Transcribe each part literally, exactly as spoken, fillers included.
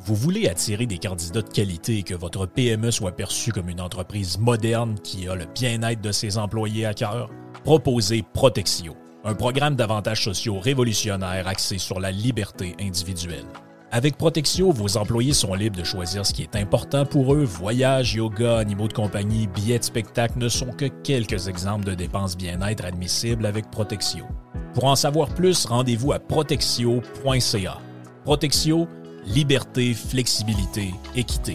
Vous voulez attirer des candidats de qualité et que votre P M E soit perçue comme une entreprise moderne qui a le bien-être de ses employés à cœur? Proposez Protexio, un programme d'avantages sociaux révolutionnaire axé sur la liberté individuelle. Avec Protexio, vos employés sont libres de choisir ce qui est important pour eux. Voyages, yoga, animaux de compagnie, billets de spectacle ne sont que quelques exemples de dépenses bien-être admissibles avec Protexio. Pour en savoir plus, rendez-vous à protexio point c a. Protexio, liberté, flexibilité, équité.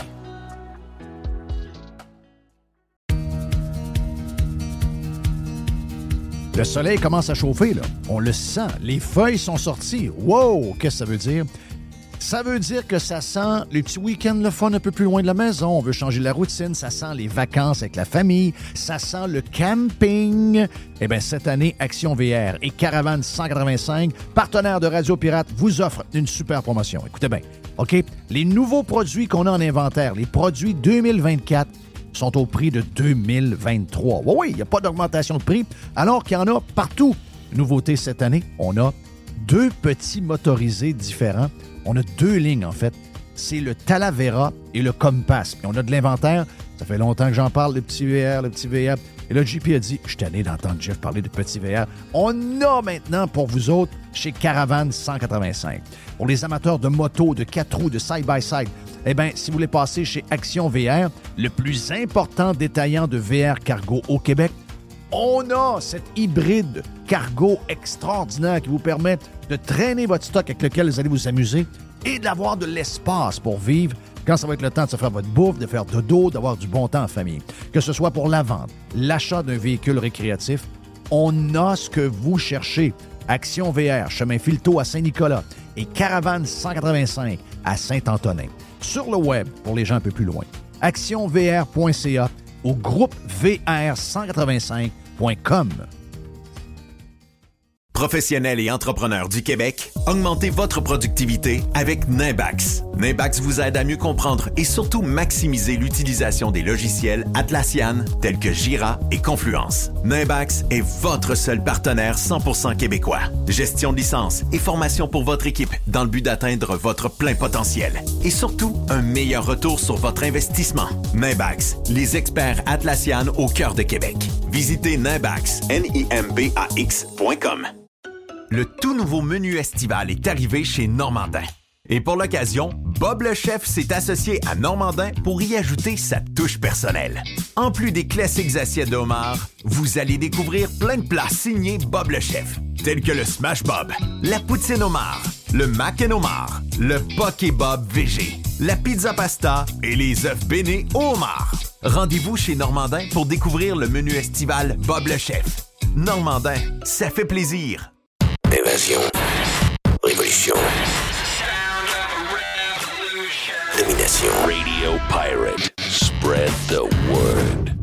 Le soleil commence à chauffer, là. On le sent. Les feuilles sont sorties. Wow! Qu'est-ce que ça veut dire? Ça veut dire que ça sent les petits week-ends le fun un peu plus loin de la maison. On veut changer la routine. Ça sent les vacances avec la famille. Ça sent le camping. Eh bien, cette année, Action V R et Caravane cent quatre-vingt-cinq, partenaires de Radio Pirate, vous offrent une super promotion. Écoutez bien, OK? Les nouveaux produits qu'on a en inventaire, les produits deux mille vingt-quatre, sont au prix de deux mille vingt-trois. Oui, oui, il n'y a pas d'augmentation de prix, alors qu'il y en a partout. Nouveauté cette année, on a deux petits motorisés différents. On a deux lignes, en fait. C'est le Talavera et le Compass. Et on a de l'inventaire. Ça fait longtemps que j'en parle, le petit V R, le petit V R. Et là, J P a dit, je suis tanné d'entendre Jeff parler de petit V R. On a maintenant pour vous autres chez Caravane cent quatre-vingt-cinq. Pour les amateurs de moto, de quatre roues, de side-by-side, eh bien, si vous voulez passer chez Action V R, le plus important détaillant de V R cargo au Québec, on a cette hybride cargo extraordinaire qui vous permet de traîner votre stock avec lequel vous allez vous amuser et d'avoir de l'espace pour vivre quand ça va être le temps de se faire votre bouffe, de faire dodo, d'avoir du bon temps en famille. Que ce soit pour la vente, l'achat d'un véhicule récréatif, on a ce que vous cherchez. Action V R, chemin Filteau à Saint-Nicolas et Caravane cent quatre-vingt-cinq à Saint-Antonin. Sur le web, pour les gens un peu plus loin, action v r point c a ou groupe v r cent quatre-vingt-cinq point com. Professionnels et entrepreneurs du Québec, augmentez votre productivité avec Nimbax. Nimbax vous aide à mieux comprendre et surtout maximiser l'utilisation des logiciels Atlassian tels que Jira et Confluence. Nimbax est votre seul partenaire cent pour cent québécois. Gestion de licence et formation pour votre équipe dans le but d'atteindre votre plein potentiel. Et surtout, un meilleur retour sur votre investissement. Nimbax, les experts Atlassian au cœur de Québec. Visitez Nimbax, N I M B A X point com. Le tout nouveau menu estival est arrivé chez Normandin. Et pour l'occasion, Bob le chef s'est associé à Normandin pour y ajouter sa touche personnelle. En plus des classiques assiettes de homard, vous allez découvrir plein de plats signés Bob le chef, tels que le Smash Bob, la poutine homard, le mac and homard, le Poké Bob V G, la pizza pasta et les œufs bénis au homard. Rendez-vous chez Normandin pour découvrir le menu estival Bob le chef. Normandin, ça fait plaisir. Évasion. Révolution. Domination. Radio Pirate. Spread the word.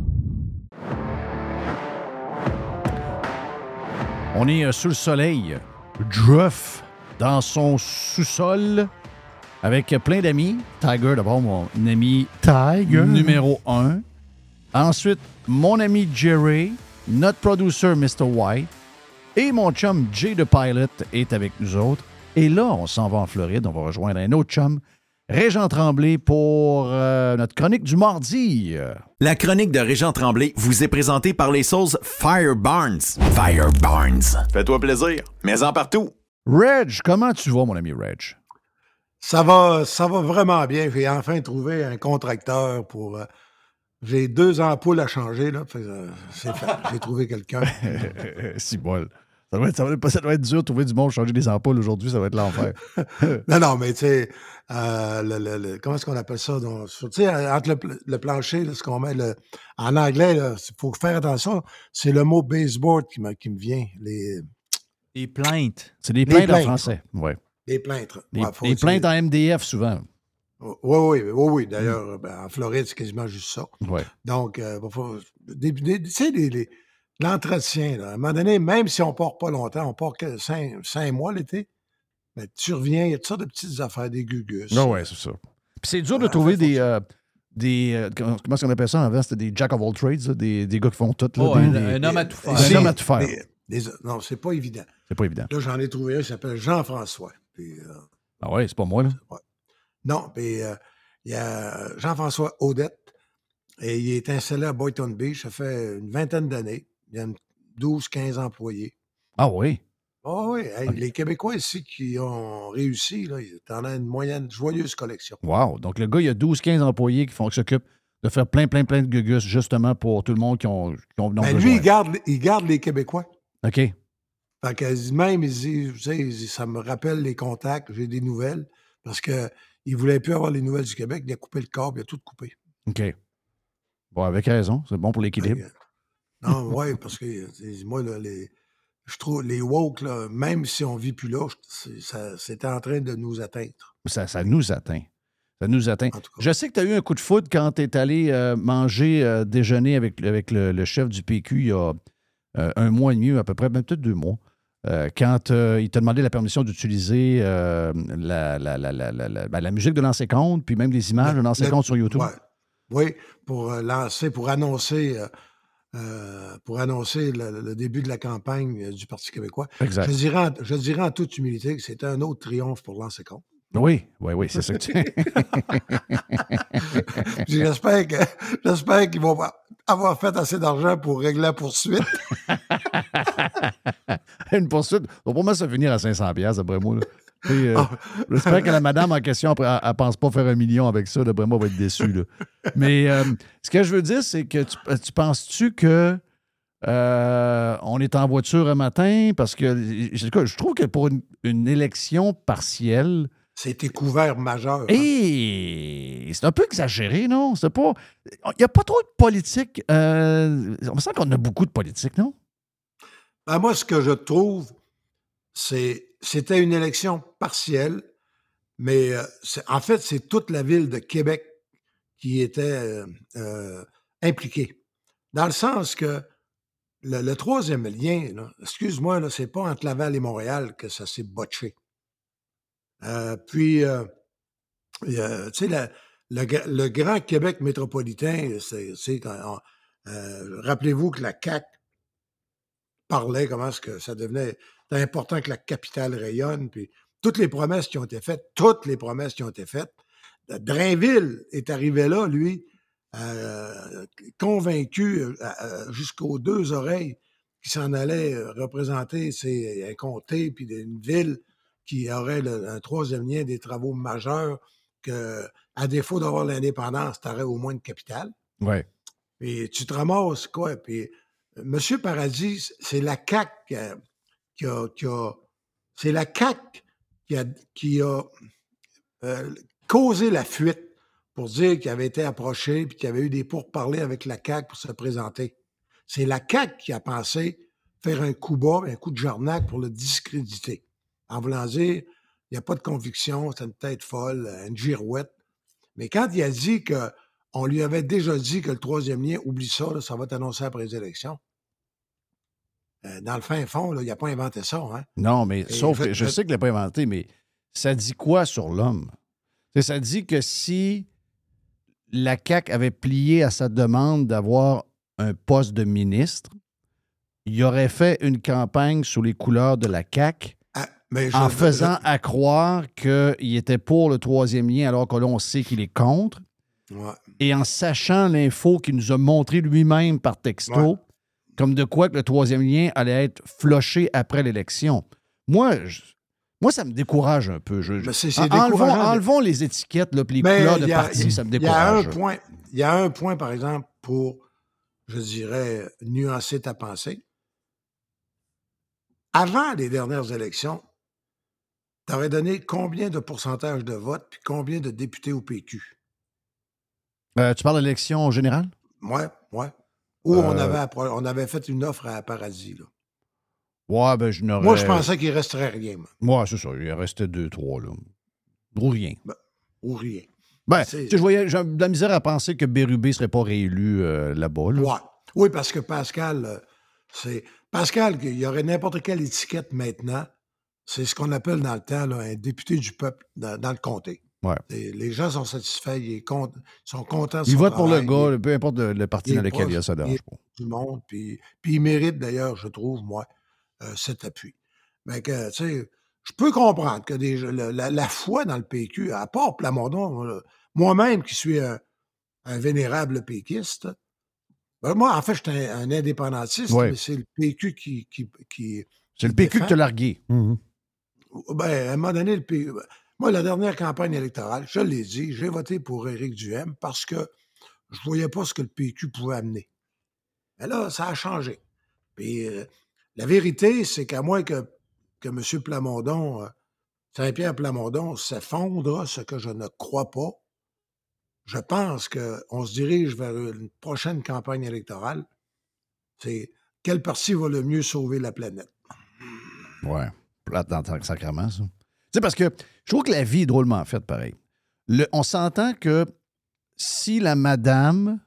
On est euh, sous le soleil. Jeff, dans son sous-sol, avec plein d'amis. Tiger, d'abord, mon ami Tiger, numéro un. Ensuite, mon ami Jerry, notre producer mister White. Et mon chum Jay the Pilot est avec nous autres. Et là, on s'en va en Floride. On va rejoindre un autre chum, Régent Tremblay, pour euh, notre chronique du mardi. La chronique de Régent Tremblay vous est présentée par les sauces Fire Barnes. Fire Barnes. Fais-toi plaisir, mets-en partout. Reg, comment tu vas, mon ami Reg? Ça va, ça va vraiment bien. J'ai enfin trouvé un contracteur pour... Euh, j'ai deux ampoules à changer, là. Fait, euh, c'est fait. J'ai trouvé quelqu'un. C'est bol. Ça doit, être, ça, doit être, ça doit être dur de trouver du monde changer des ampoules aujourd'hui, ça va être l'enfer. non, non, mais tu sais, euh, le, le, le, comment est-ce qu'on appelle ça? Tu sais, entre le, le plancher, là, ce qu'on met, le, en anglais, il faut faire attention, c'est le mot baseboard qui me, qui me vient. Les, les plaintes. C'est des plaintes, plaintes en français, oui. Des plaintes. Des, ouais, des plaintes en M D F, souvent. Oui, oui, oui, oui. D'ailleurs, mm. ben, en Floride, c'est quasiment juste ça. Ouais. Donc, euh, tu sais, les... les l'entretien, là. À un moment donné, même si on ne part pas longtemps, on part que cinq, cinq mois l'été, ben, tu reviens, il y a toutes sortes de petites affaires, des gugus. Non, ouais, c'est ça. Puis c'est dur de trouver des, euh, des euh, comment est-ce qu'on appelle ça avant? C'était des jack of all trades, là, des, des gars qui font tout. Là, oh, des, un, des, un homme à tout faire. Un homme à tout faire. Des, des, non, c'est pas évident. C'est pas évident. Là, j'en ai trouvé un qui s'appelle Jean-François. Puis, euh, ah ouais, c'est pas moi, là? Ouais. Non, puis euh, il y a Jean-François Audette, et il est installé à Boynton Beach, ça fait une vingtaine d'années. Il y a douze quinze employés. Ah oui? Oh oui, hey, OK. les Québécois ici qui ont réussi, là, ils en ont une moyenne joyeuse collection. Wow! Donc, le gars, il y a douze quinze employés qui font qui s'occupent de faire plein, plein, plein de gugus justement pour tout le monde qui ont, qui ont, ont Ben, besoin. lui, il garde, il garde les Québécois. OK. Fait que même, il dit, tu sais, il dit, ça me rappelle les contacts, j'ai des nouvelles, parce qu'il ne voulait plus avoir les nouvelles du Québec, il a coupé le corps, il a tout coupé. OK. Bon, avec raison, c'est bon pour l'équilibre. Fait que, non, oui, parce que moi, là, les, je trouve les woke, là, même si on ne vit plus là, c'est, ça, c'était en train de nous atteindre. Ça, ça nous atteint. Ça nous atteint. En tout cas. Je sais que tu as eu un coup de foudre quand tu es allé euh, manger, euh, déjeuner avec, avec le, le chef du P Q il y a euh, un mois et demi, à peu près, même peut-être deux mois, euh, quand euh, il t'a demandé la permission d'utiliser euh, la, la, la, la, la, la, ben, la musique de Lancé Compte, puis même des images Le- de Lancé le- Compte sur YouTube. ouais. Oui, pour euh, lancer, pour annoncer, euh, euh, pour annoncer le, le début de la campagne euh, du Parti québécois. Exact. Je dirais, en, je dirais en toute humilité que c'était un autre triomphe pour Lancé Compte. Oui, oui, oui, c'est ça que tu... J'espère, que, j'espère qu'ils vont avoir fait assez d'argent pour régler la poursuite. Une poursuite. Donc, pour moi, ça va finir à cinq cents dollars, d'après moi. Là. Et, euh, Ah. j'espère que la madame en question, elle ne pense pas faire un million avec ça. D'après moi, elle va être déçue. Là. Mais euh, ce que je veux dire, c'est que tu, tu penses-tu que euh, on est en voiture un matin? Parce que je, je trouve que pour une, une élection partielle, C'était couvert majeur. hein. et c'est un peu exagéré, non? C'est pas. Il n'y a pas trop de politique. Euh, on me sent qu'on a beaucoup de politique, non? Ben, moi, ce que je trouve, c'est c'était une élection partielle, mais euh, c'est- en fait, c'est toute la ville de Québec qui était euh, euh, impliquée. Dans le sens que le, le troisième lien, là, excuse-moi, là, c'est pas entre Laval et Montréal que ça s'est botché. Euh, puis, euh, il y a, tu sais, la- le, gra- le grand Québec métropolitain, c'est, c'est quand on- euh, rappelez-vous que la C A Q parlait comment est-ce que ça devenait c'était important que la capitale rayonne, puis toutes les promesses qui ont été faites, toutes les promesses qui ont été faites. Euh, Drainville est arrivé là, lui, euh, convaincu euh, euh, jusqu'aux deux oreilles qu'il s'en allait euh, représenter ses, un comté, puis une ville qui aurait le- un troisième lien des travaux majeurs, que, à défaut d'avoir l'indépendance, tu aurais au moins une capitale. Oui. Puis tu te ramasses, quoi. Puis euh, M. Paradis, c'est la C A Q qui a, qui a- qui a- c'est la C A Q qui a, qui a euh, causé la fuite pour dire qu'il avait été approché puis qu'il y avait eu des pourparlers avec la C A Q pour se présenter. C'est la C A Q qui a pensé faire un coup bas, un coup de jarnac pour le discréditer. En voulant dire, il n'y a pas de conviction, c'est une tête folle, une girouette. Mais quand il a dit que on lui avait déjà dit que le troisième lien, oublie ça, là, ça va être annoncé après les élections. Euh, dans le fin fond, là, il n'a pas inventé ça. Hein? Non, mais Et sauf je- que je je- sais qu'il l'a pas inventé, mais ça dit quoi sur l'homme? C'est- Ça dit que si la C A Q avait plié à sa demande d'avoir un poste de ministre, il aurait fait une campagne sous les couleurs de la C A Q Ah, mais je- en je- faisant à croire qu'il était pour le troisième lien alors que là, on sait qu'il est contre Ouais. et en sachant l'info qu'il nous a montré lui-même par texto, Ouais. comme de quoi que le troisième lien allait être floché après l'élection. Moi, je- moi, ça me décourage un peu. Je, je- Mais c'est- c'est en- enlevons, décourageant de- enlevons les étiquettes, là, puis les Mais couleurs de il y a- parti, ça me Il y a un décourage. point, il y a un point, par exemple, pour, je dirais, nuancer ta pensée. Avant les dernières élections, tu aurais donné combien de pourcentage de vote puis combien de députés au P Q? Euh, tu parles de l'élection générale? Ouais, ouais. Ou on, Euh, avait, appro- on avait fait une offre à Paradis. Là. Ouais, ben je n'aurais... Moi, je pensais qu'il resterait rien, moi, Ouais, c'est ça. Il en restait deux, trois, là. Ou rien. ou rien. Ben, C'est- tu sais, je voyais, j'ai de la misère à penser que Bérubé ne serait pas réélu euh, là-bas. Là. Ouais. Oui, parce que Pascal, euh, c'est. Pascal, il y aurait n'importe quelle étiquette maintenant. C'est ce qu'on appelle dans le temps là, un député du peuple dans, dans le comté. Ouais. Et les gens sont satisfaits, ils, sont sont contents de Il son vote pour le travail, gars, peu importe le, le parti il dans est lequel il y a, proche, ça ne il dérange est pas. du monde. Puis, puis il mérite d'ailleurs, je trouve, moi, euh, cet appui. Mais que, tu sais, je peux comprendre que des, la, la, la foi dans le P Q, à part Plamondon, moi-même qui suis un, un vénérable péquiste, ben moi, en fait, je suis un, un indépendantiste, ouais. mais c'est le P Q qui... qui, qui c'est qui le P Q défend. Qui t'a largué. Mm-hmm. Ben, à un moment donné, le P Q... Moi, la dernière campagne électorale, je l'ai dit, j'ai voté pour Éric Duhaime parce que je ne voyais pas ce que le P Q pouvait amener. Mais là, ça a changé. Puis euh, la vérité, c'est qu'à moins que, que M. Plamondon, euh, Saint-Pierre Plamondon, s'effondre, ce que je ne crois pas, je pense qu'on se dirige vers une prochaine campagne électorale. C'est quel parti va le mieux sauver la planète? Ouais, plate dans le sacrement, ça. Tu sais, parce que je trouve que la vie est drôlement faite, pareil. Le, on s'entend que si la madame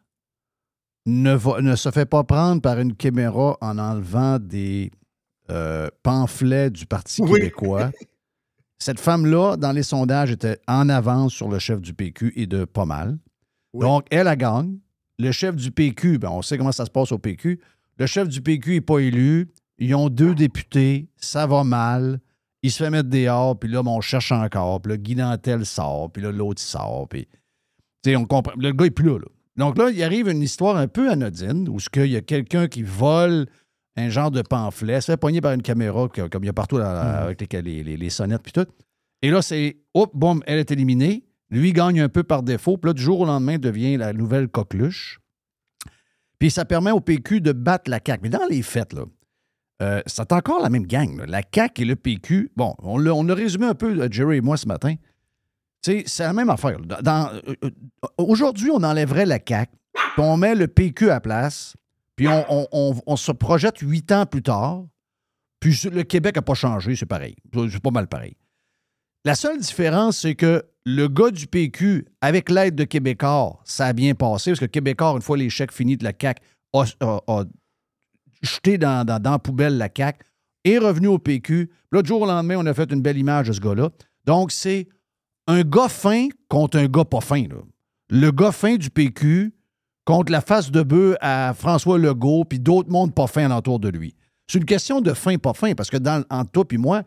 ne, va, ne se fait pas prendre par une caméra en enlevant des euh, pamphlets du Parti oui. québécois, cette femme-là, dans les sondages, était en avance sur le chef du P Q et de pas mal. Oui. Donc, elle, a gagne. Le chef du P Q, ben, on sait comment ça se passe au P Q. Le chef du P Q n'est pas élu. Ils ont deux députés. Ça va mal. Il se fait mettre dehors. Puis là, ben, on cherche encore. Puis là, Guy Nantel sort. Puis là, l'autre, il sort. Puis, on comprend. Le gars n'est plus là, là. Donc là, il arrive une histoire un peu anodine où il y a quelqu'un qui vole un genre de pamphlet, se fait pogner par une caméra, comme il y a partout là, mmh. avec les, les, les sonnettes puis tout. Et là, c'est, hop, boum, elle est éliminée. Lui, il gagne un peu par défaut. Puis là, du jour au lendemain, devient la nouvelle coqueluche. Puis ça permet au P Q de battre la C A Q. Mais dans les faits, là, euh, c'est encore la même gang. Là. La C A Q et le P Q, bon, on l'a, on a résumé un peu, Jerry et moi, ce matin. Tu sais, c'est la même affaire. Dans, dans, euh, aujourd'hui, on enlèverait la C A Q, puis on met le P Q à la place, puis on, on, on, on se projette huit ans plus tard, puis le Québec n'a pas changé, c'est pareil. C'est pas mal pareil. La seule différence, c'est que le gars du P Q, avec l'aide de Québécois, ça a bien passé, parce que Québécois, une fois les chèques finis de la C A Q, a, a, a jeté dans, dans, dans la poubelle la C A Q, est revenu au P Q. Là, du jour au lendemain, on a fait une belle image de ce gars-là. Donc, c'est un gars fin contre un gars pas fin. Là. Le gars fin du P Q contre la face de bœuf à François Legault puis d'autres mondes pas fins alentour de lui. C'est une question de fin, pas fin, parce que dans, entre toi et moi,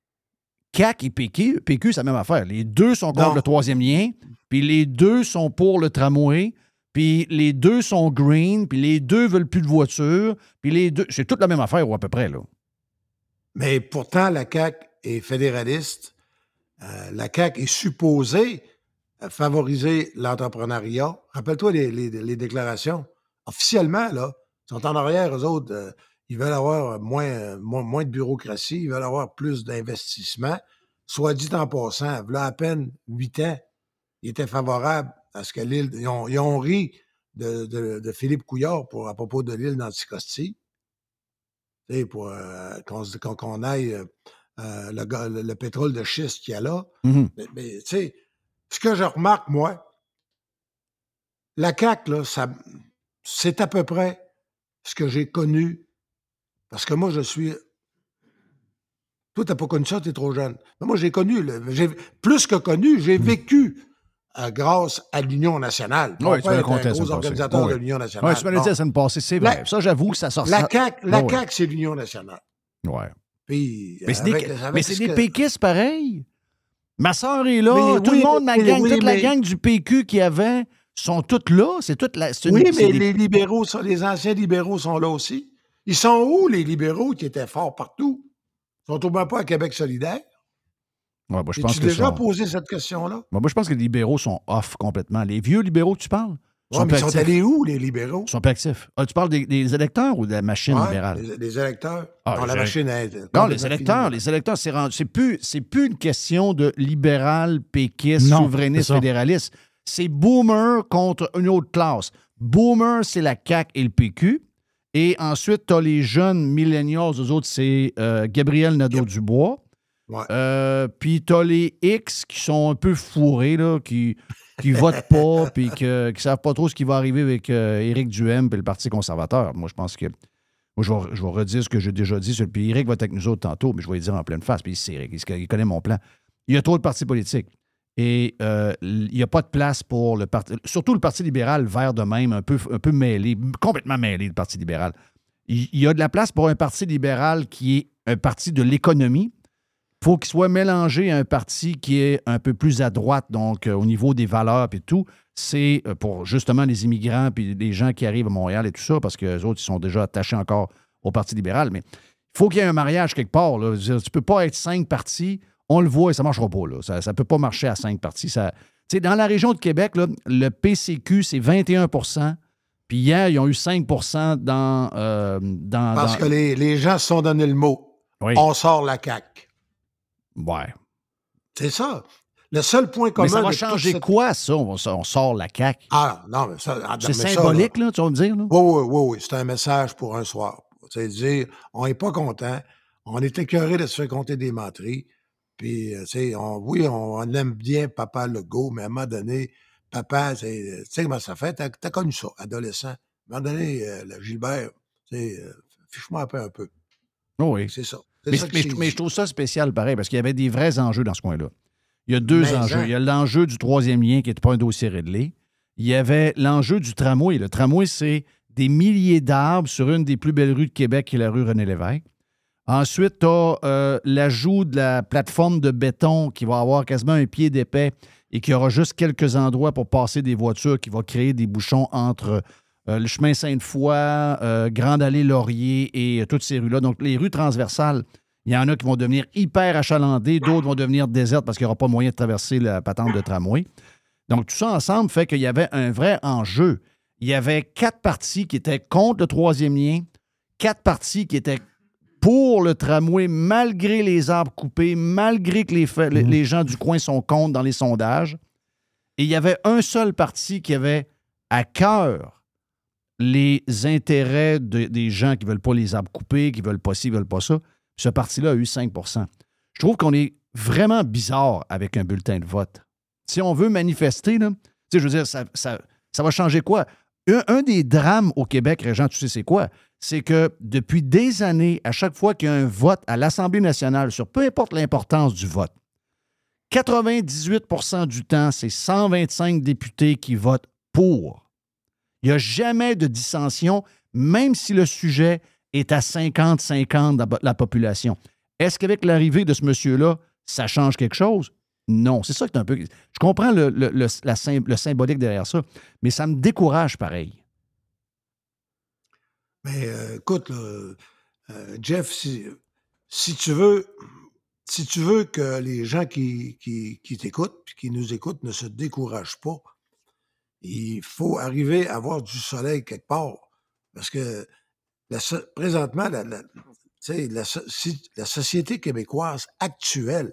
C A Q et P Q, P Q, c'est la même affaire. Les deux sont contre non. le troisième lien, puis les deux sont pour le tramway, puis les deux sont green, puis les deux veulent plus de voitures, puis les deux... C'est toute la même affaire, ou à peu près, là. Mais pourtant, la C A Q est fédéraliste. Euh, la C A Q est supposée favoriser l'entrepreneuriat. Rappelle-toi les, les, les déclarations. Officiellement, là, ils sont en arrière, eux autres, euh, ils veulent avoir moins, moins, moins de bureaucratie, ils veulent avoir plus d'investissement. Soit dit en passant, il y a à peine huit ans, ils étaient favorables à ce que l'île... Ils ont, ils ont ri de, de, de Philippe Couillard pour, à propos de l'île d'Anticosti. Tu sais, pour euh, qu'on, qu'on, qu'on aille... Euh, Euh, le, le, le pétrole de schiste qu'il y a là. Mm-hmm. Mais, mais tu sais, ce que je remarque, moi, la C A Q, là, ça, c'est à peu près ce que j'ai connu. Parce que moi, je suis... Toi, t'as pas connu ça, t'es trop jeune. Mais moi, j'ai connu, le... j'ai... plus que connu, j'ai vécu euh, grâce à l'Union nationale. Oui, tu m'as un gros organisateur oui. de l'Union nationale. Oui, tu m'as dit ça me passait, c'est vrai. La... Ça, j'avoue que ça sort La C A Q, la oh, C A Q, c'est l'Union nationale. Oui. Puis, mais c'est avec, des, avec mais c'est des que... péquistes pareil. Ma soeur est là, mais tout oui, le monde, ma mais, gang, oui, toute mais... la gang du P Q qu'il y avait sont toutes là. C'est toute la. C'est une, oui, c'est mais des... les libéraux, les anciens libéraux sont là aussi. Ils sont où, les libéraux qui étaient forts partout? Ils sont au moins pas à Québec solidaire. Ouais, moi, je pense tu que déjà sont... posé cette question-là? Moi, moi, je pense que les libéraux sont off complètement. Les vieux libéraux que tu parles? Ouais, mais ils sont allés où, les libéraux? Ils sont pas actifs. Ah, tu parles des, des électeurs ou de la machine ouais, libérale? Les, les électeurs. Ah, non, les la élect... machine est... Non, les électeurs. Finie. Les électeurs, c'est, rendu... c'est, plus, c'est plus une question de libéral, péquiste, non, souverainiste, fédéraliste. C'est boomer contre une autre classe. Boomer, c'est la C A Q et le P Q. Et ensuite, tu as les jeunes millennials, eux autres, c'est euh, Gabriel Nadeau-Dubois. Ouais. Euh, puis tu as les X qui sont un peu fourrés, là, qui... qui ne votent pas puis qui ne savent pas trop ce qui va arriver avec euh, Éric Duhaime et le Parti conservateur. Moi, je pense que... Moi, je vais, je vais redire ce que j'ai déjà dit. Puis Éric va être avec nous autres tantôt, mais je vais lui dire en pleine face. Puis c'est Éric, il connaît mon plan. Il y a trop de partis politiques. Et euh, il n'y a pas de place pour le parti... Surtout le Parti libéral, vert de même, un peu, un peu mêlé, complètement mêlé, le Parti libéral. Il, il y a de la place pour un Parti libéral qui est un parti de l'économie, faut qu'il soit mélangé à un parti qui est un peu plus à droite, donc euh, au niveau des valeurs et tout. C'est euh, pour justement les immigrants puis les gens qui arrivent à Montréal et tout ça, parce que les autres, ils sont déjà attachés encore au Parti libéral. Mais il faut qu'il y ait un mariage quelque part. Là. Tu ne peux pas être cinq partis. On le voit et ça ne marchera pas. Là. Ça ne peut pas marcher à cinq partis. Ça, dans la région de Québec, là, le P C Q, c'est vingt et un pour cent. Puis hier, ils ont eu cinq pour cent dans... Euh, dans Parce dans... que les, les gens se sont donné le mot. Oui. On sort la C A Q. Ouais. C'est ça. Le seul point commun... Mais ça va de changer cette... quoi, ça? On, on sort la C A Q. Ah, non, mais ça... C'est symbolique, ça, là. là, tu vas me dire? Là? Oui, oui, oui, oui. C'est un message pour un soir. C'est dire, on n'est pas content, on est écœuré de se faire compter des menteries, puis, tu sais, on, oui, on, on aime bien Papa Legault, mais à un moment donné, papa, tu sais comment ça fait? T'as, t'as connu ça, adolescent. À un moment donné, euh, le Gilbert, tu sais, euh, fiche-moi un peu un peu. Oh oui. C'est ça. C'est mais, ça que mais, je, mais je trouve ça spécial, pareil, parce qu'il y avait des vrais enjeux dans ce coin-là. Il y a deux mais enjeux. Hein. Il y a l'enjeu du troisième lien qui n'était pas un dossier réglé. Il y avait l'enjeu du tramway. Le tramway, c'est des milliers d'arbres sur une des plus belles rues de Québec, qui est la rue René-Lévesque. Ensuite, tu as euh, l'ajout de la plateforme de béton qui va avoir quasiment un pied d'épais et qui aura juste quelques endroits pour passer des voitures, qui va créer des bouchons entre euh, le chemin Sainte-Foy, euh, Grande Allée Laurier et euh, toutes ces rues-là. Donc, les rues transversales, il y en a qui vont devenir hyper achalandées, d'autres vont devenir désertes parce qu'il n'y aura pas moyen de traverser la patente de tramway. Donc, tout ça ensemble fait qu'il y avait un vrai enjeu. Il y avait quatre partis qui étaient contre le troisième lien, quatre partis qui étaient pour le tramway, malgré les arbres coupés, malgré que les, fa- les gens du coin sont contre dans les sondages. Et il y avait un seul parti qui avait à cœur les intérêts de, des gens qui ne veulent pas les arbres coupés, qui ne veulent pas ci, qui ne veulent pas ça. Ce parti-là a eu cinq pour cent. Je trouve qu'on est vraiment bizarre avec un bulletin de vote. Si on veut manifester, là, je veux dire, ça, ça, ça va changer quoi? Un, un des drames au Québec, Régent, tu sais c'est quoi? C'est que depuis des années, à chaque fois qu'il y a un vote à l'Assemblée nationale, sur peu importe l'importance du vote, quatre-vingt-dix-huit pour cent du temps, c'est cent vingt-cinq députés qui votent pour. Il n'y a jamais de dissension, même si le sujet est à cinquante cinquante de la population. Est-ce qu'avec l'arrivée de ce monsieur-là, ça change quelque chose? Non. C'est ça que c'est un peu... Je comprends le, le, le, la, le symbolique derrière ça, mais ça me décourage pareil. Mais euh, écoute, là, euh, Jeff, si, si tu veux si tu veux que les gens qui, qui, qui t'écoutent puis qui nous écoutent ne se découragent pas, il faut arriver à avoir du soleil quelque part. Parce que la, présentement, la, la, la, la société québécoise actuelle,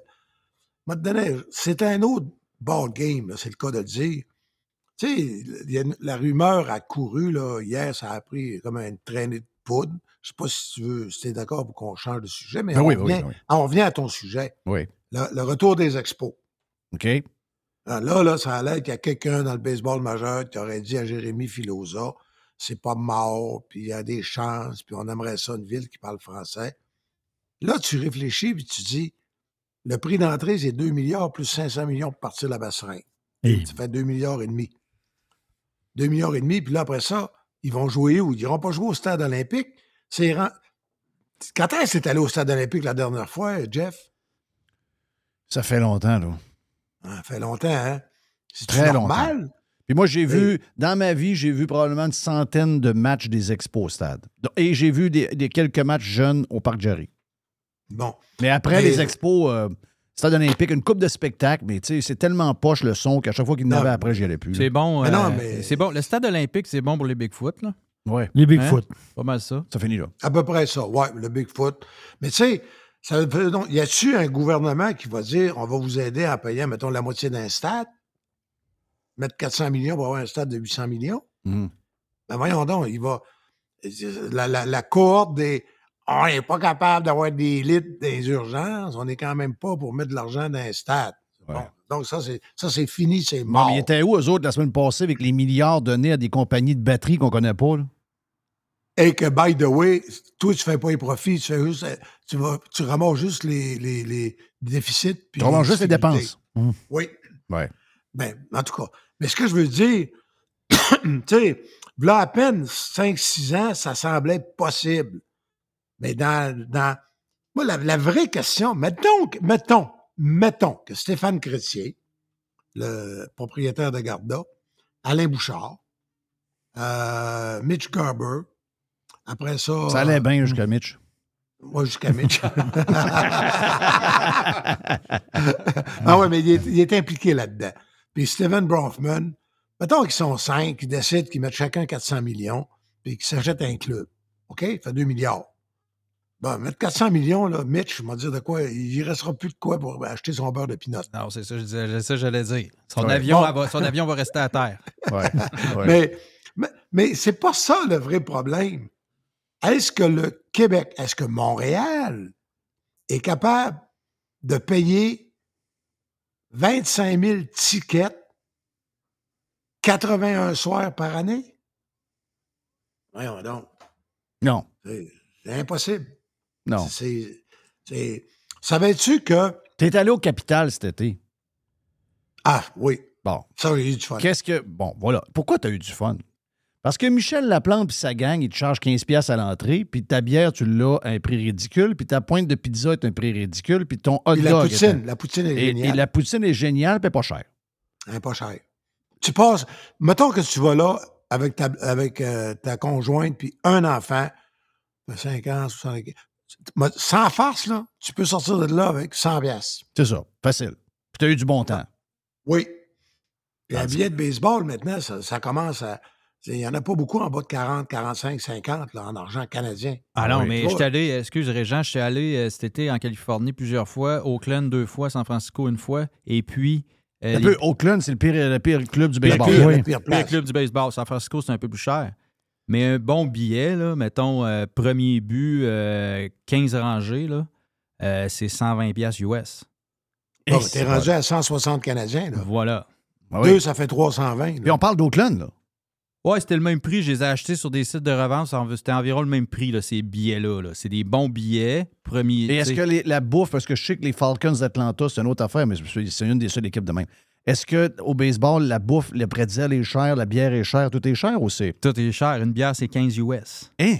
c'est un autre ball game, là, c'est le cas de le dire. Tu sais, la rumeur a couru, là, hier, ça a pris comme une traînée de poudre. Je ne sais pas si tu veux, si tu es d'accord pour qu'on change de sujet, mais on, oui, revient, oui, oui. on revient à ton sujet. Oui. Le, le retour des expos. OK. Alors là, là, ça a l'air qu'il y a quelqu'un dans le baseball majeur qui aurait dit à Jérémy Filosa, c'est pas mort, puis il y a des chances, puis on aimerait ça, une ville qui parle français. Là, tu réfléchis, puis tu dis, le prix d'entrée, c'est deux milliards plus cinq cents millions pour partir la Basserin. Et... Ça fait deux milliards et demi. deux milliards et demi, puis là, après ça, ils vont jouer où? Ils n'iront pas jouer au stade olympique. C'est... Quand est-ce que c'est allé au stade olympique la dernière fois, Jeff? Ça fait longtemps, là. Ça fait longtemps, hein? C'est très normal? Longtemps. Puis moi, j'ai vu, dans ma vie, j'ai vu probablement une centaine de matchs des Expos au stade. Et j'ai vu des, des quelques matchs jeunes au Parc Jarry. Bon. Mais après mais... les Expos, euh, stade olympique, une coupe de spectacle, mais tu sais, c'est tellement poche le son qu'à chaque fois qu'il y en avait après, j'y allais plus. C'est bon. Mais euh, non, mais... C'est bon. Le stade olympique, c'est bon pour les Bigfoot, là. Ouais. Les Bigfoot. Hein? Pas mal ça. Ça finit là. À peu près ça, ouais, le Bigfoot. Mais tu sais, ça veut donc, y a-tu un gouvernement qui va dire, on va vous aider en payant, mettons, la moitié d'un stade? Mettre quatre cents millions pour avoir un stade de huit cents millions? Mm. Ben voyons donc, il va... La, la, la cohorte des... On n'est pas capable d'avoir des litres des urgences, on n'est quand même pas pour mettre de l'argent dans un stade. Ouais. Bon, donc ça, c'est ça c'est fini, c'est mort. Bon, mais ils étaient où, eux autres, la semaine passée, avec les milliards donnés à des compagnies de batterie qu'on connaît pas, là? Et que, by the way, toi, tu fais pas les profits, tu fais juste... Tu, vas, tu ramasses juste les, les, les déficits. Puis tu ramasses juste les dépenses. Mmh. Oui. Ouais. Ben, en tout cas. Mais ce que je veux dire, tu sais, là, à peine cinq six ans, ça semblait possible. Mais dans, dans, Moi, la, la vraie question, mettons, que- mettons, mettons que Stéphane Crétier, le propriétaire de Garda, Alain Bouchard, euh, Mitch Garber, après ça... Ça allait euh, bien jusqu'à Mitch. Moi, jusqu'à Mitch. Ah ouais, mais il est, il est impliqué là-dedans. Puis Steven Bronfman, mettons qu'ils sont cinq, qu'ils décident qu'ils mettent chacun quatre cents millions, puis qu'ils s'achètent un club. OK? Ça fait deux milliards. Bon, mettre quatre cents millions, là, Mitch, je vais dire de quoi, il ne restera plus de quoi pour acheter son beurre de pinot. Non, c'est ça, je disais, c'est ça que j'allais dire. Son, Ouais. avion, Bon. elle va, son avion va rester à terre. Ouais. ouais. Mais, mais, mais c'est pas ça le vrai problème. Est-ce que le Québec, est-ce que Montréal est capable de payer vingt-cinq mille tickets quatre-vingt-un soirs par année? Voyons donc. Non, C'est, c'est impossible. non. C'est, c'est... Savais-tu que... T'es allé au Capitole cet été. Ah, oui. Bon. Ça, j'ai eu du fun. Qu'est-ce que. Bon, voilà. Pourquoi t'as eu du fun? Parce que Michel Laplante et sa gang, ils te chargent quinze piastres à l'entrée, puis ta bière, tu l'as à un prix ridicule, puis ta pointe de pizza est un prix ridicule, puis ton hot Et dog. la est poutine, un- la poutine est Et, géniale. et la poutine est géniale, puis pas chère. Elle est pas cher. Tu passes... Mettons que tu vas là avec ta, avec, euh, ta conjointe puis un enfant, de cinq ans, soixante-quinze... Sans farce, là, tu peux sortir de là avec cent piastres. C'est ça. Facile. Puis t'as eu du bon temps. Oui. Puis un billet de baseball, maintenant, ça, ça commence à... Il n'y en a pas beaucoup en bas de quarante, quarante-cinq, cinquante là, en argent canadien. Ah non, oui. mais Ouais. je suis allé, excuse Régent, je suis allé euh, cet été en Californie plusieurs fois, Oakland deux fois, San Francisco une fois, et puis euh, Un les, peu, Oakland, c'est le pire, le pire club du Le baseball. pire, Oui. le pire les place. clubs du baseball. San Francisco, c'est un peu plus cher. Mais un bon billet, là, mettons, euh, premier but, euh, quinze rangées, là, euh, c'est cent vingt piastres U S. Bon, Et t'es c'est rendu à cent soixante canadiens. Là. Voilà. Ah oui. Deux, ça fait trois cent vingt. Puis Là. on parle d'Oakland, là. Ouais, c'était le même prix. Je les ai achetés sur des sites de revente. C'était environ le même prix, là, ces billets-là. Là. C'est des bons billets. Premier, Et est-ce tu que sais. les- la bouffe, parce que je sais que les Falcons d'Atlanta, c'est une autre affaire, mais c'est c'est une des seules équipes de même. Est-ce qu'au baseball, la bouffe, le pretzel est cher, la bière est chère, tout est cher ou c'est. Tout est cher. Une bière, c'est quinze U S. Hein?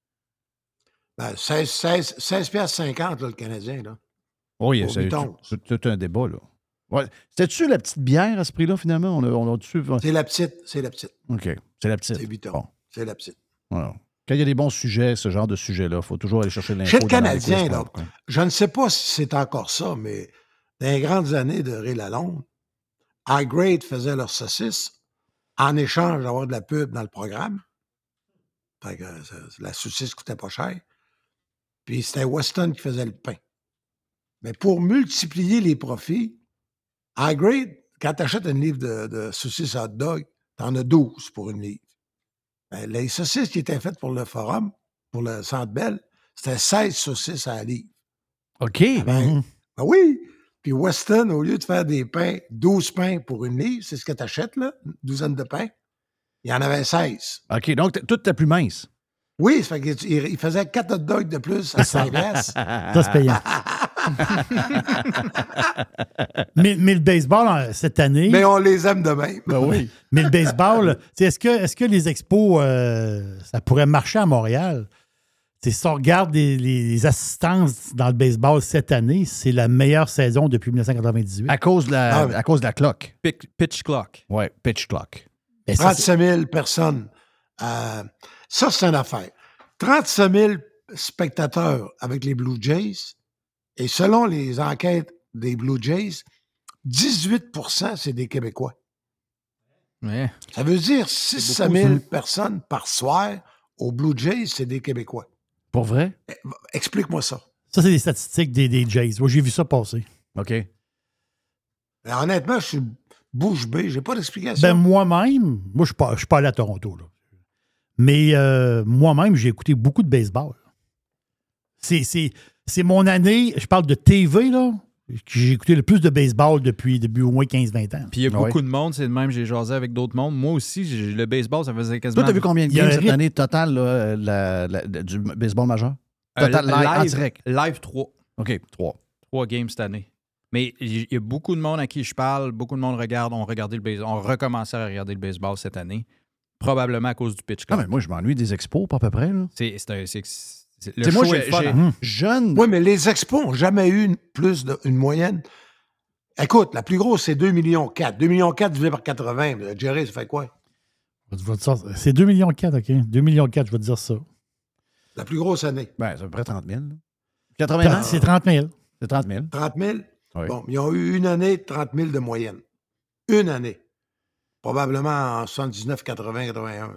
Ben, seize, seize, seize piastres cinquante, là, le Canadien. Là. Oui, Au c'est huit c'est- onces. c'est tout un débat, là. Ouais. C'était-tu la petite bière à ce prix-là, finalement? On a, on a dessus. C'est la petite, c'est la petite. OK. C'est la petite. C'est huit Bon. onces. C'est la petite. Voilà. Quand il y a des bons sujets, ce genre de sujet-là, il faut toujours aller chercher l'info. Chez le dans les Canadien, quiz là, pop, quoi. je ne sais pas si c'est encore ça, mais dans les grandes années de Ray Lalonde, iGrade faisait leurs saucisses en échange d'avoir de la pub dans le programme. Fait que ça- la saucisse coûtait pas cher. Puis c'était Weston qui faisait le pain. Mais pour multiplier les profits, iGrade, quand tu achètes une livre de, de saucisses hot dog, tu en as douze pour une livre. Ben, les saucisses qui étaient faites pour le forum, pour le Centre Bell, c'était seize saucisses à la livre. OK. Ben, Mhm. Ben oui! Puis Weston, au lieu de faire des pains, douze pains pour une livre, c'est ce que tu achètes, là, une douzaine de pains, il y en avait seize. OK, donc t- tout était plus mince. Oui, ça fait qu'il il faisait quatre hot dogs de plus à cinq piastres. Ça, c'est payant. mais, mais le baseball, en- cette année. Mais on les aime de même. Ben oui. Mais le baseball, tu sais, est-ce que, est-ce que les expos, euh, ça pourrait marcher à Montréal? Tu sais, si on regarde les, les- les assistances dans le baseball cette année, c'est la meilleure saison depuis dix-neuf cent quatre-vingt-dix-huit. À cause de la, Ah oui. à cause de la clock. Pitch, pitch clock. Oui, pitch clock. Ben, ça, c'est- trente-cinq mille personnes. Euh, ça, c'est une affaire. trente-cinq mille spectateurs avec les Blue Jays. Et selon les enquêtes des Blue Jays, dix-huit pour cent, c'est des Québécois. Ouais. Ça veut dire six cents beaucoup, mille ça. personnes par soir aux Blue Jays, c'est des Québécois. Pour vrai? Explique-moi ça. ça, c'est des statistiques des, des Jays. Moi, j'ai vu ça passer. OK. Mais honnêtement, je suis bouche bée, j'ai pas d'explication. Ben, moi-même, moi, je ne suis pas, je suis pas allé à Toronto, là. Mais euh, moi-même, j'ai écouté beaucoup de baseball. C'est, c'est, c'est mon année, je parle de T V, là, que j'ai écouté le plus de baseball depuis, depuis au moins quinze vingt ans. Puis il y a Ouais. beaucoup de monde, c'est le même, j'ai jasé avec d'autres mondes. Moi aussi, j'ai- le baseball, ça faisait quasiment... Toi, t'as vu combien de Il y a games un cette rythme. année total là, la- la- du baseball majeur? Euh, Total live, en direct. Live trois. OK, trois. Trois games cette année. Mais il y a beaucoup de monde à qui je parle, beaucoup de monde regarde, ont regardé le baseball, ont recommencé à regarder le baseball cette année, probablement à cause du pitch Ah, clock. mais moi, je m'ennuie des expos, pas à peu près. Là. C'est c'est un- c'est- C'est- Le T'sais, show moi, est j'ai, le fun, j'ai- hein. jeune. Oui, mais les expos n'ont jamais eu une, plus de, une moyenne. Écoute, la plus grosse, c'est deux virgule quatre millions. deux virgule quatre divisé par quatre-vingts. Mais Jerry, ça fait quoi? Je vais te dire ça. C'est deux virgule quatre millions, OK? deux virgule quatre, je vais te dire ça. La plus grosse année. Ben, c'est à peu près trente mille. là. quatre-vingts C'est trente mille. C'est trente mille. trente mille? Oui. Bon, ils ont eu une année de trente mille de moyenne. Une année. Probablement en soixante-dix-neuf, quatre-vingts, quatre-vingt-un.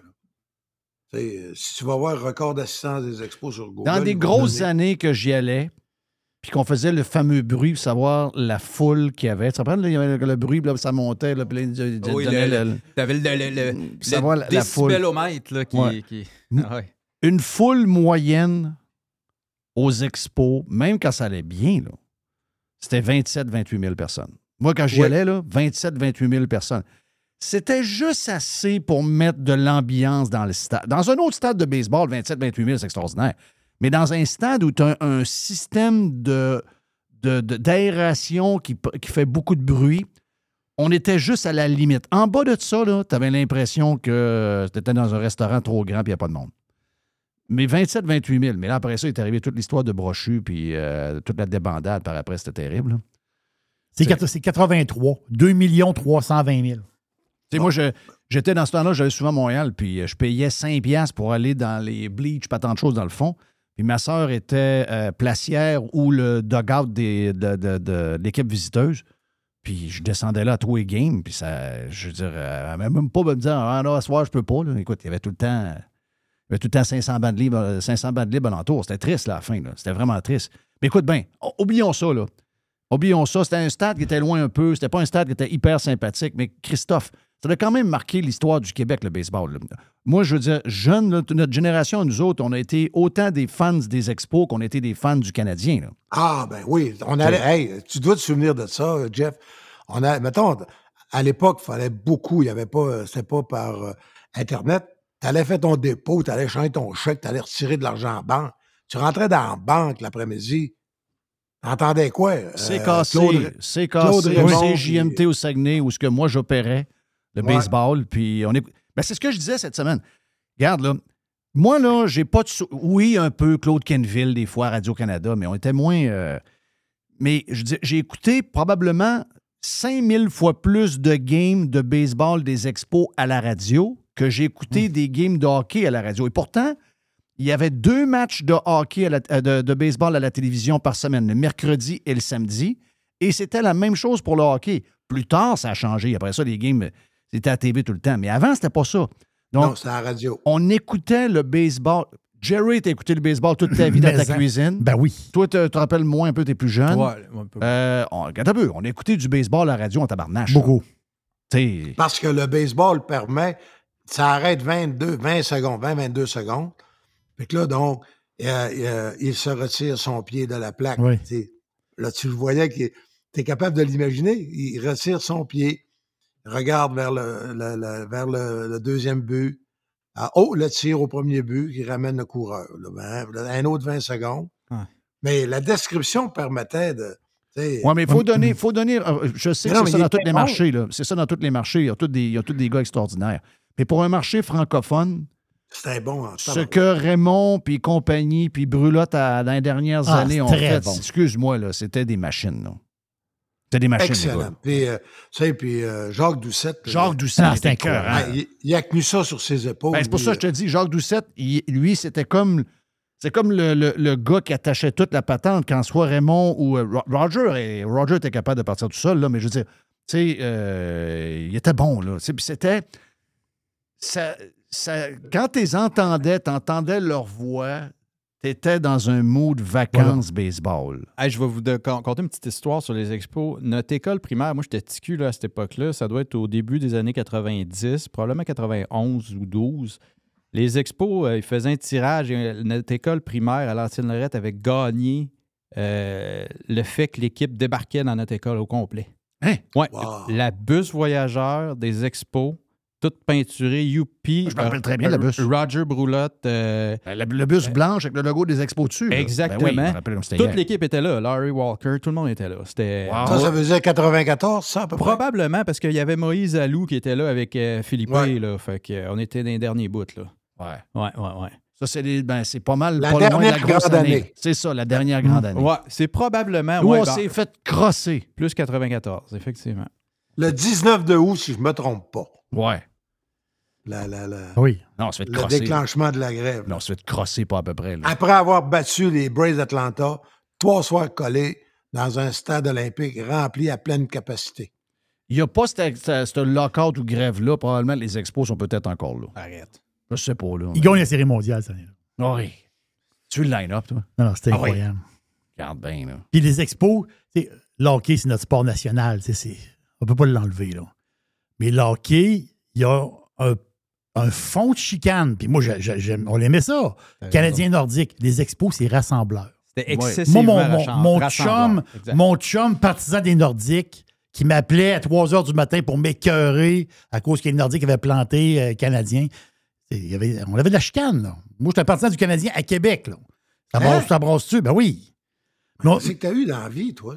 T'sais, si tu vas voir le record d'assistance des expos sur Google... Dans des ils vont grosses donner- années que j'y allais, puis qu'on faisait le fameux bruit pour savoir la foule qu'il y avait. Tu te rappelles, là, il y avait le, le bruit, puis là, ça montait, là, puis là, il il Oui, donnait le- le- le- T'avais le, le, le, le, Puis savoir la- la foule. décibelomètre là, qui... Ouais. qui... Mm. Ah ouais. Une foule moyenne aux expos, même quand ça allait bien, là, c'était vingt-sept à vingt-huit mille personnes. Moi, quand j'y Oui. allais, là, vingt-sept à vingt-huit mille personnes. C'était juste assez pour mettre de l'ambiance dans le stade. Dans un autre stade de baseball, vingt-sept à vingt-huit mille, c'est extraordinaire. Mais dans un stade où tu as un système de, de- de- d'aération qui, p- qui fait beaucoup de bruit, on était juste à la limite. En bas de ça, tu avais l'impression que tu étais dans un restaurant trop grand et il n'y a pas de monde. Mais vingt-sept à vingt-huit mille. Mais là, après ça, il est arrivé toute l'histoire de Brochu puis euh, toute la débandade par après. C'était terrible. là. C'est quatre- c'est quatre-vingt-trois. deux millions trois cent vingt mille. Tu sais, moi, je- j'étais dans ce temps-là, j'allais souvent à Montréal, puis euh, je payais cinq piastres pour aller dans les bleachs, pas tant de choses dans le fond. Puis ma sœur était euh, placière ou le dugout des, de, de- de l'équipe visiteuse. Puis je descendais là à tous les games, puis ça, je veux dire, euh, elle n'avait même pas me dire « Ah non, ce soir, je peux pas. » là. Écoute, il y avait tout le temps, il y avait tout le temps cinq cents bandes libres, euh, cinq cents bandes libres alentour. C'était triste, là, à la fin. là. C'était vraiment triste. Mais écoute bien, o- oublions ça, là. Oublions ça. C'était un stade qui était loin un peu. C'était pas un stade qui était hyper sympathique. Mais Christophe, ça a quand même marqué l'histoire du Québec, le baseball. là. Moi, je veux dire, jeune, là, notre génération, nous autres, on a été autant des fans des Expos qu'on a été des fans du Canadien. Là. Ah, ben oui. On allait, hey, tu dois te souvenir de ça, Jeff. On a, mettons, à l'époque, il fallait beaucoup. Il y avait pas, c'était pas par euh, Internet. Tu allais faire ton dépôt, tu allais changer ton chèque, tu allais retirer de l'argent en banque. Tu rentrais dans la banque l'après-midi. T'entendais quoi? C'est Euh, cassé. Claude- C'est Claude cassé. Raymond, C'est J M T puis- au Saguenay où ce que moi j'opérais, le Ouais. baseball. Puis on est. Ben, c'est ce que je disais cette semaine. Regarde, là. Moi, là, j'ai pas de. sou- Oui, un peu Claude Kenville, des fois, à Radio-Canada, mais on était moins. euh, Mais je dis, j'ai écouté probablement cinq mille fois plus de games de baseball des Expos à la radio que j'ai écouté des games de hockey à la radio. Et pourtant, il y avait deux matchs de hockey, à la- euh, de, de baseball à la télévision par semaine, le mercredi et le samedi. Et c'était la même chose pour le hockey. Plus tard, ça a changé. Après ça, les games, c'était à la T V tout le temps. Mais avant, c'était pas ça. Donc, Non, c'était à la radio. on écoutait le baseball. Jerry, t'as écouté le baseball toute ta vie dans ta Mais ça- cuisine. Ben oui. Toi, te- tu te rappelles moins un peu, t'es plus jeune. Ouais, un peu. Euh, on, regarde un peu, on a écouté du baseball à la radio en tabarnache. Beaucoup. Tu sais, Parce que le baseball permet, ça arrête vingt-deux, vingt secondes, vingt, vingt-deux secondes. Fait que là, donc, euh, euh, il se retire son pied de la plaque. Oui. Tu sais. Là, tu le voyais, tu es capable de l'imaginer. Il retire son pied, regarde vers le, le- le- vers le, le deuxième but. Ah, oh, le tir au premier but qui ramène le coureur. Là, ben, là, un autre vingt secondes. Ouais. Mais la description permettait de... tu sais, ouais, mais il faut donner, faut donner. euh, Je sais Mais que non, c'est mais ça il dans est tous les bon. marchés. Là. C'est ça dans tous les marchés. Il y a tous des, il y a tous des gars extraordinaires. Mais pour un marché francophone, c'était bon. En ce tabarnak. que Raymond, puis compagnie, puis Brulotte, à- dans les dernières Ah, années, ont c'est très fait, bon. excuse-moi, là, c'était des machines. là. C'était des machines. les gars. Excellent. Puis, euh, tu sais, puis euh, Jacques Doucette... Jacques Doucet, Ah, c'était c'était écœurant. Ah, il, il a tenu ça sur ses épaules. Ben, c'est pour lui, ça que je te dis, Jacques Doucette, il- lui, c'était comme. C'est comme le, le- le gars qui attachait toute la patente quand soit Raymond ou euh, Ro- Roger. Et Roger était capable de partir tout seul, là, mais je veux dire, tu sais, euh, il était bon, là. Tu sais, puis c'était. Ça, ça, quand tu les entendais, tu entendais leur voix, tu étais dans un mood vacances baseball. Hey, je vais vous de- con- conter une petite histoire sur les expos. Notre école primaire, moi, j'étais ticu là, à cette époque-là. Ça doit être au début des années quatre-vingt-dix, probablement quatre-vingt-onze ou douze. Les expos, euh, ils faisaient un tirage. Et notre école primaire à l'ancienne Lorette avait gagné euh, le fait que l'équipe débarquait dans notre école au complet. Hein? Ouais. Wow. La bus voyageur des expos, toute peinturée, Youpi. Je me rappelle très bien de la bus. Roger Broulotte. euh, Le, le bus blanche avec le logo des expos dessus. là. Exactement. Ben oui, je me rappelle comme c'était toute hier. l'équipe était là. Larry Walker, tout le monde était là. C'était Wow. Ça, ça faisait quatre-vingt-quatorze, ça, à peu près? probablement parce qu'il y avait Moïse Alou qui était là avec euh, Philippe. Ouais. Là, fait que, euh, on était dans les derniers bouts. Là. Ouais. Ouais, ouais, ouais. Ça, c'est, les, ben, c'est pas mal La pas loin de dernière la grosse grande année. année. C'est ça, la dernière grande année. Ouais, c'est probablement... Où ouais, on ben, s'est fait crosser. plus quatre-vingt-quatorze, effectivement. Le dix-neuf de août, si je ne me trompe pas. Ouais. La, la, la, Oui. Non, on se fait le crosser. déclenchement de la grève. Non, on se fait crosser pas à peu près. Là. Après avoir battu les Braves d'Atlanta, trois soirs collés dans un stade olympique rempli à pleine capacité. Il n'y a pas ce lockout ou grève-là. Probablement, les expos sont peut-être encore là. Arrête. Je sais pas, là. Ils gagnent la série mondiale cette année-là. Oh, oui. Tu veux le line-up, toi? Non, non, c'était Ah oui. incroyable. Regarde bien, là. Puis les expos, le hockey, c'est notre sport national. C'est, on ne peut pas l'enlever, là. Mais le hockey, il y a un, un fond de chicane. Puis moi, j'ai, j'aime, on aimait ça. Canadien nordique. Les expos, c'est rassembleur. C'était Moi, excessivement mon, mon, racham- mon rassembleur. chum, Exact. mon chum partisan des Nordiques, qui m'appelait à trois heures du matin pour m'écœurer à cause que les Nordiques avaient planté euh, Canadien. Il y avait, on avait de la chicane, là. Moi, j'étais partisan du Canadien à Québec, là. Ça Hein? brasse, ça brasse-tu? Ben oui. Non, C'est que tu as eu dans la vie, toi.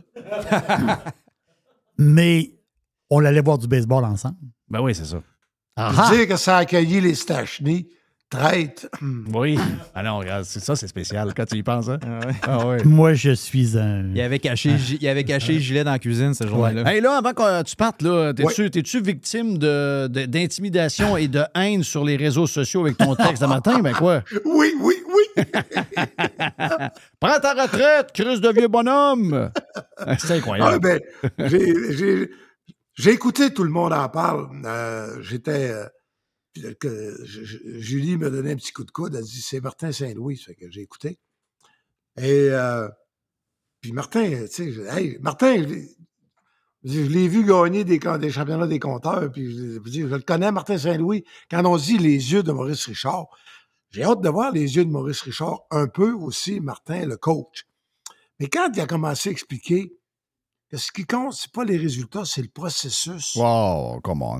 mais on allait voir du baseball ensemble. Ben oui, c'est ça. Ah, Puis ah. dire que ça a accueilli les Stachny, traite. Oui. Ah non, regarde, c'est ça, c'est spécial quand tu y penses, hein? Ah ouais. Ah ouais. Moi, je suis un... Il avait caché, gi- il avait caché le gilet dans la cuisine ce jour-là. Hey, là, avant que tu partes, là, t'es-tu, Ouais. t'es-tu victime de, de- d'intimidation et de haine sur les réseaux sociaux avec ton texte de matin? Ben quoi? Oui, oui, oui. Prends ta retraite, cruce de vieux bonhomme! C'est Ah, incroyable. ben, j'ai, j'ai, j'ai écouté Tout le monde en parle. Euh, j'étais. euh, que, je- je- Julie me donnait un petit coup de coude. Elle dit c'est Martin Saint-Louis. Ça fait que j'ai écouté. Et euh, puis Martin, tu sais, je- hey, Martin, je, l'ai- je l'ai vu gagner des, camp- des championnats des compteurs. Puis je, je dis, je le connais, Martin Saint-Louis. Quand on dit les yeux de Maurice Richard, j'ai hâte de voir les yeux de Maurice Richard, un peu aussi, Martin, le coach. Mais quand il a commencé à expliquer que ce qui compte, c'est pas les résultats, c'est le processus. Wow, come on.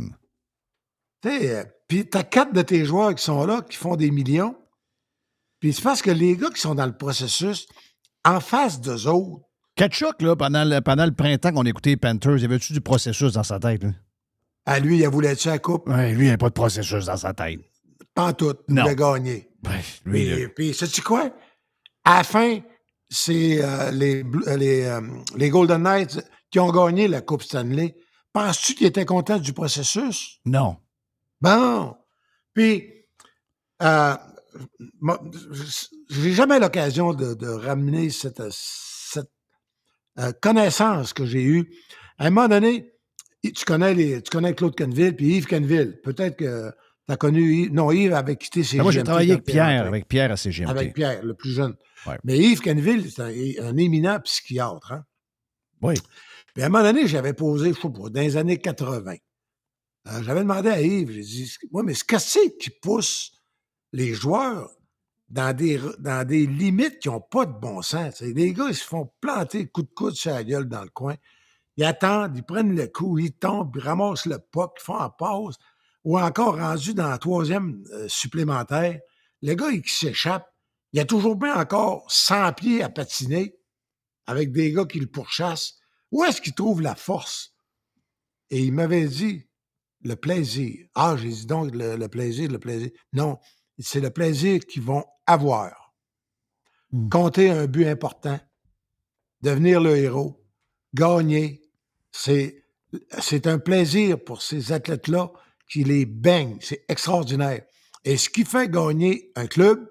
Tu sais, euh, puis t'as quatre de tes joueurs qui sont là, qui font des millions. Puis c'est parce que les gars qui sont dans le processus, en face d'eux autres, Kachuk, là, pendant le, pendant le printemps qu'on écoutait les Panthers, y avait-tu du processus dans sa tête? Là? à lui, il a voulu être sur la coupe, Ouais, lui, il n'y a pas de processus dans sa tête. pas en tout, il Non. voulait gagner. Bref, lui, là. Puis, puis sais-tu quoi? À la fin, c'est euh, les, Blu- euh, les, euh, les Golden Knights qui ont gagné la Coupe Stanley. Penses-tu qu'ils étaient contents du processus? Non. Bon. Puis, euh, moi, j'ai jamais l'occasion de, de ramener cette, cette euh, connaissance que j'ai eue. À un moment donné, tu connais, les, tu connais Claude Canville puis Yves Canville. Peut-être que tu as connu Yves. Non, Yves avait quitté ses Ben, moi, j'ai G M T travaillé quand avec il est Pierre, rentré. avec Pierre à C G M T. Avec Pierre, le plus jeune. Ouais. Mais Yves Canville, c'est un, un éminent psychiatre. Hein? Oui. Puis à un moment donné, j'avais posé, je sais pas, dans les années quatre-vingt. Euh, j'avais demandé à Yves, j'ai dit, ouais, mais qu'est-ce que c'est qui pousse les joueurs dans des, dans des limites qui n'ont pas de bon sens? T'sais, les gars, ils se font planter coup de coude sur la gueule dans le coin. Ils attendent, ils prennent le coup, ils tombent, ils ramassent le puck, ils font en pause. Ou encore rendu dans la troisième euh, supplémentaire, le gars il, qui s'échappe, il a toujours bien encore cent pieds à patiner avec des gars qui le pourchassent. Où est-ce qu'il trouve la force? Et il m'avait dit, le plaisir. Ah, j'ai dit donc le, le plaisir, le plaisir. Non, c'est le plaisir qu'ils vont avoir. Mm. Compter un but important, devenir le héros, gagner, c'est, c'est un plaisir pour ces athlètes-là qui les baignent. C'est extraordinaire. Et ce qui fait gagner un club,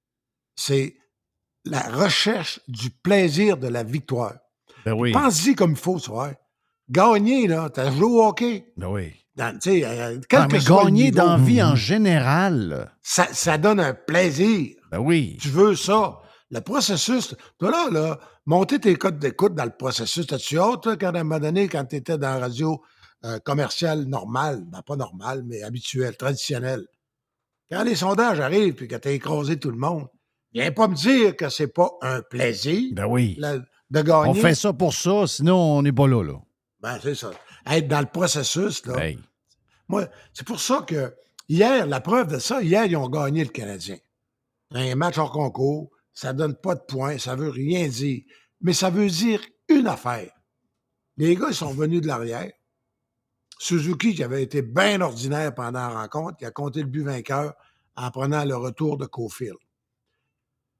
c'est la recherche du plaisir de la victoire. Ben oui. Pense-y comme il faut, tu vois. Gagner, là, t'as joué au hockey. Ben oui. Dans, tu sais, euh, quel Ah, que mais soit le gagner niveau, dans la vie en général. ça, ça donne un plaisir. Ben oui. Tu veux ça. Le processus, toi là, là, monter tes codes d'écoute dans le processus, t'as-tu hâte, toi, quand à un moment donné, quand tu étais dans la radio euh, commerciale normale, ben pas normale, mais habituelle, traditionnelle, quand les sondages arrivent et que tu as écrasé tout le monde, viens pas me dire que c'est pas un plaisir Ben oui. la- de gagner. On fait ça pour ça, sinon on n'est pas là, là. Ben, c'est ça. Être dans le processus, là. Hey. Moi, c'est pour ça que hier, la preuve de ça, hier, ils ont gagné le Canadien. Un match hors concours, ça donne pas de points, ça veut rien dire. Mais ça veut dire une affaire. Les gars, ils sont venus de l'arrière. Suzuki, qui avait été bien ordinaire pendant la rencontre, qui a compté le but vainqueur en prenant le retour de Caulfield.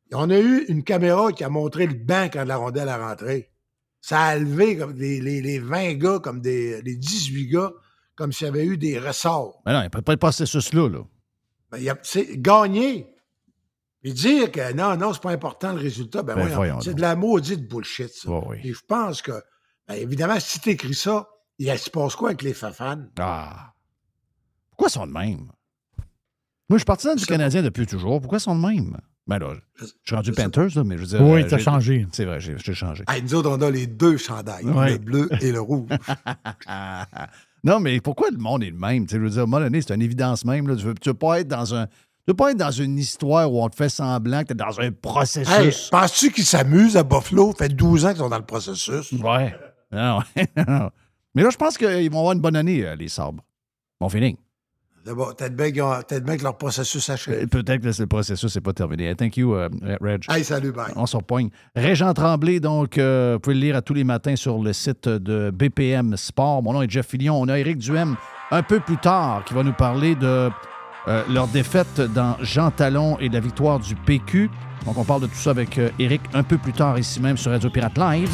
On a eu une caméra qui a montré le banc quand la rondelle a rentré. Ça a levé comme des, les, les vingt gars, comme des les dix-huit gars, comme s'il y avait eu des ressorts. Mais non, il n'y a pas de processus-là. Là. Ben, il y a, c'est gagner. Et dire que non, non, c'est pas important le résultat, ben, Ben, oui, voyons c'est donc. de la maudite bullshit, ça. Oh, oui. Et je pense que, ben, évidemment, si tu écris ça, il se passe quoi avec les fafans? Ah. Pourquoi ils sont de même? Moi, je suis partisan du Je sais Canadien depuis toujours. Pourquoi ils sont de même? Ben là, je je suis rendu je sais Panthers, là, mais je veux dire... Oui, euh, t'as j'ai- changé. C'est vrai, j'ai, j'ai changé. Hey, nous autres, on a les deux chandails, Ouais. le bleu et le rouge. Non, mais pourquoi le monde est le même? Tu sais, je veux dire, à un moment donné, c'est une évidence même. Là. Tu ne veux, tu veux pas être dans un... Tu veux pas être dans une histoire où on te fait semblant que tu es dans un processus. Hey, penses-tu qu'ils s'amusent à Buffalo? Ça fait douze ans qu'ils sont dans le processus. Ouais. Non, non. Mais là, je pense qu'ils vont avoir une bonne année, euh, les Sabres. Mon feeling. D'abord, peut-être bien, qu'ils ont- peut-être bien que leur processus achève. Euh, Peut-être que le processus n'est pas terminé. Thank you, uh, Reg. Hey, salut, bye. On se repoigne. Régent Tremblay, donc, euh, vous pouvez le lire à tous les matins sur le site de B P M Sport. Mon nom est Jeff Fillion. On a Éric Duhem un peu plus tard qui va nous parler de euh, leur défaite dans Jean Talon et la victoire du P Q. Donc, on parle de tout ça avec euh, Éric un peu plus tard ici même sur Radio Pirate Live.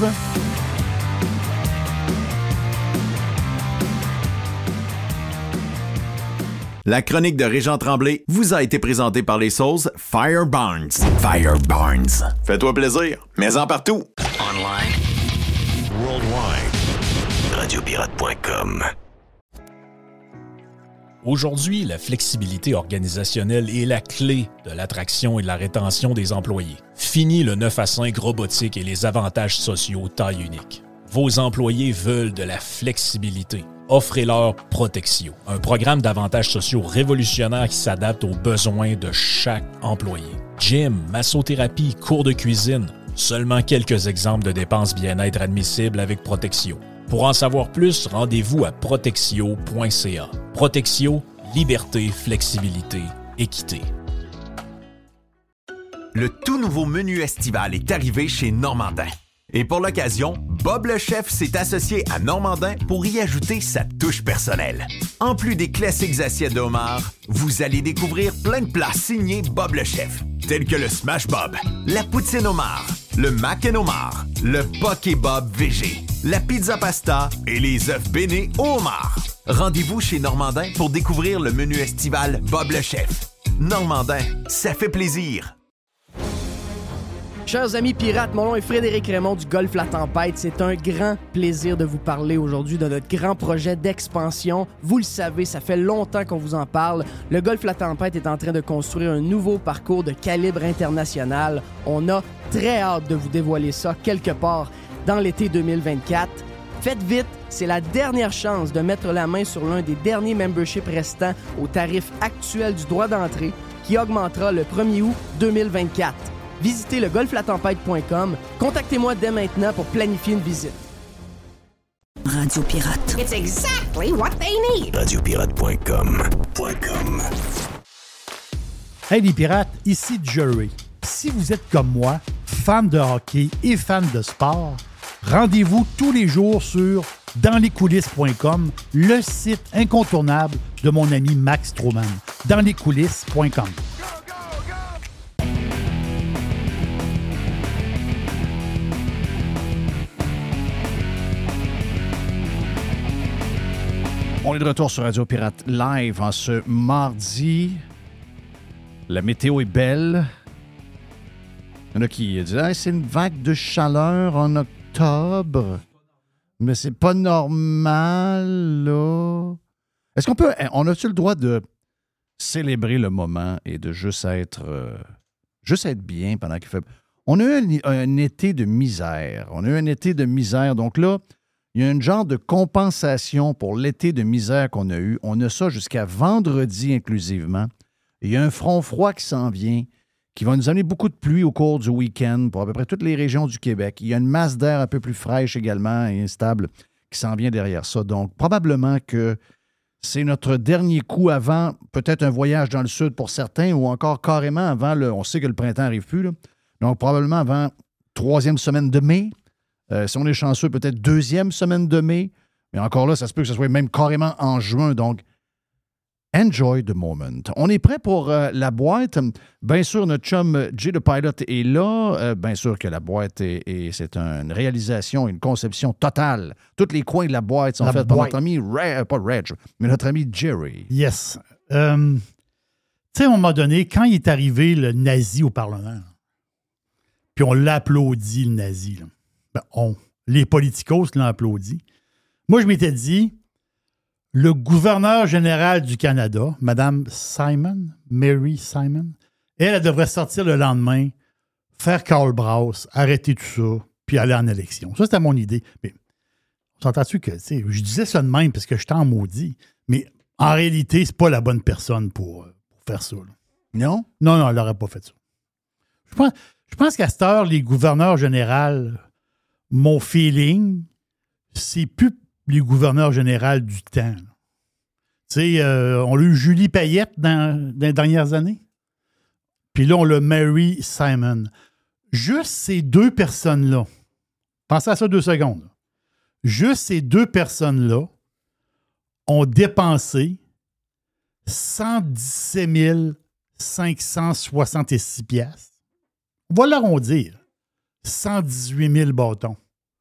La chronique de Régent Tremblay vous a été présentée par les sauces Fire Barnes. Fire Barnes. Fais-toi plaisir, mets-en partout. Online. Worldwide. radio pirate point com. Aujourd'hui, la flexibilité organisationnelle est la clé de l'attraction et de la rétention des employés. Fini le neuf à cinq robotique et les avantages sociaux taille unique. Vos employés veulent de la flexibilité. Offrez-leur Protexio, un programme d'avantages sociaux révolutionnaire qui s'adapte aux besoins de chaque employé. Gym, massothérapie, cours de cuisine, seulement quelques exemples de dépenses bien-être admissibles avec Protexio. Pour en savoir plus, rendez-vous à protexio point c a. Protexio, liberté, flexibilité, équité. Le tout nouveau menu estival est arrivé chez Normandin. Et pour l'occasion, Bob le chef s'est associé à Normandin pour y ajouter sa touche personnelle. En plus des classiques assiettes de homard, vous allez découvrir plein de plats signés Bob le chef, tels que le Smash Bob, la poutine homard, le mac and homard, le poké Bob végé, la pizza pasta et les œufs bénis au homard. Rendez-vous chez Normandin pour découvrir le menu estival Bob le chef. Normandin, ça fait plaisir. Chers amis pirates, mon nom est Frédéric Raymond du Golfe La Tempête. C'est un grand plaisir de vous parler aujourd'hui de notre grand projet d'expansion. Vous le savez, ça fait longtemps qu'on vous en parle. Le Golfe La Tempête est en train de construire un nouveau parcours de calibre international. On a très hâte de vous dévoiler ça quelque part dans l'été deux mille vingt-quatre. Faites vite, c'est la dernière chance de mettre la main sur l'un des derniers memberships restants au tarif actuel du droit d'entrée qui augmentera le premier août deux mille vingt-quatre. Visitez le golfe la tempête point com. Contactez-moi dès maintenant pour planifier une visite. Radio Pirate. It's exactly what they need. radio pirate point com. Hey les pirates, ici Jerry. Si vous êtes comme moi, fan de hockey et fan de sport, rendez-vous tous les jours sur dans les coulisses point com, le site incontournable de mon ami Max Truman. dans les coulisses point com. On est de retour sur Radio Pirate Live en ce mardi. La météo est belle. Il y en a qui disent ah, c'est une vague de chaleur en octobre. Mais c'est pas normal, là. Est-ce qu'on peut. On a-tu le droit de célébrer le moment et de juste être. Euh, juste être bien pendant qu'il fait. On a eu un, un été de misère. On a eu un été de misère. Donc là, il y a un genre de compensation pour l'été de misère qu'on a eu. On a ça jusqu'à vendredi inclusivement. Il y a un front froid qui s'en vient, qui va nous amener beaucoup de pluie au cours du week-end pour à peu près toutes les régions du Québec. Il y a une masse d'air un peu plus fraîche également et instable qui s'en vient derrière ça. Donc, probablement que c'est notre dernier coup avant peut-être un voyage dans le sud pour certains ou encore carrément avant le... On sait que le printemps n'arrive plus, là. Donc, probablement avant troisième semaine de mai. Euh, si on est chanceux, peut-être deuxième semaine de mai. Mais encore là, ça se peut que ce soit même carrément en juin. Donc, Enjoy the moment. On est prêt pour euh, la boîte. Bien sûr, notre chum Jay the Pilot est là. Euh, bien sûr que la boîte, est, est, c'est une réalisation, une conception totale. Tous les coins de la boîte sont La faits par boîte. notre ami, Reg, pas Reg, mais notre ami Jerry. Yes. Euh, tu sais, à un moment donné, quand il est arrivé le nazi au Parlement, puis on l'a applaudi, le nazi, là. Ben, on, les politicos l'ont applaudi. Moi, je m'étais dit, le gouverneur général du Canada, Mme Simon, Mary Simon, elle, elle devrait sortir le lendemain, faire Karl Braus, arrêter tout ça, puis aller en élection. Ça, c'était mon idée. Mais on s'entend-tu que, tu sais, je disais ça de même parce que j'étais en maudit, mais en réalité, c'est pas la bonne personne pour, pour faire ça. Là. Non? Non, non, elle n'aurait pas fait ça. Je pense, je pense qu'à cette heure, les gouverneurs généraux, mon feeling, c'est plus les gouverneurs généraux du temps. Tu sais, euh, on a eu Julie Payette dans, dans les dernières années. Puis là, on l'a Mary Simon. Juste ces deux personnes-là, pensez à ça deux secondes. Là. Juste ces deux personnes-là ont dépensé cent dix-sept mille cinq cent soixante-six piastres. On va l'arrondir. cent dix-huit mille bâtons.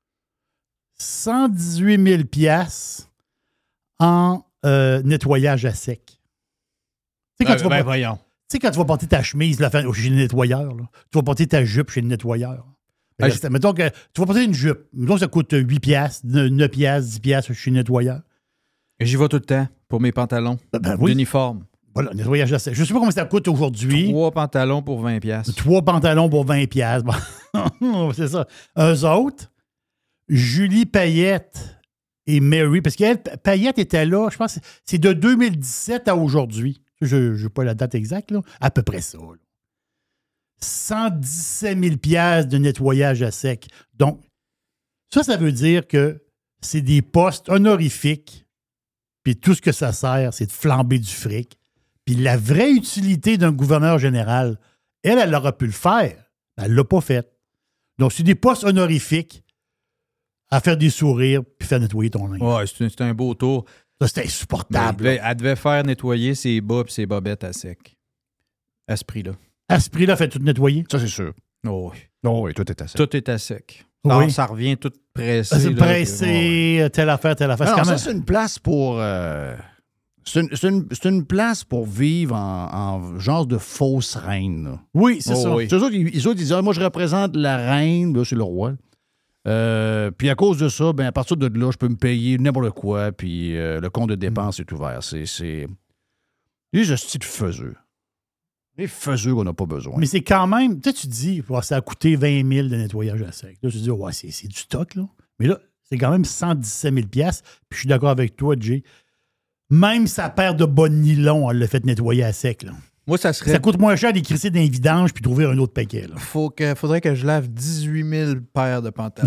cent dix-huit mille piastres en euh, nettoyage à sec. Tu sais, quand, Ouais, tu vas ben por- voyons. tu sais, quand tu vas porter ta chemise là, chez le nettoyeur, là, tu vas porter ta jupe chez le nettoyeur. Ben, Ah, là, c'est- mettons que tu vas porter une jupe. Mettons que ça coûte huit piastres, neuf piastres, dix piastres chez le nettoyeur. J'y vais tout le temps pour mes pantalons Ben, ben oui. d'uniforme. Voilà, nettoyage à sec. Je ne sais pas combien ça coûte aujourd'hui. Trois pantalons pour vingt piastres. Trois pantalons pour vingt piastres. Bon. C'est ça. Eux autres, Julie Payette et Mary, parce qu'elle, Payette était là, je pense, c'est de deux mille dix-sept à aujourd'hui. Je n'ai pas la date exacte, là. À peu près ça. Là. cent dix-sept mille piastres de nettoyage à sec. Donc, ça, ça veut dire que c'est des postes honorifiques, puis tout ce que ça sert, c'est de flamber du fric. Puis la vraie utilité d'un gouverneur général, elle, elle aurait pu le faire. Elle ne l'a pas fait. Donc, c'est des postes honorifiques à faire des sourires puis faire nettoyer ton linge. Ouais, c'est un, c'est un beau tour. Ça, c'était Mais insupportable. elle, devait, elle devait faire nettoyer ses bas et ses bobettes à sec. À ce prix-là. À ce prix-là, fait tout nettoyer. Ça, c'est sûr. Oh oui. Oh, oui, tout est assez. Tout est à sec. Oui. Alors, ça revient tout pressé. C'est là, pressé, puis- telle affaire, telle affaire. Alors, C'est quand ça, même- c'est une place pour... euh, c'est, une, c'est, une, c'est une place pour vivre en, en genre de fausse reine. Là. Oui, c'est Oh, ça. oui. C'est eux autres, ils, ils autres, ils disent, ah, moi, je représente la reine, là, c'est le roi. Euh, puis à cause de ça, ben, à partir de là, je peux me payer n'importe quoi, puis euh, le compte de dépenses est ouvert. C'est... c'est... Les hosties de faiseux. Les faiseux qu'on n'a pas besoin. Mais c'est quand même, tu sais, tu te dis, ouais, ça a coûté vingt mille de nettoyage à sec. Là, tu te dis, ouais, c'est, c'est du stock, là. Mais là, c'est quand même cent dix-sept mille piastres. Puis je suis d'accord avec toi, Jay. Même sa paire de bas de nylon, elle l'a fait nettoyer à sec, là. Moi, ça serait. Ça coûte moins cher d'écrisser d'un vidange puis trouver un autre paquet, là. Faut que, faudrait que je lave dix-huit mille paires de pantalons.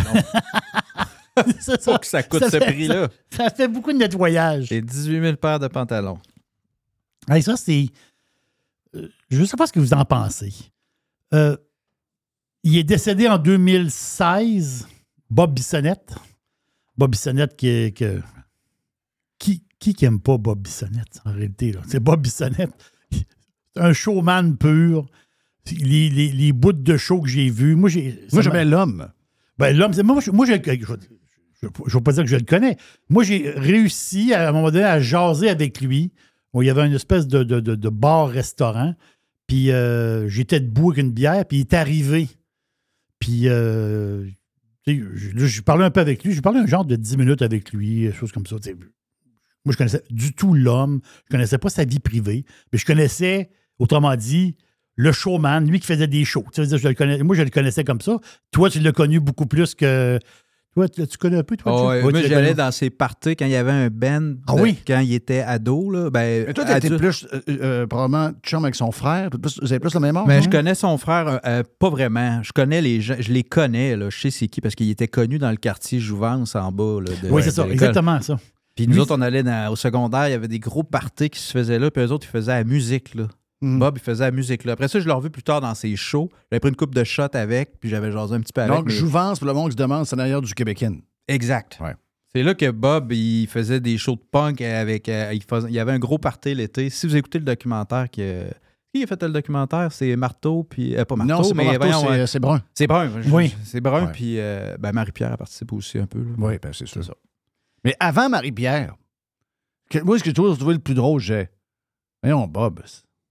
C'est Faut que ça coûte Ça ce fait- prix-là. Ça fait beaucoup de nettoyage. J'ai dix-huit mille paires de pantalons. Hey, ça, c'est. euh, je ne sais pas ce que vous en pensez. Euh, il est décédé en deux mille seize, Bob Bissonnette. Bob Bissonnette qui. que- qui qui n'aime pas Bob Bissonnette, en réalité? Là? C'est Bob Bissonnette. C'est un showman pur. Les, les, les bouts de show que j'ai vus. Moi, j'ai. Moi, ça m'a- j'aimais l'homme. Ben, l'homme, c'est moi, je, moi je, je, je, je veux pas dire que je le connais. Moi, j'ai réussi à, à un moment donné à jaser avec lui. Bon, il y avait une espèce de, de, de, de bar-restaurant. Puis euh, j'étais debout avec une bière, puis il est arrivé. Puis euh, tu sais, je, je parlais un peu avec lui. J'ai parlé un genre de dix minutes avec lui, des choses comme ça. Tu sais. Moi, je connaissais du tout l'homme. Je connaissais pas sa vie privée. Mais je connaissais, autrement dit, le showman, lui qui faisait des shows. Tu sais, je le connais, moi, je le connaissais comme ça. Toi, tu l'as connu beaucoup plus que... Toi, tu, tu connais un peu, toi? Oh, Jim? ouais, Ouais, moi, tu l'as j'allais connu. dans ses parties quand il y avait un band. Ah de- oui? Quand il était ado. Là, ben, Mais toi, t'étais ado- plus, euh, euh, probablement, chum avec son frère. Plus- Vous avez plus le même âge? Mais hein? je connais son frère, euh, euh, pas vraiment. Je connais les gens, je les connais, là. Je sais c'est qui, parce qu'il était connu dans le quartier Jouvence en bas. Là, de- Oui, c'est de ça, l'école. exactement ça. Puis nous Lui, autres, on allait dans- au secondaire, il y avait des gros parties qui se faisaient là, puis eux autres, ils faisaient la musique, là. Mhm. Bob, il faisait la musique, là. Après ça, je l'ai revu plus tard dans ses shows. J'avais pris une coupe de shots avec, puis j'avais jasé un petit peu avec. Donc, mais- Jouvence, pour le monde qui se demande, c'est en arrière du Québécois. Exact. Ouais. C'est là que Bob, il faisait des shows de punk avec... Euh, il, faisait, il y avait un gros party l'été. Si vous écoutez le documentaire... Que, qui a fait le documentaire? C'est Marteau, puis... Euh, pas Marteau, non, c'est mais... pas Marteau, voyons, c'est, euh, c'est Brun. C'est Brun. Oui. C'est Brun, ouais. puis euh, ben Marie-Pierre a participé aussi un peu. Là. Oui, ben c'est sûr. C'est ça. Mais avant Marie-Pierre, que, moi, ce que je trouve, je trouvais le plus drôle, j'ai... Voyons, Bob,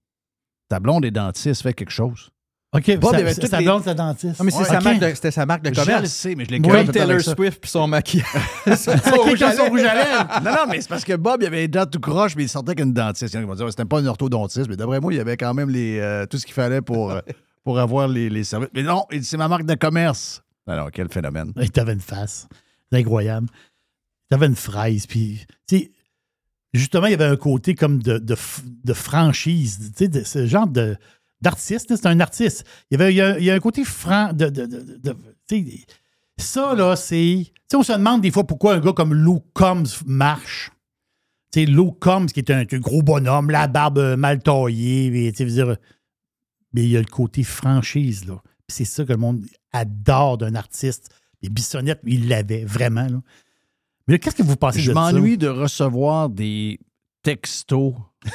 ta blonde est dentiste, fait quelque chose. OK, Bob, ça, il y avait ça, toutes ça les- donne sa dentiste. Non, mais c'est Ouais. sa OK. marque de, c'était sa marque de Je commerce. le sais, mais je l'ai Comme correct Taylor avec ça. Swift puis son maquillage. Son OK, rouge à comme son lèvres. rouge à lèvres. Non, non, mais c'est parce que Bob, il avait les dents tout croche, mais il sortait qu'une dentiste. Il y en a qui vont dire, c'était pas une orthodontiste, mais d'après moi, il y avait quand même les, euh, tout ce qu'il fallait pour, euh, pour avoir les, les services. Mais non, il dit, c'est ma marque de commerce. Alors, quel phénomène. Il t'avait une face. C'est incroyable. Il t'avait une fraise. Puis, tu sais, justement, il y avait un côté comme de, de, de franchise. Tu sais, de, ce genre de, d'artiste. C'est un artiste. Il y avait il y a, il y a un côté franc de. de, de, de tu sais, ça, là, c'est. Tu sais, on se demande des fois pourquoi un gars comme Lou Combs marche. Tu sais, Lou Combs, qui est un, un gros bonhomme, la barbe mal taillée. Mais, tu sais, je veux dire, mais il y a le côté franchise, là. Puis c'est ça que le monde adore d'un artiste. Et Bissonnette, il l'avait vraiment, là. Mais là, qu'est-ce que vous pensez Je de ça? m'ennuie de recevoir des textos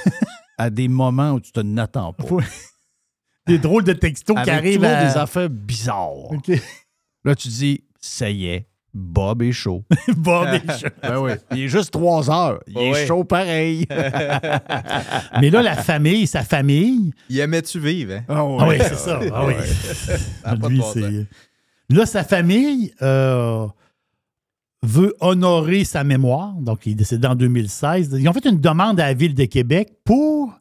à des moments où tu te n'attends pas. Oui. Des drôles de textos Avec qui arrivent toujours à... des affaires bizarres. OK. Là, tu dis, ça y est, Bob est chaud. Bob est chaud. Ben oui. Il est juste trois heures. Il est Ouais. chaud pareil. Mais là, la famille, sa famille... Il aimait-tu vivre, hein? Ah Ah oui, c'est ça. Ah oui. Ça a pas de Lui, bon c'est... sens. Là, sa famille euh, veut honorer sa mémoire. Donc, il est décédé en deux mille seize. Ils ont fait une demande à la Ville de Québec pour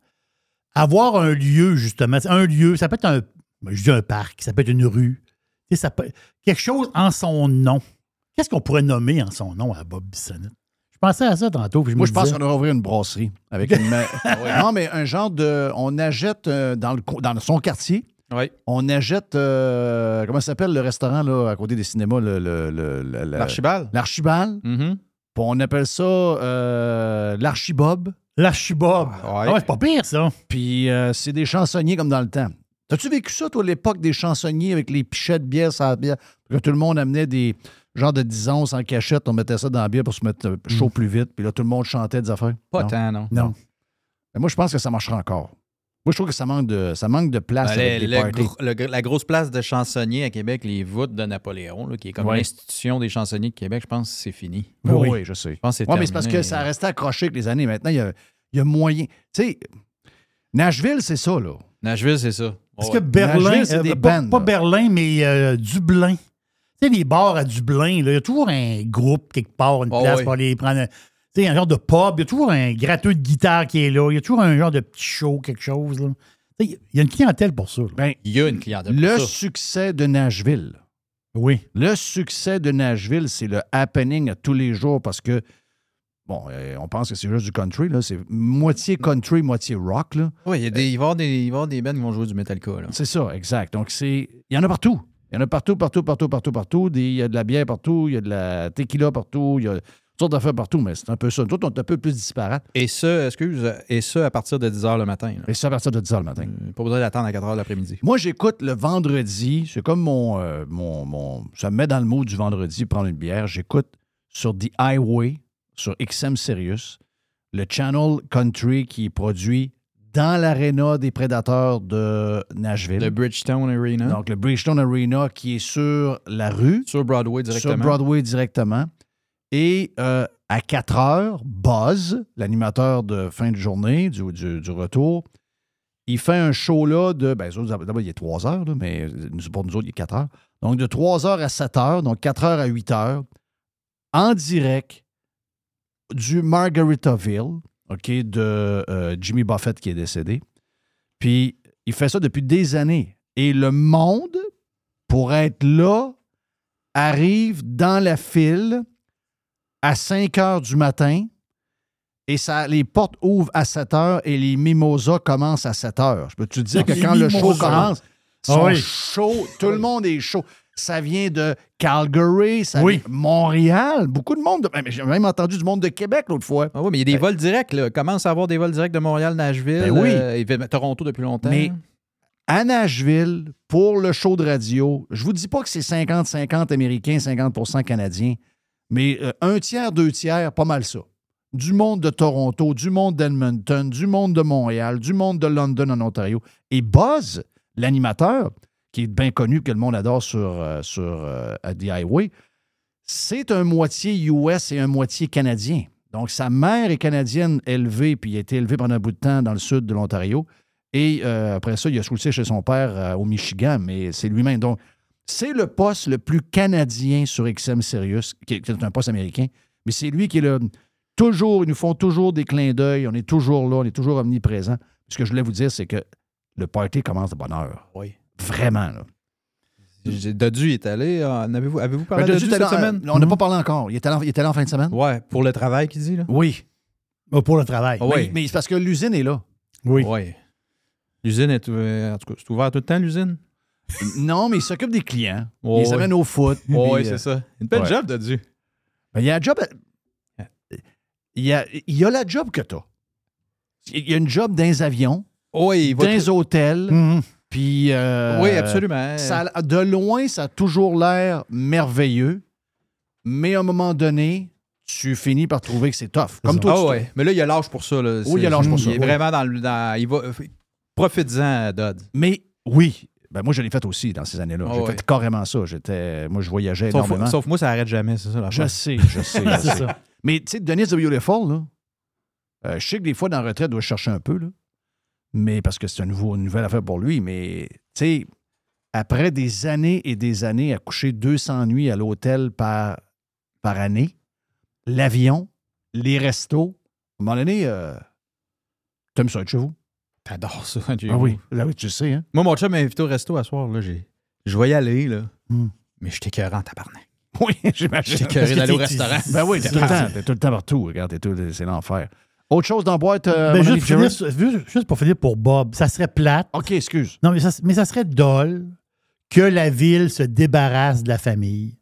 avoir un lieu, justement. Un lieu, ça peut être un... Je dis un parc, ça peut être une rue. Tu sais, ça peut... Quelque chose en son nom. Qu'est-ce qu'on pourrait nommer en son nom à Bob Bissonnette? Je pensais à ça tantôt. Puis je Moi, me je pense disais- qu'on devrait ouvrir une brasserie. Avec une... Non, mais un genre de... On achète euh, dans, le... co- dans son quartier, Oui. on achète... euh, Comment ça s'appelle le restaurant là, à côté des cinémas? Le, le, le- le- le- L'Archibald? L'Archibald. Mhm. Puis on appelle ça euh, l'Archibob. L'archibob. Ouais. Ah ouais, c'est pas pire, ça. Puis euh, c'est des chansonniers comme dans le temps. T'as-tu vécu ça, toi, à l'époque des chansonniers avec les pichets de bière sur la bière? Que tout le monde amenait des genres de dix onces en cachette, on mettait ça dans la bière pour se mettre euh, chaud plus vite. Puis là, tout le monde chantait des affaires. Pas Non. tant, non. Non. Mais moi, je pense que ça marchera encore. Moi, je trouve que ça manque de, ça manque de place Ben, avec le- les le parties. gros- le- la grosse place de chansonnier à Québec, les voûtes de Napoléon, là, qui est comme Ouais. l'institution des chansonniers de Québec, je pense que c'est fini. Oui, Oui. oui, je sais. Je pense que c'est Oui, mais c'est parce terminé. que ça restait accroché avec les années. Maintenant, il y a, il y a moyen. Tu sais, Nashville, c'est ça, là. Nashville, c'est ça. Est-ce Ouais. que Berlin, Nashville, c'est euh, des pas, bands, pas là. Berlin, mais euh, Dublin. Tu sais, les bars à Dublin, là, il y a toujours un groupe quelque part, une Oh, place oui. pour aller prendre. un- Tu sais, un genre de pub, il y a toujours un gratteux de guitare qui est là, il y a toujours un genre de petit show, quelque chose. Là. Tu sais, il y a une clientèle pour ça. là. Ben, Il y a une clientèle le pour ça. succès de Nashville. Oui. Le succès de Nashville, c'est le happening à tous les jours parce que, bon, euh, on pense que c'est juste du country, là. C'est moitié country, moitié rock, là. Oui, il, y a des- il va y avoir des, il va y avoir des bands qui vont jouer du Metallica. Là. C'est ça, exact. Donc, c'est. Il y en a partout. Il y en a partout, partout, partout, partout, partout. Des- Il y a de la bière partout, il y a de la tequila partout, il y a toutes sortes d'affaires partout, mais c'est un peu ça. Nous autres, on est un peu plus disparates. Et ça, excuse, et ça à partir de dix heures le matin. là. Et ça à partir de dix heures le matin. Euh, Pas besoin d'attendre à quatre heures l'après-midi. Moi, j'écoute le vendredi. C'est comme mon, euh, mon, mon. Ça me met dans le mood du vendredi, prendre une bière. J'écoute sur The Highway, sur X M Sirius, le channel country qui est produit dans l'aréna des Prédateurs de Nashville. Le Bridgestone Arena. Donc, le Bridgestone Arena qui est sur la rue. Sur Broadway directement. Sur Broadway directement. Et euh, à quatre heures, Buzz, l'animateur de fin de journée, du, du, du retour, il fait un show là de. Ben, d'abord, il est trois heures, là, mais nous- pour nous autres, il est quatre heures. Donc, de trois heures à sept heures, donc quatre heures à huit heures, en direct du Margaritaville, OK, de euh, Jimmy Buffett qui est décédé. Puis, il fait ça depuis des années. Et le monde, pour être là, arrive dans la file à cinq heures du matin et ça, les portes ouvrent à sept heures et les mimosas commencent à sept heures. Je peux te dire que Les quand le show mimosas. commence, ils Ah sont oui. chauds. Tout le monde est chaud. Ça vient de Calgary, ça Oui. vient de Montréal. Beaucoup de monde. de- mais J'ai même entendu du monde de Québec l'autre fois. Ah oui, mais il y a des vols directs. Là. Commence à avoir des vols directs de Montréal, Nashville. Ben oui. euh, et Toronto depuis longtemps. Mais à Nashville, pour le show de radio, je vous dis pas que c'est cinquante cinquante Américains, cinquante pour cent Canadiens, Mais euh, un tiers, deux tiers, pas mal ça. Du monde de Toronto, du monde d'Edmonton, du monde de Montréal, du monde de London en Ontario. Et Buzz, l'animateur, qui est bien connu, que le monde adore sur, euh, sur euh, à The Highway, c'est un moitié U S et un moitié canadien. Donc, sa mère est canadienne élevée, puis il a été élevé pendant un bout de temps dans le sud de l'Ontario. Et euh, après ça, il a switché chez son père euh, au Michigan, mais c'est lui-même. Donc, c'est le poste le plus canadien sur X M Sirius, qui est, qui est un poste américain, mais c'est lui qui est le... Toujours, ils nous font toujours des clins d'œil, on est toujours là, on est toujours omniprésent. Ce que je voulais vous dire, c'est que le party commence de bonne heure. Oui. Vraiment, là. Dodu est allé. En avez-vous, avez-vous parlé Ben, de Dodu cette là, semaine? On n'a pas parlé encore. Il est allé, il est allé en fin de semaine? Ouais, pour le travail qu'il dit, là? Oui. Oh, pour le travail. Oh, oui. Mais, mais c'est parce que l'usine est là. Oui. Oui. L'usine est, en tout cas, c'est ouvert tout le temps, l'usine? Non, mais il s'occupe des clients. Oh, il les oui. amène au foot. Oh, oui, puis, c'est euh, ça. Une belle ouais. job, Dodu. Ben, il y a un job... Il y a, il y a la job que tu as. Il y a une job dans les avions, oui, dans les hôtels, Mm-hmm. puis... euh, oui, absolument. Ça, de loin, ça a toujours l'air merveilleux, mais à un moment donné, tu finis par trouver que c'est tough. Comme toi, Ah tu ouais. Mais là, il y a l'âge pour ça. Là. Oui, il y a l'âge pour il ça, est oui. vraiment dans le... Dans, il va... Profites-en, Dodd. Mais oui, ben moi, je l'ai fait aussi dans ces années-là. Ah J'ai ouais. fait carrément ça. J'étais, moi, je voyageais Sauf, énormément. sauf moi, ça arrête jamais, c'est ça la Je chose. sais, je sais. je C'est sais. ça. Mais tu sais, Denise the Beautiful, là, euh, je sais que des fois, dans la retraite, il doit chercher un peu, là. Mais parce que c'est un nouveau, une nouvelle affaire pour lui. Mais tu sais, après des années et des années à coucher deux cents nuits à l'hôtel par, par année, l'avion, les restos, à un moment donné, euh, t'aimes ça être chez vous? T'adores ça, Dieu. Ah oui, là, oui, tu sais, hein? Moi, mon chum m'a invité au resto à soir. Là, j'ai... Je vais y aller, là. Hmm. Mais je suis écœurant en tabarnak. Oui, j'imagine. J'étais écœuré d'aller au restaurant. Ben oui, t'es tout le temps, t'es tout le temps partout. Regarde, t'es tout, c'est l'enfer. Autre chose dans la boîte, euh, Ben, mon ami juste, pour Jerry? finir, sur- juste pour finir pour Bob, ça serait plate. OK, excuse. Non, mais ça, mais ça serait dole que la ville se débarrasse de la famille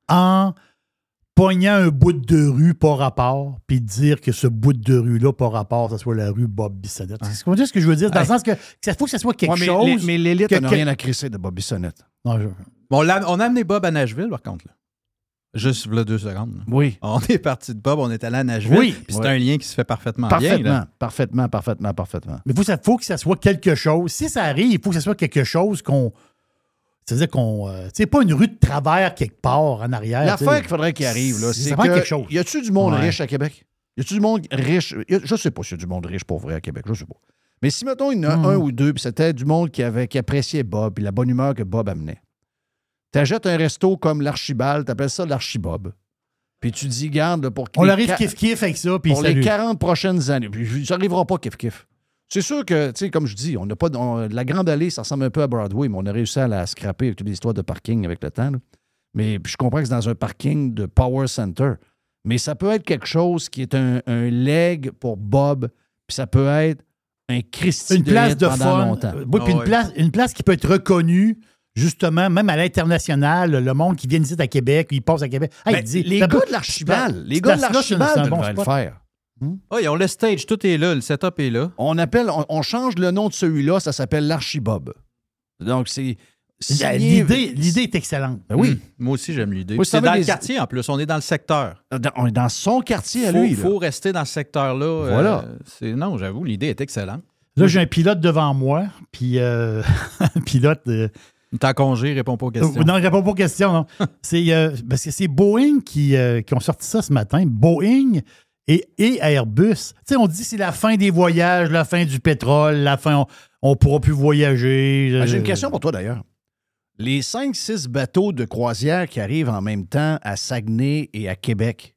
en pognant un bout de rue par rapport, puis dire que ce bout de rue-là par rapport, ça soit la rue Bob Bissonnette. C'est ce que- ce que je veux dire, dans le sens que il faut que ça soit quelque Ouais, mais chose. l'é- mais l'élite que- n'a que- rien à crisser de Bobby Sonnette. Non, je- Bon, on, l'a- on a amené Bob à Nashville, par contre. Là. Juste là, deux secondes. là. Oui. On est parti de Bob, on est allé à Nashville. Oui. Puis c'est Ouais. un lien qui se fait parfaitement, Parfaitement, bien. Là. parfaitement, parfaitement, parfaitement. Mais faut, ça faut que ça soit quelque chose. Si ça arrive, il faut que ça soit quelque chose qu'on. C'est-à-dire qu'on. euh, tu sais, pas une rue de travers quelque part en arrière. L'affaire tu sais. qu'il faudrait qu'il arrive, là, Ça c'est prend que... quelque chose. Y a-tu du monde Ouais. riche à Québec? Y a-tu du monde riche? Y a- Je sais pas s'il y a du monde riche pour vrai à Québec, je sais pas. Mais si, mettons, il y en a Mm. un ou deux, puis c'était du monde qui, avait, qui appréciait Bob, puis la bonne humeur que Bob amenait. T'achètes un resto comme l'Archibald, t'appelles ça l'Archibob. Puis tu dis, garde, là, pour On les arrive qua- kiff-kiff avec ça, puis pour les salut. quarante prochaines années. Puis ça n'arrivera pas kiff-kiff. C'est sûr que, tu sais, comme je dis, on n'a pas. on- la Grande Allée, ça ressemble un peu à Broadway, mais on a réussi à la scraper avec toutes les histoires de parking avec le temps. là. Mais puis je comprends que c'est dans un parking de Power Center. Mais ça peut être quelque chose qui est un, un leg pour Bob, puis ça peut être un Christy Une place hit de pendant fun. longtemps. Euh, oui, puis Ah une, ouais. place, une place qui peut être reconnue, justement, même à l'international. Le monde qui vient ici à Québec, ils passent à Québec. Hey, Ben, il dit, les ça gars peut- de l'Archibald, les cette gars de place-là, c'est un- l'Archibald c'est un bon devraient le spot. faire. Oh, ils ont le stage, tout est là, le setup est là. On appelle, on, on change le nom de celui-là, ça s'appelle l'Archibob. Donc, c'est. signé- L'idée, l'idée est excellente. Ben oui. Hum, Moi aussi, j'aime l'idée. Oui, Puis ça c'est va dans des- le quartier, en plus. On est dans le secteur. Dans- on est dans son quartier à faut, lui. là. faut rester dans ce secteur-là. euh, Voilà. c'est, non, j'avoue, l'idée est excellente. Là, j'ai un pilote devant moi, puis euh, un pilote. euh, T'es en congé, réponds pas aux questions. Euh, non, il répond pas aux questions, non. c'est, euh, parce que c'est Boeing qui, euh, qui ont sorti ça ce matin. Boeing et, et Airbus. Tu sais, on dit que c'est la fin des voyages, la fin du pétrole, la fin, on ne pourra plus voyager. Ah, J'ai une Euh, question pour toi d'ailleurs. Les cinq six bateaux de croisière qui arrivent en même temps à Saguenay et à Québec.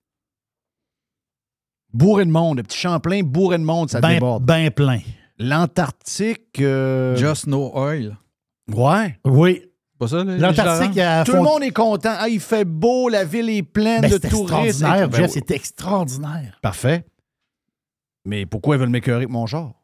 Bourré de monde, le petit Champlain, bourré de monde, ça ben, déborde. ben plein. L'Antarctique. euh, Just No Oil. Ouais. Oui. C'est pas ça, là? L'Antarctique, à Tout le monde est content. Ah, il fait beau, la ville est pleine Ben, de c'est touristes. extraordinaire, Ben Jeff, oui. c'est extraordinaire. Parfait. Mais pourquoi ils veulent m'écœurer avec mon genre?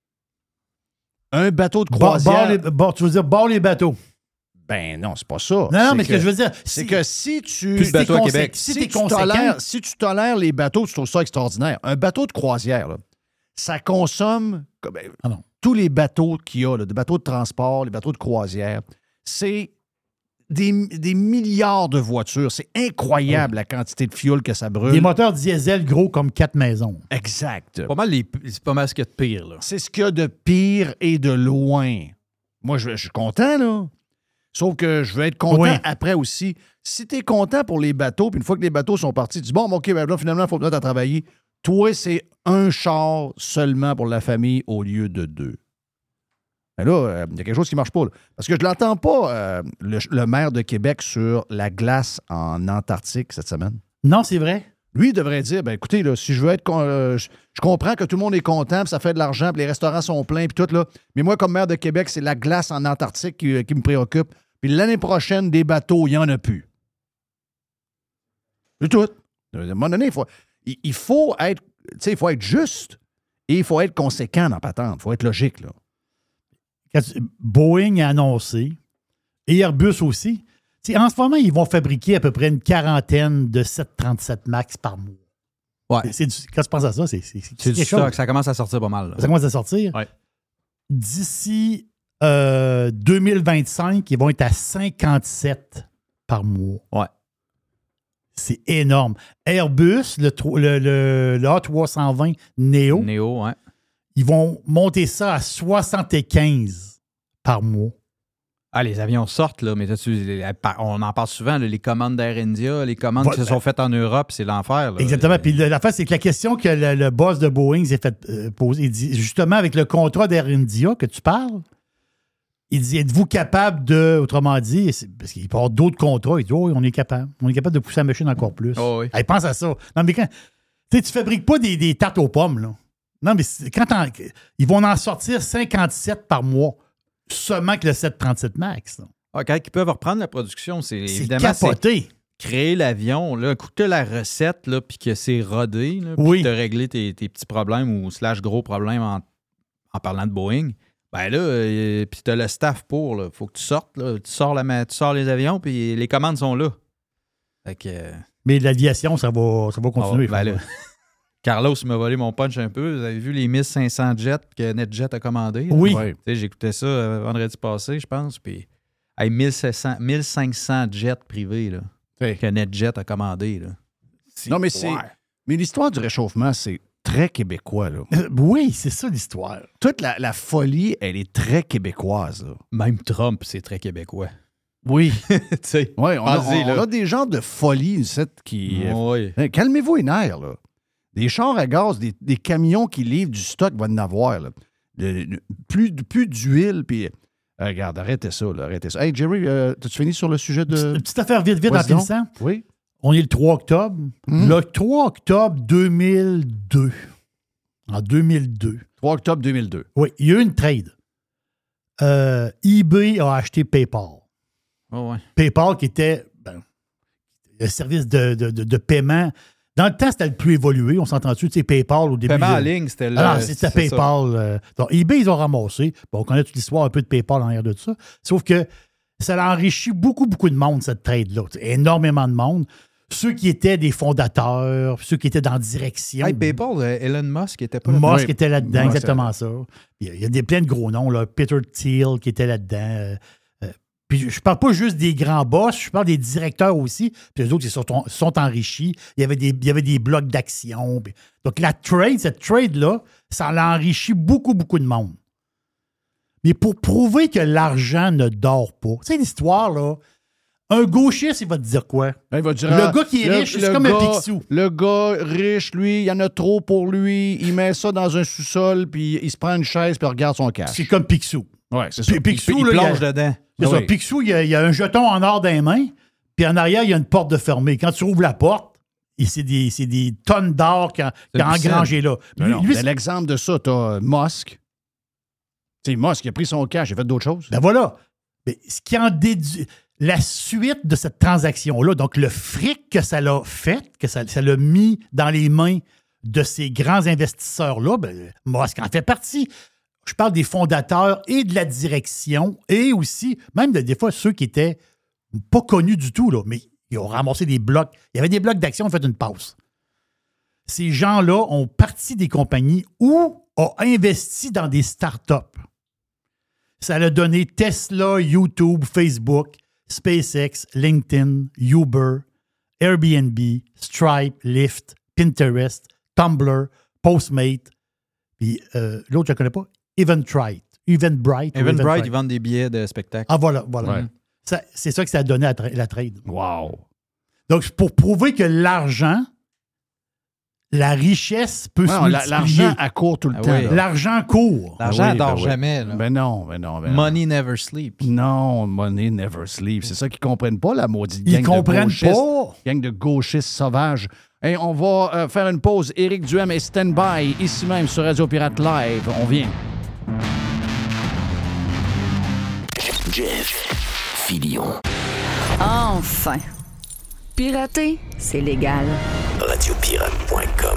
Un bateau de Bar- croisière. bar les- bar- tu veux dire, barre les bateaux. Ben non, c'est pas ça. Non, non, C'est mais ce que je veux dire, c'est si- que si tu. Plus de bateaux à conse- Québec. Si, Si, t'es tu conséquent, tolères, si tu tolères les bateaux, tu trouves ça extraordinaire. Un bateau de croisière, là, ça consomme comme, ben, Ah non. tous les bateaux qu'il y a, là, des bateaux de transport, les bateaux de croisière. C'est des, des milliards de voitures. C'est incroyable, la quantité de fioul que ça brûle. Des moteurs diesel gros comme quatre maisons. Exact. Pas mal les, c'est pas mal ce qu'il y a de pire, là. C'est ce qu'il y a de pire et de loin. Moi, je, je suis content, là. Sauf que je veux être content Oui. après aussi. Si tu es content pour les bateaux, puis une fois que les bateaux sont partis, tu dis, bon, OK, ben là, finalement, il faut peut-être à travailler. Toi, c'est un char seulement pour la famille au lieu de deux. Mais là, il euh, y a quelque chose qui ne marche pas. Là. Parce que je ne l'entends pas, euh, le, le maire de Québec, sur la glace en Antarctique cette semaine. Non, c'est vrai. Lui, il devrait dire, ben écoutez, là, si je veux être... Euh, je, je comprends que tout le monde est content, puis ça fait de l'argent, puis les restaurants sont pleins, puis tout, là. Mais moi, comme maire de Québec, c'est la glace en Antarctique qui, qui me préoccupe. Puis l'année prochaine, des bateaux, il n'y en a plus. C'est tout. À un moment donné, il faut, il, il faut être... Tu sais, il faut être juste et il faut être conséquent dans la patente. Il faut être logique, là. Boeing a annoncé, et Airbus aussi. T'sais, en ce moment, ils vont fabriquer à peu près une quarantaine de sept cent trente-sept MAX par mois. Ouais. C'est du, quand tu penses à ça, c'est, c'est, c'est, c'est du stock. Chose. Ça commence à sortir pas mal. Là. Ça commence à sortir. Ouais. D'ici euh, deux mille vingt-cinq, ils vont être à cinquante-sept par mois. Ouais. C'est énorme. Airbus, le, le, le, le A trois cent vingt Neo, Neo, ouais. Ils vont monter ça à soixante-quinze par mois. Ah, les avions sortent, là, mais on en parle souvent, là, les commandes d'Air India, les commandes voilà. qui se sont faites en Europe, c'est l'enfer. Là. Exactement. Puis l'affaire, c'est que la question que le, le boss de Boeing s'est fait euh, poser, il dit, justement, avec le contrat d'Air India que tu parles, il dit, êtes-vous capable de, autrement dit, parce qu'il peut y avoir d'autres contrats, il dit, oh, on est capable. On est capable de pousser la machine encore plus. Oh, oui. Hey, pense à ça. Non, mais quand, tu sais, tu fabriques pas des, des tartes aux pommes, là. Non, mais quand ils vont en sortir cinquante-sept par mois, seulement que le sept cent trente-sept MAX. Ah, quand ils peuvent reprendre la production, c'est, c'est évidemment capoté. C'est créer l'avion, là, coup que la recette, là, puis que c'est rodé, là, puis oui. que tu as réglé tes, tes petits problèmes ou slash gros problèmes en, en parlant de Boeing. Ben là, euh, puis tu as le staff pour, il faut que tu sortes, là, tu, sors la, tu sors les avions, puis les commandes sont là. Fait que, euh... Mais l'aviation, ça va, ça va continuer. Oh, ben là. Carlos m'a volé mon punch un peu. Vous avez vu les mille cinq cents jets que NetJet a commandés? Oui. Ouais. J'écoutais ça euh, vendredi passé, je pense. Puis, hey, mille cinq cents jets privés là, hey. que NetJet a commandés. Là. Non, mais c'est. Mais l'histoire du réchauffement, c'est très québécois. Là. Euh, oui, c'est ça l'histoire. Toute la, la folie, elle est très québécoise. Là. Même Trump, c'est très québécois. Oui. tu sais. Oui, on, on, on a des genres de folie ici qui. Oui. Euh, calmez-vous les nerfs, là. Des chars à gaz, des, des camions qui livrent du stock, va en avoir. Là. De, de, plus, plus d'huile, puis... Euh, regarde, arrêtez ça, là, arrêtez ça. Hey, Jerry, euh, as-tu fini sur le sujet de... Petite, petite affaire vite, vite, en finissant. Oui. On est le trois octobre. Mmh. Le trois octobre deux mille deux. En deux mille deux. trois octobre deux mille deux. Oui, il y a eu une trade. Euh, eBay a acheté PayPal. Oh ouais. PayPal qui était ben, le service de, de, de, de paiement... Dans le temps, c'était le plus évolué. On s'entend-tu? Tu sais, PayPal au début. Paiement de... en ligne, c'était le. Ah, c'était c'est PayPal. Euh... Donc, eBay, ils ont ramassé. Bon, on connaît toute l'histoire un peu de PayPal en arrière de tout ça. Sauf que ça a enrichi beaucoup, beaucoup de monde, cette trade-là. Énormément de monde. Ceux qui étaient des fondateurs, ceux qui étaient dans la direction. Hey, PayPal, euh, Elon Musk était pas là-dedans. Musk oui. était là-dedans, Musk, exactement ça. Il y a des, plein de gros noms. Là. Peter Thiel qui était là-dedans. Euh, Puis je parle pas juste des grands boss, je parle des directeurs aussi. Puis eux autres, ils sont, sont enrichis. Il y avait des, il y avait des blocs d'actions. Puis... Donc la trade, cette trade-là, ça a enrichi beaucoup, beaucoup de monde. Mais pour prouver que l'argent ne dort pas, tu sais l'histoire, là, un gauchiste, il va te dire quoi? Il va dire, le gars qui est le, riche, c'est comme gars, un Picsou. Le gars riche, lui, il y en a trop pour lui. Il met ça dans un sous-sol, puis il se prend une chaise, puis il regarde son cash. C'est comme Picsou. Oui, c'est ça. Picsou, il, là, il plonge il a, dedans. C'est ah ça. Oui. Picsou, il y, a, il y a un jeton en or dans les mains, puis en arrière, il y a une porte de fermée. Quand tu ouvres la porte, c'est des, c'est des tonnes d'or qui a engrangé là. Lui, non, lui, c'est l'exemple de ça. Tu as Musk. Tu sais, Musk, il a pris son cash, il a fait d'autres choses. Ben voilà. Mais ce qui en déduit... La suite de cette transaction-là, donc le fric que ça l'a fait, que ça, ça l'a mis dans les mains de ces grands investisseurs-là, ben, Musk en fait partie. Je parle des fondateurs et de la direction et aussi, même de, des fois, ceux qui étaient pas connus du tout, là, mais ils ont ramassé des blocs. Il y avait des blocs d'action, ils ont fait une pause. Ces gens-là ont parti des compagnies ou ont investi dans des startups. Ça a donné Tesla, YouTube, Facebook. SpaceX, LinkedIn, Uber, Airbnb, Stripe, Lyft, Pinterest, Tumblr, Postmate, puis euh, l'autre, je ne connais pas, Eventbrite. Eventbrite. Eventbrite, ils vendent des billets de spectacle. Ah, voilà, voilà. Ouais. Ça, c'est ça que ça a donné à tra- la trade. Wow. Donc, pour prouver que l'argent, la richesse peut Ouais, se non, la- multiplier. l'argent accourt tout le Ah temps. oui. là. L'argent court. L'argent Ben oui, dort ben oui. jamais. Là. Ben non, ben non, ben non. Money never sleeps. Non, money never sleeps. C'est ça qu'ils comprennent pas, la maudite Ils gang de comprennent gauchistes. pas. Gang de gauchistes sauvages. Hey, on va euh, faire une pause. Éric Duhem est stand-by ici même sur Radio Pirate Live. On vient. Jeff Filion. Enfin. Pirater, c'est légal. radio pirate point com.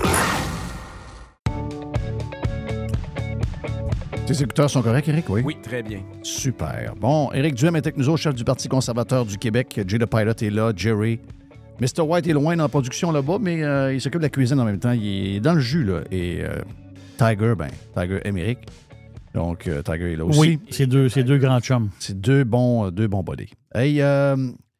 Tes écouteurs sont corrects, Éric? Oui. Oui, très bien. Super. Bon, Éric Duhem est avec nous, chef du Parti conservateur du Québec. Jay the Pilot est là, Jerry. mister White est loin en production là-bas, mais euh, il s'occupe de la cuisine en même temps. Il est dans le jus, là. Et euh, Tiger, ben, Tiger aime Éric. Donc, euh, Tiger est là aussi. Oui, c'est deux, c'est deux grands chums. C'est deux bons, deux bons bodies. Hey, euh,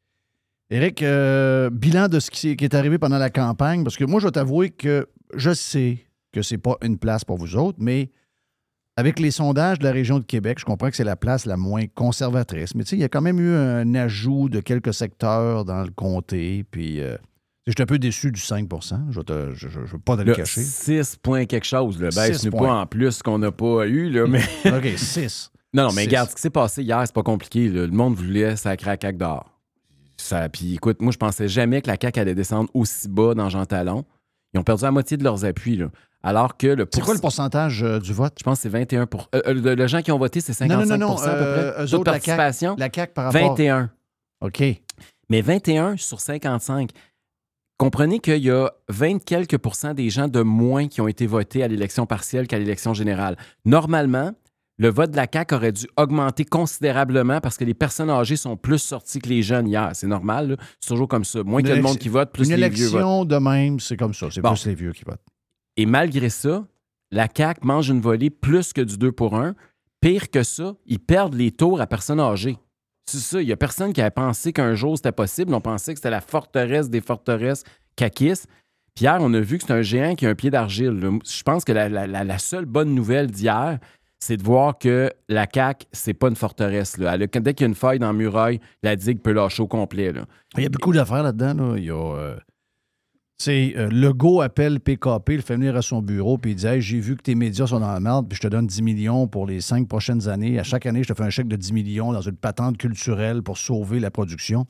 Éric, euh, bilan de ce qui, qui est arrivé pendant la campagne, parce que moi, je vais t'avouer que je sais que c'est pas une place pour vous autres, mais avec les sondages de la région de Québec, je comprends que c'est la place la moins conservatrice. Mais tu sais, il y a quand même eu un ajout de quelques secteurs dans le comté, puis euh, j'étais un peu déçu du cinq pour cent. Je ne veux pas te le Là, cacher. six points quelque chose. Là. Ben, Six ce n'est points. pas en plus qu'on n'a pas eu, là, mais... OK, six. Non, non, mais Six. regarde, ce qui s'est passé hier, c'est pas compliqué. Là. Le monde voulait sacrer à C A Q dehors. Ça, puis écoute, moi, je pensais jamais que la C A Q allait descendre aussi bas dans Jean Talon. Ils ont perdu la moitié de leurs appuis, là. Alors que le C'est quoi le pourcentage euh, du vote? Je pense que c'est vingt et un pour cent. Euh, euh, les gens qui ont voté, c'est Non, cinquante-cinq non, pour non, cent non. à peu euh, près. eux Toute autres, la C A Q, participation. la C A Q par rapport... vingt et un. OK. Mais vingt et un sur cinquante-cinq. Comprenez qu'il y a vingt quelques pourcents des gens de moins qui ont été votés à l'élection partielle qu'à l'élection générale. Normalement, le vote de la C A Q aurait dû augmenter considérablement parce que les personnes âgées sont plus sorties que les jeunes hier. C'est normal, là. C'est toujours comme ça. Moins Une que le monde élec- qui vote, plus Une les vieux votent. élection de même, c'est comme ça. C'est Bon. plus les vieux qui votent. Et malgré ça, la C A Q mange une volée plus que du deux pour un. Pire que ça, ils perdent les tours à personnes âgées. C'est ça, il n'y a personne qui avait pensé qu'un jour c'était possible. On pensait que c'était la forteresse des forteresses caquistes. Puis hier, on a vu que c'est un géant qui a un pied d'argile. là. Je pense que la, la- la- la seule bonne nouvelle d'hier, c'est de voir que la C A Q, c'est pas une forteresse. Là. Elle a- dès qu'il y a une faille dans la muraille, la digue peut lâcher au complet. Là. Il y a beaucoup d'affaires là-dedans. Là. Il y a... euh, C'est euh, Legault appelle P K P, il le fait venir à son bureau, puis il dit hey, j'ai vu que tes médias sont dans la merde, puis je te donne dix millions pour les cinq prochaines années. À chaque année, je te fais un chèque de dix millions dans une patente culturelle pour sauver la production.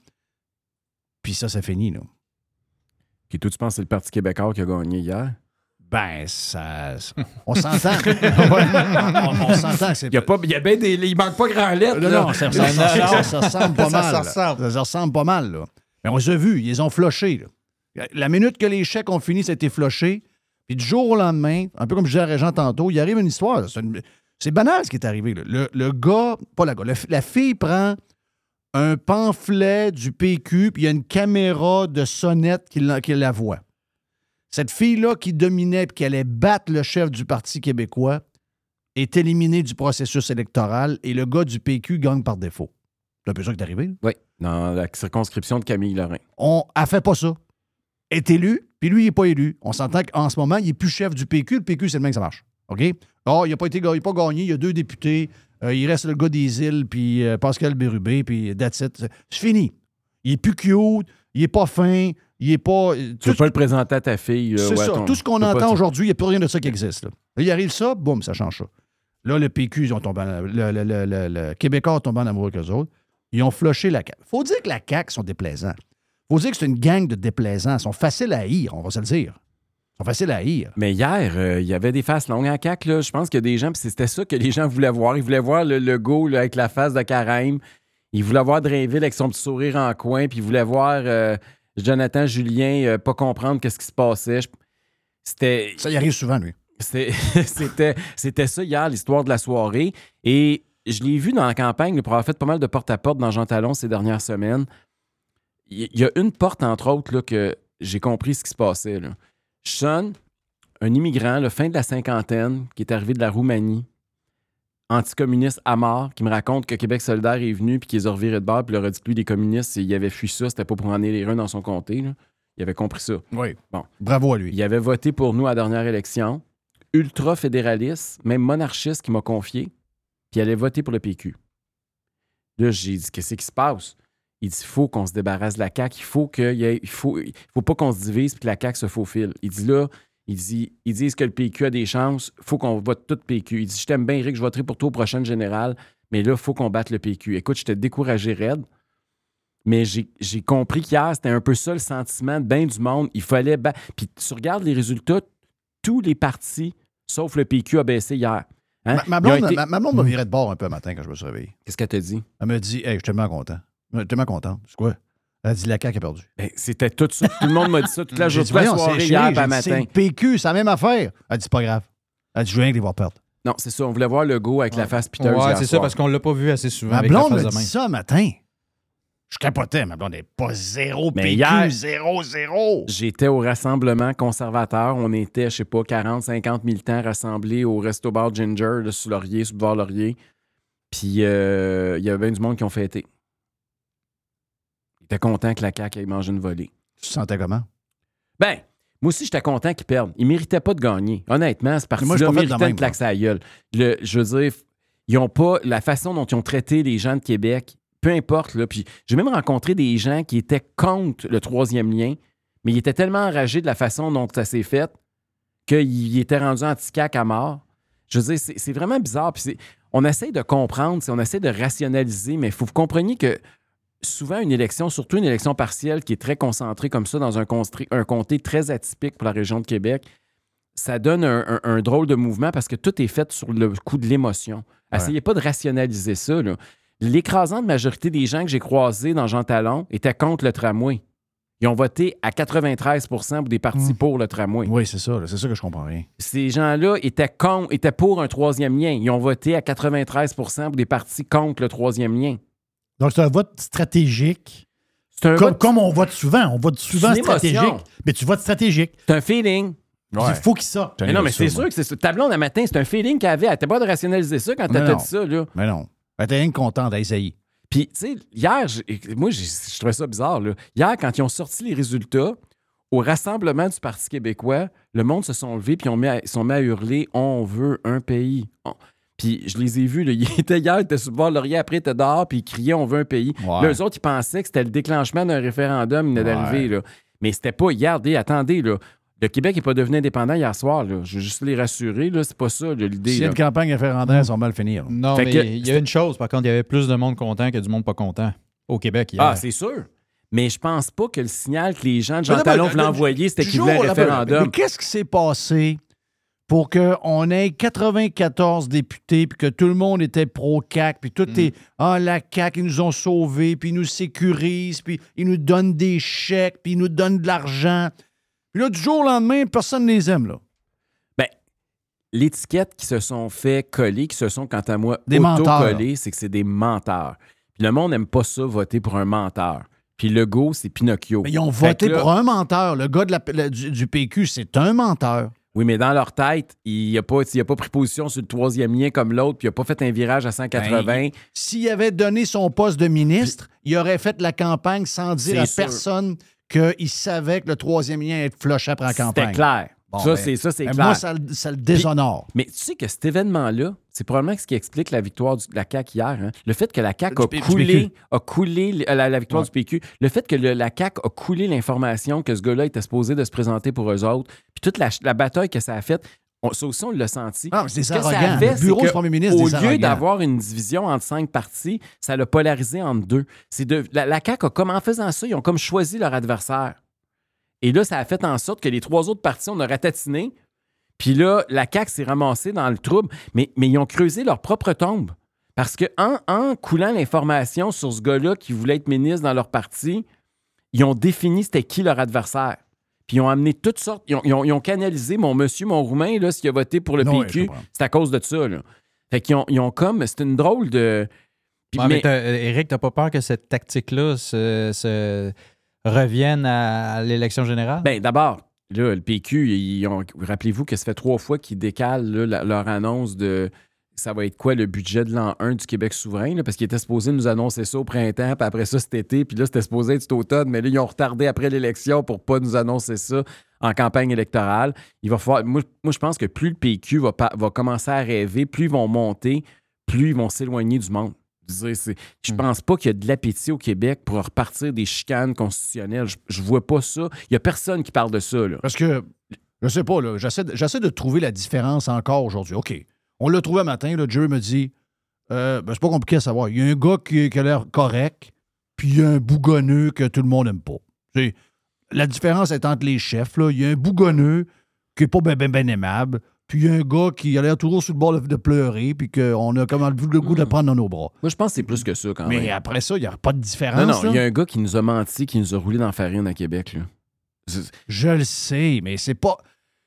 Puis ça, ça finit, là. Puis toi, tu penses que c'est le Parti québécois qui a gagné hier? Ben, ça. ça- On s'entend. Ouais, on on s'entend. c'est- Il y a, pas, il y a bien des. Il manque pas grand lettre. Non, là. non, ça, ça- ça- ça- ça ressemble pas Ça, mal. ça là. ressemble. Ça ressemble pas mal, là. Mais on les a vus, ils les ont flochés. là. La minute que les chèques ont fini, ça a été floché. Puis du jour au lendemain, un peu comme je disais à Régent tantôt, il arrive une histoire. là. C'est, une- c'est banal ce qui est arrivé. là. Le, le gars, pas la gars, le- la fille prend un pamphlet du P Q, puis il y a une caméra de sonnette qui la, qui la voit. Cette fille-là qui dominait et qui allait battre le chef du Parti québécois est éliminée du processus électoral et le gars du P Q gagne par défaut. C'est un peu ça qui est arrivé. là. Oui, dans la circonscription de Camille Lorrain. On a fait pas ça. Est élu, puis lui, il n'est pas élu. On s'entend qu'en ce moment, il n'est plus chef du P Q. Le P Q, c'est le même que ça marche. OK? Ah, il n'a pas été il a pas gagné. Il y a deux députés. Euh, il reste le gars des îles, puis euh, Pascal Bérubé, puis that's it. C'est- C'est fini. Il est plus cute. Il est pas fin. Il est pas... euh, Tu veux pas le présenter à ta fille. là, c'est ouais, ça. ton- Tout ce qu'on tu peux entend pas- aujourd'hui, il n'y a plus rien de ça qui existe. Là. Là, il arrive ça, boum, ça change ça. Là, le P Q, ils ont tombé en- le, le, le, le- le Québécois ont tombé en amour avec eux autres. Ils ont flushé la C A Q. Faut dire que la C A Q sont déplaisants. Faut dire que c'est une gang de déplaisants. Ils sont faciles à haïr, on va se le dire. Ils sont faciles à haïr. Mais hier, euh, il y avait des faces longues en C A Q. Là. Je pense qu'il y a des gens, puis c'était ça que les gens voulaient voir. Ils voulaient voir le logo là, avec la face de Carême. Ils voulaient voir Drainville avec son petit sourire en coin. Puis ils voulaient voir euh, Jonathan Julien euh, pas comprendre qu'est-ce qui se passait. Je- C'était... Ça y arrive souvent, lui. C'est- C'était, c'était ça hier, l'histoire de la soirée. Et je l'ai vu dans la campagne, là, pour avoir fait pas mal de porte-à-porte dans Jean Talon ces dernières semaines. Il y a une porte, entre autres, là, que j'ai compris ce qui se passait. Là. Je sonne, un immigrant, le fin de la cinquantaine, qui est arrivé de la Roumanie, anticommuniste à mort qui me raconte que Québec solidaire est venu puis qu'ils les ont revirés de bord puis leur a dit que lui, des communistes, il avait fui ça, c'était pas pour en élire un dans son comté. Là. Il avait compris ça. Oui. Bon. Bravo à lui. Il avait voté pour nous à la dernière élection. Ultra-fédéraliste, même monarchiste qui m'a confié, puis il allait voter pour le P Q. Là, j'ai dit, qu'est-ce qui se passe? Il dit, il faut qu'on se débarrasse de la C A Q, il faut qu'il y ait, il faut, il faut pas qu'on se divise puis que la C A Q se faufile. Il dit là, il dit, ils disent que le P Q a des chances, il faut qu'on vote tout P Q. Il dit, je t'aime bien, Eric, je voterai pour toi aux prochaines générales, mais là, il faut qu'on batte le P Q. Écoute, j'étais découragé raide, mais j'ai, j'ai compris qu'hier, c'était un peu ça le sentiment de bien du monde. Il fallait battre. Puis tu regardes les résultats, tous les partis, sauf le P Q, a baissé hier. Hein? Ma, ma blonde, été... ma, ma blonde m'a viré de bord un peu le matin quand je me suis réveillé. Qu'est-ce qu'elle t'a dit? Elle m'a dit, hey, je suis tellement content. Je suis tellement content. C'est quoi? Elle a dit, la C A Q a perdu. Ben, c'était tout ça. Tout le monde m'a dit ça toute la journée, toute la soirée, hier, pas matin. C'est le P Q, c'est la même affaire. Elle dit, c'est pas grave. Elle dit, je veux rien que les voir perdre. Non, c'est ça. On voulait voir le go avec ouais. la face piteuse. Ouais, c'est ça, parce qu'on l'a pas vu assez souvent. Ma avec blonde la m'a face de dit main. ça matin. Je capotais. Ma blonde n'est pas zéro Mais P Q, hier, zéro, zéro. J'étais au rassemblement conservateur. On était, je sais pas, quarante, cinquante militants rassemblés au Resto-Bar Ginger, là, sous Laurier, sous Boulevard Laurier. Puis, euh, il y avait bien du monde qui ont fêté. Ils étaient contents que la C A Q ait mangé une volée. Tu te sentais comment? Ben, moi aussi, j'étais content qu'ils perdent. Ils ne méritaient pas de gagner. Honnêtement, ce parti-là méritait une claque à la gueule. Le, je veux dire, ils n'ont pas la façon dont ils ont traité les gens de Québec, peu importe. Là, puis j'ai même rencontré des gens qui étaient contre le troisième lien, mais ils étaient tellement enragés de la façon dont ça s'est fait qu'ils étaient rendus anti-C A Q à mort. Je veux dire, c'est, c'est vraiment bizarre. Puis c'est, on essaie de comprendre, on essaie de rationaliser, mais il faut que vous compreniez que souvent, une élection, surtout une élection partielle qui est très concentrée comme ça dans un, constri- un comté très atypique pour la région de Québec, ça donne un, un, un drôle de mouvement parce que tout est fait sur le coup de l'émotion. Ouais. Essayez pas de rationaliser ça. Là. L'écrasante majorité des gens que j'ai croisés dans Jean Talon étaient contre le tramway. Ils ont voté à quatre-vingt-treize pour cent pour des partis mmh. pour le tramway. Oui, c'est ça. Là. C'est ça que je comprends rien. Ces gens-là étaient, con, étaient pour un troisième lien. Ils ont voté à quatre-vingt-treize pour cent pour des partis contre le troisième lien. Donc, c'est un vote stratégique. C'est un comme, vote... comme on vote souvent. On vote souvent stratégique. Mais tu votes stratégique. C'est un feeling. Ouais. Il faut qu'il sorte. Mais non, mais c'est ça, sûr moi. que c'est ça. Ta blonde, un matin, c'est un feeling qu'elle avait. Elle n'était pas de rationaliser ça quand t'as dit ça. Là. Mais non. Elle était rien contente d'essayer. Puis, tu sais, hier, moi, je trouvais ça bizarre. Là. Hier, quand ils ont sorti les résultats, au rassemblement du Parti québécois, le monde se sont levés puis ils sont mis à hurler « On veut un pays on... ». Puis je les ai vus, là, ils étaient hier, ils étaient sur le bord de Laurier, après ils étaient dehors, puis ils criaient « On veut un pays ouais. ». Là, eux autres, ils pensaient que c'était le déclenchement d'un référendum, il venait ouais. d'arriver. Là. Mais c'était pas, regardez, attendez, là, le Québec n'est pas devenu indépendant hier soir. Là. Je veux juste les rassurer, là, c'est pas ça là, l'idée. S'il y a une campagne référendaire, ils sont mal finis. Non, fait mais que, il y a une chose, par contre, il y avait plus de monde content que du monde pas content au Québec hier. Ah, c'est sûr. Mais je pense pas que le signal que les gens de Jean Talon voulaient envoyer, c'était qu'ils voulaient un référendum. Mais qu'est-ce qui s'est passé pour qu'on ait quatre-vingt-quatorze députés, puis que tout le monde était pro-C A Q, puis tout mm. est « Ah, la C A Q, ils nous ont sauvés, puis ils nous sécurisent, puis ils nous donnent des chèques, puis ils nous donnent de l'argent. » Puis là, du jour au lendemain, personne ne les aime, là. Bien, l'étiquette qui se sont fait coller, qui se sont, quant à moi, des auto-collés, c'est que c'est des menteurs. Puis le monde n'aime pas ça, voter pour un menteur. Puis Legault, c'est Pinocchio. Mais ils ont voté là, pour un menteur. Le gars de la, la, du, du P Q, c'est un menteur. Oui, mais dans leur tête, il n'a pas, pas pris position sur le troisième lien comme l'autre, puis il n'a pas fait un virage à cent quatre-vingts. Ben, s'il avait donné son poste de ministre, puis, il aurait fait la campagne sans dire à sûr. personne qu'il savait que le troisième lien allait être flush après la campagne. C'était clair. Bon, ça, ben, c'est, ça, c'est ben clair. Moi, ça, ça le déshonore. Puis, mais tu sais que cet événement-là, c'est probablement ce qui explique la victoire de la C A Q hier. Hein? Le fait que la C A Q a, P- coulé, a coulé la, la victoire ouais. du P Q, le fait que le, la C A Q a coulé l'information que ce gars-là était supposé de se présenter pour eux autres, puis toute la, la bataille que ça a faite, on, ça aussi, on l'a senti. Ah, c'est ce que arrogant. ça a fait, le bureau c'est du premier ministre, au lieu arrogant. D'avoir une division entre cinq partis, ça l'a polarisé entre deux. C'est de, la, la C A Q a, comme en faisant ça, ils ont comme choisi leur adversaire. Et là, ça a fait en sorte que les trois autres partis, on a ratatiné. Puis là, la C A Q s'est ramassée dans le trouble, mais, mais ils ont creusé leur propre tombe. Parce qu'en en coulant l'information sur ce gars-là qui voulait être ministre dans leur parti, ils ont défini c'était qui leur adversaire. Puis ils ont amené toutes sortes, ils ont, ils ont, ils ont canalisé mon monsieur, mon roumain, là, s'il a voté pour le non, P Q, ouais, c'est à cause de ça. Là. Fait qu'ils ont, ils ont comme, c'est une drôle de... Puis, ouais, mais, mais t'as, Éric, t'as pas peur que cette tactique-là se, se revienne à l'élection générale? Bien, d'abord, là, le P Q, ils ont, rappelez-vous que ça fait trois fois qu'ils décalent là, la, leur annonce de ça va être quoi le budget de l'an un du Québec souverain, là, parce qu'il était supposé nous annoncer ça au printemps, puis après ça cet été, puis là, c'était supposé être cet automne, mais là, ils ont retardé après l'élection pour pas nous annoncer ça en campagne électorale. Il va falloir, moi, moi je pense que plus le P Q va, va commencer à rêver, plus ils vont monter, plus ils vont s'éloigner du monde. Je ne Mm. pense pas qu'il y a de l'appétit au Québec pour repartir des chicanes constitutionnelles. Je, je vois pas ça. Il n'y a personne qui parle de ça. Là. Parce que, je sais pas, là, j'essaie, de, j'essaie de trouver la différence encore aujourd'hui. OK. On l'a trouvé un matin, là, Jerry me dit, euh, ben, c'est pas compliqué à savoir. Il y a un gars qui, qui a l'air correct, puis il y a un bougonneux que tout le monde n'aime pas. C'est, la différence est entre les chefs. Là. Il y a un bougonneux qui n'est pas bien ben, ben aimable, puis il y a un gars qui a l'air toujours sur le bord de, de pleurer, puis qu'on a comme le goût de le prendre dans nos bras. Moi, je pense que c'est plus que ça quand Mais même. après ça, il n'y a pas de différence. Non, non, là. il y a un gars qui nous a menti, qui nous a roulé dans la farine à Québec. Là. C'est- Je le sais, mais c'est pas...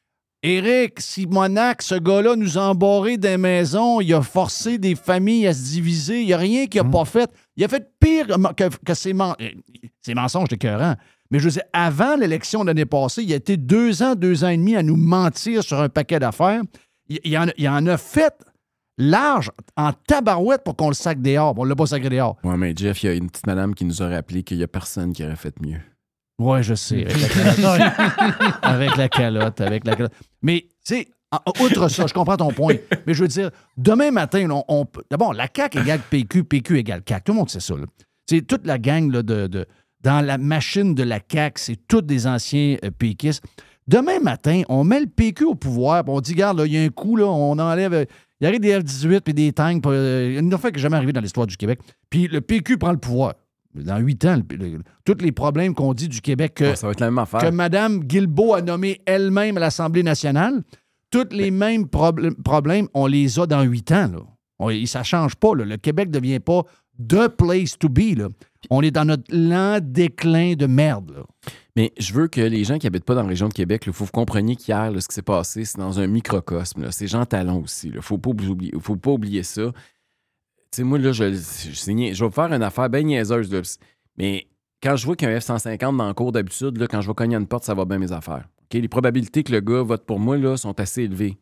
Éric Simonac, ce gars-là nous a embarrés des maisons, il a forcé des familles à se diviser, il n'y a rien qu'il n'a pas fait. Il a fait pire que, que ses, men- ses mensonges écœurants. Mais je veux dire, avant l'élection de l'année passée, il a été deux ans, deux ans et demi à nous mentir sur un paquet d'affaires. Il, il, en, il en a fait large en tabarouette pour qu'on le sac dehors. On ne l'a pas sacré dehors. Ouais, mais Jeff, il y a une petite madame qui nous a rappelé qu'il n'y a personne qui aurait fait mieux. Oui, je sais. Avec la calotte. avec la calotte, avec la calotte. Mais, tu sais, en- outre ça, je comprends ton point. Mais je veux dire, demain matin, on, on peut- d'abord, la C A Q égale P Q, P Q égale C A Q. Tout le monde sait ça. Là. Tu sais, toute la gang là, de, de, dans la machine de la C A Q, c'est tous des anciens euh, péquistes. Demain matin, on met le P Q au pouvoir, puis on dit, regarde, là, il y a un coup, là, on enlève. euh, Il arrive des F dix-huit puis des tanks. puis, euh, une affaire qui n'est jamais arrivée dans l'histoire du Québec. Puis le P Q prend le pouvoir. Dans huit ans, le- le- tous les problèmes qu'on dit du Québec que, Ouais, ça va être la même affaire. que Mme Guilbeault a nommé elle-même à l'Assemblée nationale, tous les mêmes probl- problèmes, on les a dans huit ans. Là. On, ça ne change pas. Là. Le Québec ne devient pas the place to be. Là. On est dans notre lent déclin de merde. Là. Mais je veux que les gens qui n'habitent pas dans la région de Québec, il faut que vous compreniez qu'hier, là, ce qui s'est passé, c'est dans un microcosme. Là. C'est Jean Talon aussi. Il ne faut pas oublier, faut pas oublier ça. Tu sais, moi, là, je, je, je, nia- je vais vous faire une affaire bien niaiseuse. Là. Mais quand je vois qu'il y a un F cent cinquante dans le cours d'habitude, là, quand je vais cogner à une porte, ça va bien mes affaires. OK? Les probabilités que le gars vote pour moi là, sont assez élevées.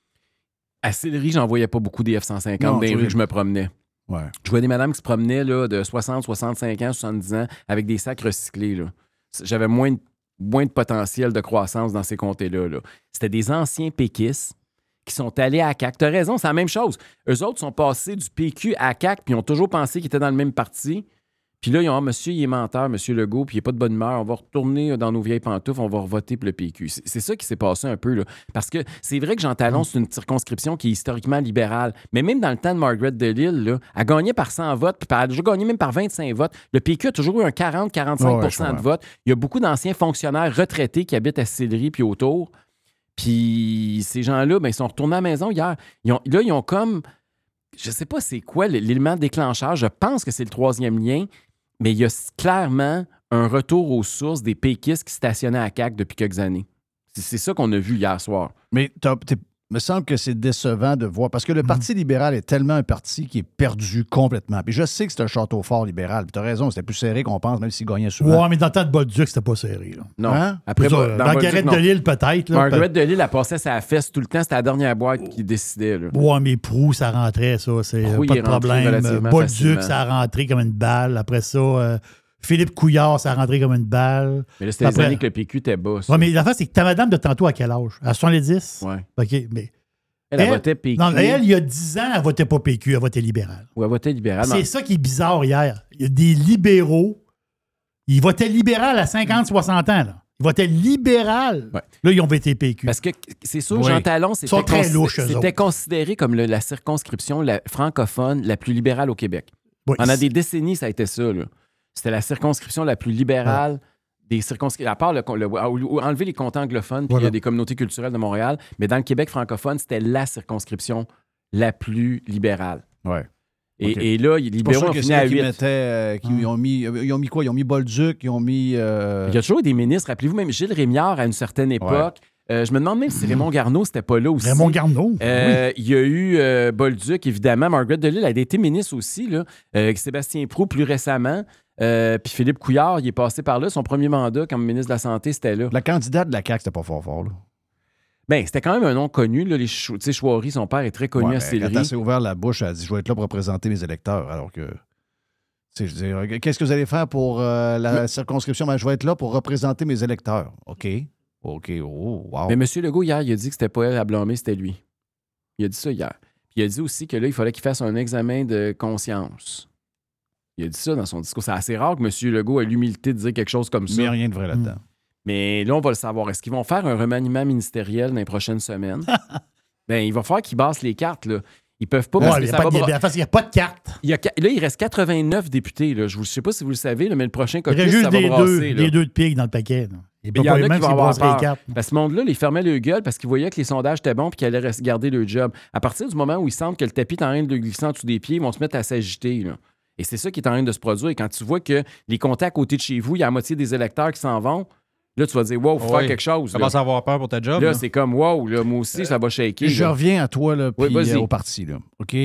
À Sillery, j'en voyais pas beaucoup des F cent cinquante Non, dans les tu rues vois. que je me promenais. Ouais. Je vois des madames qui se promenaient là, de soixante, soixante-cinq ans, soixante-dix ans avec des sacs recyclés. Là. J'avais moins de, moins de potentiel de croissance dans ces comtés-là. Là. C'était des anciens péquistes qui sont allés à C A Q. T'as raison, c'est la même chose. Eux autres sont passés du P Q à C A Q puis ils ont toujours pensé qu'ils étaient dans le même parti. Puis là, ils ont dit, monsieur, il est menteur, monsieur Legault, puis il n'est pas de bonne humeur. On va retourner dans nos vieilles pantoufles, on va voter pour le P Q. C'est, c'est ça qui s'est passé un peu, là. Parce que c'est vrai que Jean Talon, c'est une circonscription qui est historiquement libérale. Mais même dans le temps de Margaret DeLille, là, elle gagnait par cent votes, puis elle a déjà gagné même par vingt-cinq votes. Le P Q a toujours eu un quarante à quarante-cinq pour cent Ouais, ouais, je de votes. Il y a beaucoup d'anciens fonctionnaires retraités qui habitent à Sillery puis autour. Puis ces gens-là, ben, ils sont retournés à la maison hier. Ils ont, là, ils ont comme... Je sais pas c'est quoi l'élément déclencheur. Je pense que c'est le troisième lien. Mais il y a clairement un retour aux sources des péquistes qui stationnaient à C A Q depuis quelques années. C'est, c'est ça qu'on a vu hier soir. Mais t'as- t'es- me semble que c'est décevant de voir, parce que le Parti libéral est tellement un parti qui est perdu complètement. Puis je sais que c'est un château fort libéral. Puis t'as raison, c'était plus serré qu'on pense, même s'il gagnait souvent. Ouais, mais dans le temps de Bolduc, c'était pas serré. Là. Non. Hein? Après, C'est ça, dans dans Bolduc, Garrett non. de Lille, peut-être. Là, Margaret peut- DeLille, elle passait sa fesse tout le temps. C'était la dernière boîte qui décidait. Là. Ouais, mais Proux, ça rentrait, ça. C'est Proux, pas il de est rentré problème. relativement Bolduc, facilement. ça a rentré comme une balle. Après ça, euh, Philippe Couillard, ça a rentré comme une balle. Mais là, c'était Après- les années que le P Q était bas. ça. Ouais, mais l'affaire, c'est que ta madame de tantôt, à quel âge? À soixante-dix? Ouais. OK, mais... Elle, elle votait P Q. Non, elle, il y a dix ans, elle votait pas P Q, elle votait libéral. Ou elle votait libéral. C'est ça qui est bizarre hier. Il y a des libéraux. Ils votaient libéral à cinquante soixante ans. Là. Ils votaient libéral. Ouais. Là, ils ont voté P Q. Parce que c'est sûr, Oui. Jean Talon, Ils c'était, sont très consi- louches, eux c'était autres. considéré comme le- la circonscription la francophone la plus libérale au Québec. Oui, Pendant c'est- des décennies, ça a été ça. Là. C'était la circonscription la plus libérale des circonscriptions. À part le, le- ou- ou enlever les comtés anglophones, puis il y Voilà. a des communautés culturelles de Montréal, mais dans le Québec francophone, c'était la circonscription la plus libérale. Ouais. Et, OK. et là, les C'est pour libéraux ça ont que fini c'est à là qu'ils huit. mettaient, euh, qu'ils Hum. ont mis, ils ont mis quoi? Ils ont mis Bolduc, ils ont mis... euh, Il y a toujours eu des ministres. Rappelez-vous, même Gilles Rémillard, à une certaine époque. Euh, je me demande même si Raymond Garneau, c'était pas là aussi. Raymond Garneau. Euh, Il y a eu euh, Bolduc, évidemment. Margaret DeLille, elle a été ministre aussi. Là. Euh, Sébastien Proulx, plus récemment. Euh, Puis Philippe Couillard, il est passé par là. Son premier mandat comme ministre de la Santé, c'était là. La candidate de la C A Q, c'était pas fort fort, là. Ben, c'était quand même un nom connu. Là, les Chou- tu sais, Chouari, son père est très connu Ouais, à ben, Sillery. quand elle s'est ouvert la bouche, elle a dit « Je vais être là pour représenter mes électeurs. » Alors que... tu sais, je veux dire, qu'est-ce que vous allez faire pour euh, la Mais- circonscription? Ben, je vais être là pour représenter mes électeurs. OK. OK. Oh, wow. Mais M. Legault, hier, il a dit que c'était pas elle à blâmer, c'était lui. Il a dit ça hier. Puis il a dit aussi que là, il fallait qu'il fasse un examen de conscience. Il a dit ça dans son discours. C'est assez rare que M. Legault ait l'humilité de dire quelque chose comme ça. Mais rien de vrai là-dedans. Mais là, on va le savoir. Est-ce qu'ils vont faire un remaniement ministériel dans les prochaines semaines? Ben, il va falloir qu'ils bassent les cartes, là. Ils peuvent pas. Ouais, Parce il que n'y ça a, va pas de- bra- parce qu'il n'y a pas de carte. il y a, là, il reste quatre-vingt-neuf députés. Là. Je ne sais pas si vous le savez, là, mais le prochain Il caucus, reste juste ça va des brasser. deux, là. des deux de pique dans le paquet. là. Il Mais il y en a qui même vont s'ils avoir brasseraient les peur. cartes. Parce que ce monde-là, les fermait le gueule parce qu'ils voyaient que les sondages étaient bons et qu'ils allaient rester- garder le job. À partir du moment où ils sentent que le tapis est en train de glisser en dessous des pieds, ils vont se mettre à s'agiter. Là. Et c'est ça qui est en train de se produire. Et quand tu vois que les comptes à côté de chez vous, il y a la moitié des électeurs qui s'en vont, là, tu vas dire, wow, faut Oui. faire quelque chose. Tu Là, commences à avoir peur pour ta job. Là, là. c'est comme, wow, là, moi aussi, ça va shaker. Je là. reviens à toi, là, Oui, puis vas-y. euh, au parti, là. OK?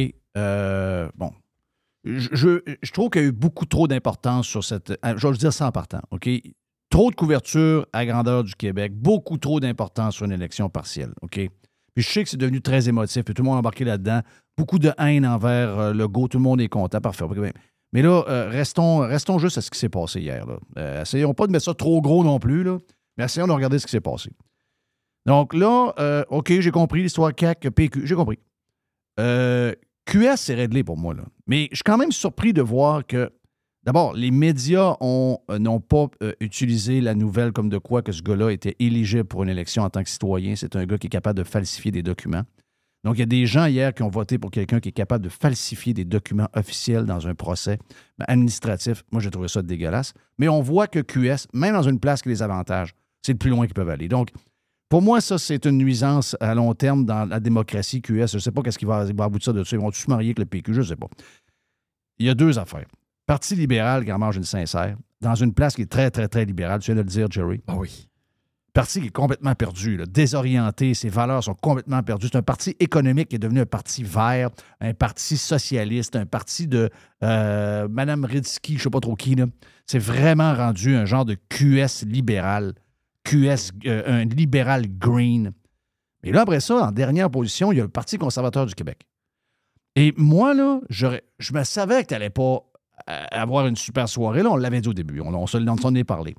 Euh, bon. Je, je, je trouve qu'il y a eu beaucoup trop d'importance sur cette... euh, Je vais le dire ça en partant, OK? Trop de couverture à grandeur du Québec, beaucoup trop d'importance sur une élection partielle, OK? Puis je sais que c'est devenu très émotif, puis tout le monde a embarqué là-dedans. Beaucoup de haine envers euh, Legault, tout le monde est content, parfait. Mais là, euh, restons, restons juste à ce qui s'est passé hier. Là. Euh, essayons pas de mettre ça trop gros non plus, là, mais essayons de regarder ce qui s'est passé. Donc là, euh, OK, j'ai compris l'histoire C A C, P Q, j'ai compris. Euh, Q S, c'est réglé pour moi, là. Mais je suis quand même surpris de voir que, d'abord, les médias ont, euh, n'ont pas euh, utilisé la nouvelle comme de quoi que ce gars-là était éligible pour une élection en tant que citoyen. C'est un gars qui est capable de falsifier des documents. Donc, il y a des gens hier qui ont voté pour quelqu'un qui est capable de falsifier des documents officiels dans un procès administratif. Moi, j'ai trouvé ça dégueulasse. Mais on voit que Q S, même dans une place qui les avantage, c'est le plus loin qu'ils peuvent aller. Donc, pour moi, ça, c'est une nuisance à long terme dans la démocratie Q S. Je ne sais pas qu'est-ce qui va, va aboutir de ça. Ils vont tous se marier avec le P Q? Je ne sais pas. Il y a deux affaires. Parti libéral qui en mange une sincère, dans une place qui est très, très, très libérale. Tu viens de le dire, Jerry. Ah oui. Parti qui est complètement perdu, là, désorienté, ses valeurs sont complètement perdues. C'est un parti économique qui est devenu un parti vert, un parti socialiste, un parti de euh, Mme Ridsky, je ne sais pas trop qui. Là. C'est vraiment rendu un genre de Q S libéral, Q S, euh, un libéral green. Mais là, après ça, en dernière position, il y a le Parti conservateur du Québec. Et moi, là, j'aurais- je me savais que tu n'allais pas euh, avoir une super soirée. Là, on l'avait dit au début, on, on s'en on est parlé.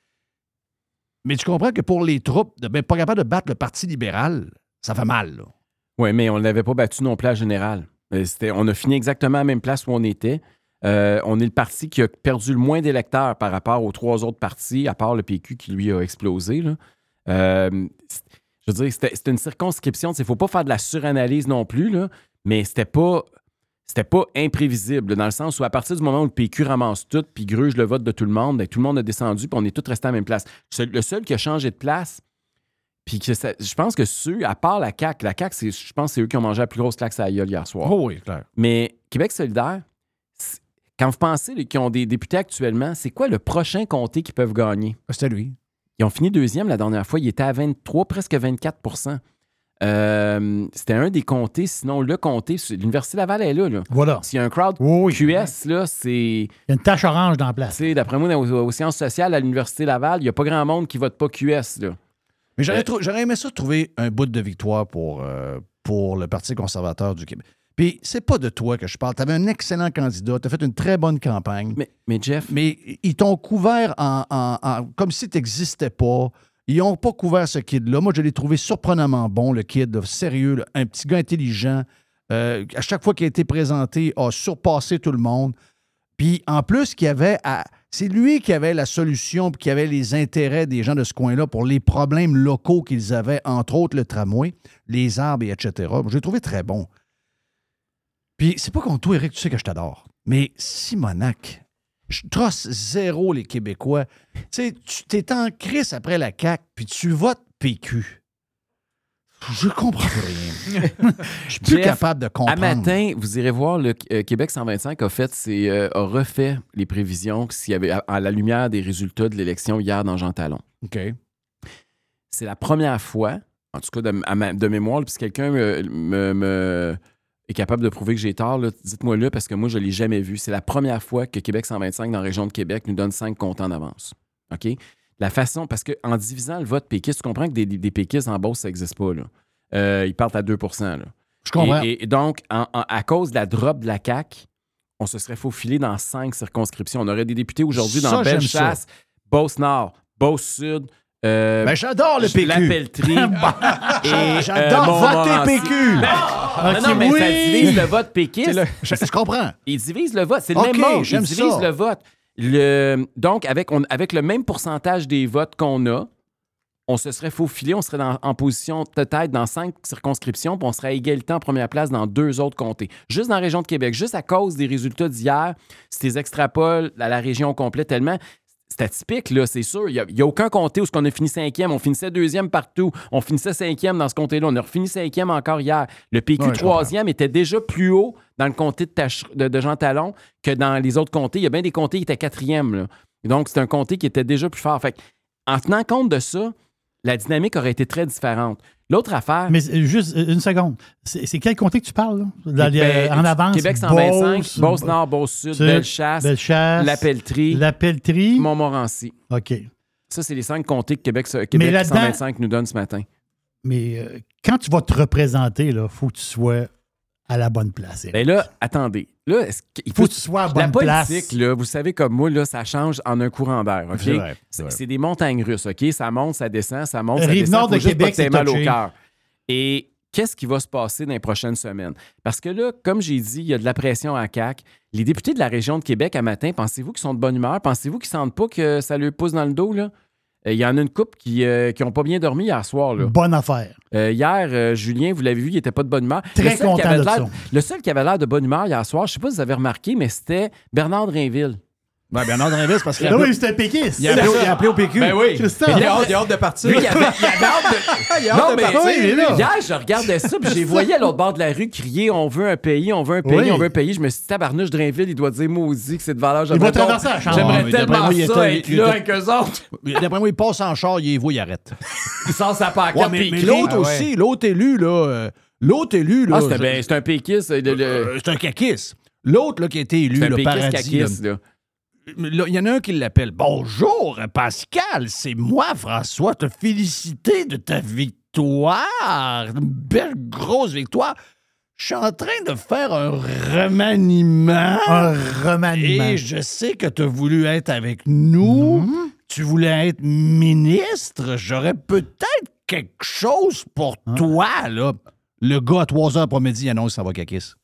Mais tu comprends que pour les troupes, de ben, pas capable de battre le Parti libéral, ça fait mal, là. Oui, mais on ne l'avait pas battu non plus à général. Euh, c'était- On a fini exactement à la même place où on était. Euh, on est le parti qui a perdu le moins d'électeurs par rapport aux trois autres partis, à part le P Q qui, lui, a explosé. Là. Euh, c'est- je veux dire, c'était c'était une circonscription. Il ne faut pas faire de la suranalyse non plus, là, mais c'était pas... C'était pas imprévisible, dans le sens où à partir du moment où le P Q ramasse tout puis gruge le vote de tout le monde, bien, tout le monde a descendu puis on est tous restés à la même place. Seul- Le seul qui a changé de place, puis que ça- je pense que ceux, à part la C A Q, la C A Q, c'est- je pense que c'est eux qui ont mangé la plus grosse claque à la gueule hier soir. Oh oui, clair. Mais Québec solidaire, c'est- quand vous pensez là, qu'ils ont des députés actuellement, c'est quoi le prochain comté qu'ils peuvent gagner? C'était lui. Ils ont fini deuxième la dernière fois. Ils étaient à vingt-trois, presque vingt-quatre pour cent. Euh, c'était un des comtés, sinon le comté, c'est- l'Université Laval est là. là. Voilà. S'il y a un crowd Oui, oui. Q S, là, c'est... Il y a une tache orange dans la place. Tu sais, d'après moi, aux, aux sciences sociales à l'Université Laval, il n'y a pas grand monde qui vote pas Q S. Là. Mais j'aurais, Euh, trou- j'aurais aimé ça trouver un bout de victoire pour, euh, pour le Parti conservateur du Québec. Puis c'est pas de toi que je parle. Tu avais un excellent candidat, tu as fait une très bonne campagne. Mais, mais Jeff... Mais ils t'ont couvert en, en- en- comme si tu n'existais pas. Ils n'ont pas couvert ce kid-là. Moi, je l'ai trouvé surprenamment bon, le kid, là, sérieux, là, un petit gars intelligent. Euh, à chaque fois qu'il a été présenté, a surpassé tout le monde. Puis en plus, qu'il avait à- c'est lui qui avait la solution puis qui avait les intérêts des gens de ce coin-là pour les problèmes locaux qu'ils avaient, entre autres le tramway, les arbres, et et cetera. Je l'ai trouvé très bon. Puis c'est pas contre toi, Éric, tu sais que je t'adore. Mais Simonac, je trosse zéro les Québécois. Tu sais, tu t'es en crise après la C A Q, puis tu votes P Q. Je comprends plus rien. Je suis plus Jeff, capable de comprendre. À matin, vous irez voir, le euh, Québec cent vingt-cinq a fait, c'est, euh, a refait les prévisions s'il y avait, à, à la lumière des résultats de l'élection hier dans Jean Talon. OK. C'est la première fois, en tout cas de, à ma- de mémoire, puis si quelqu'un me, me- me- est capable de prouver que j'ai tort, là, dites-moi-le parce que moi, je ne l'ai jamais vu. C'est la première fois que Québec cent vingt-cinq, dans la région de Québec, nous donne cinq comptes en avance. OK? la façon... Parce qu'en divisant le vote péquiste, tu comprends que des, des, des péquistes en Beauce, ça n'existe pas. Là. Euh, ils partent à deux pour cent. Là. Je comprends. Et, et donc, en, en, à cause de la drop de la C A Q, on se serait faufilé dans cinq circonscriptions. On aurait des députés aujourd'hui dans Bellechasse, Beauce-Nord, Beauce-Sud... Euh, ben j'adore le P Q. La Pelletrie. et, j'adore euh, voter P Q. Ben, ah, non, non, mais oui. ça divise le vote péquiste. Le, je, je comprends. Ils divisent le vote. C'est le okay, même mot. Ils divisent ça. le vote. Le, donc, avec, on, avec le même pourcentage des votes qu'on a, on se serait faufilé, on serait dans, en position peut-être dans cinq circonscriptions, puis on serait à égalité en première place dans deux autres comtés. Juste dans la région de Québec, juste à cause des résultats d'hier, si tu les extrapoles à la région complète tellement... C'est atypique, là, c'est sûr. Il n'y a, a aucun comté où on a fini cinquième. On finissait deuxième partout. On finissait cinquième dans ce comté-là. On a refini cinquième encore hier. Le P Q troisième était déjà plus haut dans le comté de, Tach- de, de Jean Talon que dans les autres comtés. Il y a bien des comtés qui étaient quatrième. Là. Donc, c'est un comté qui était déjà plus fort. Fait que, en tenant compte de ça, la dynamique aurait été très différente. L'autre affaire... Mais juste une seconde. C'est, c'est quel comté que tu parles, là? Dans les, ben, en avance? Québec cent vingt-cinq, Beauce-Nord, Beauce-Sud, Bellechasse, Bellechasse, La Pelletrie, La Pelletrie, Montmorency. OK. Ça, c'est les cinq comtés que Québec, Québec cent vingt-cinq nous donne ce matin. Mais euh, quand tu vas te représenter, il faut que tu sois à la bonne place. Ben là, attendez. Là, est-ce il faut, faut que tu sois à la bonne place. La politique, là, vous savez comme moi, là, ça change en un courant d'air. Okay? C'est, vrai, c'est, c'est, c'est des montagnes russes. OK? Ça monte, ça descend, ça monte, ça Rive descend. Nord de Québec, c'est mal au cœur. Et qu'est-ce qui va se passer dans les prochaines semaines? Parce que là, comme j'ai dit, il y a de la pression à C A Q. Les députés de la région de Québec, à matin, pensez-vous qu'ils sont de bonne humeur? Pensez-vous qu'ils ne sentent pas que ça leur pousse dans le dos, là? Il y en a une couple qui n'ont euh, pas bien dormi hier soir. Là. Bonne affaire. Euh, hier, euh, Julien, vous l'avez vu, il n'était pas de bonne humeur. Très content de ça. Le seul qui avait l'air de bonne humeur hier soir, je ne sais pas si vous avez remarqué, mais c'était Bernard Drainville. Ben, Bernard Drainville, c'est parce qu'il a, oui, c'était un péquiste. Il a appelé, il a appelé au P Q. Ben oui. Mais il, a hâte, il a hâte de partir. Lui, il, avait, il avait hâte de... il a hâte non, de mais partir. Oui, là. Hier, je regardais ça, puis je les voyais à l'autre bord de la rue crier « On veut un pays, on veut un pays, oui. on veut un pays ». Je me suis dit « Tabarnouche Drainville, il doit dire maudit que c'est de valeur. » Il va traverser la chambre. J'aimerais oh, tellement moi, ça était, être là avec eux autres. D'après moi, il passe en char, il voit, il arrête. Il sort sa pancarte. Ouais, mais, mais l'autre ah, aussi, ouais. l'autre élu, là... Euh, l'autre élu, là... Ah, c'est, ben, c'est un péquiste. Le, le... Euh, c'est un caquiste. L'autre, là, qui a été élu, c'est le paradis... caquiste, là. Il y en a un qui l'appelle. Bonjour, Pascal, c'est moi, François, te féliciter de ta victoire. Une belle grosse victoire. Je suis en train de faire un remaniement. Un remaniement. Et je sais que tu as voulu être avec nous. Mm-hmm. Tu voulais être ministre. J'aurais peut-être quelque chose pour hein? toi, là. Le gars, à trois heures après-midi, annonce ça va caquisse.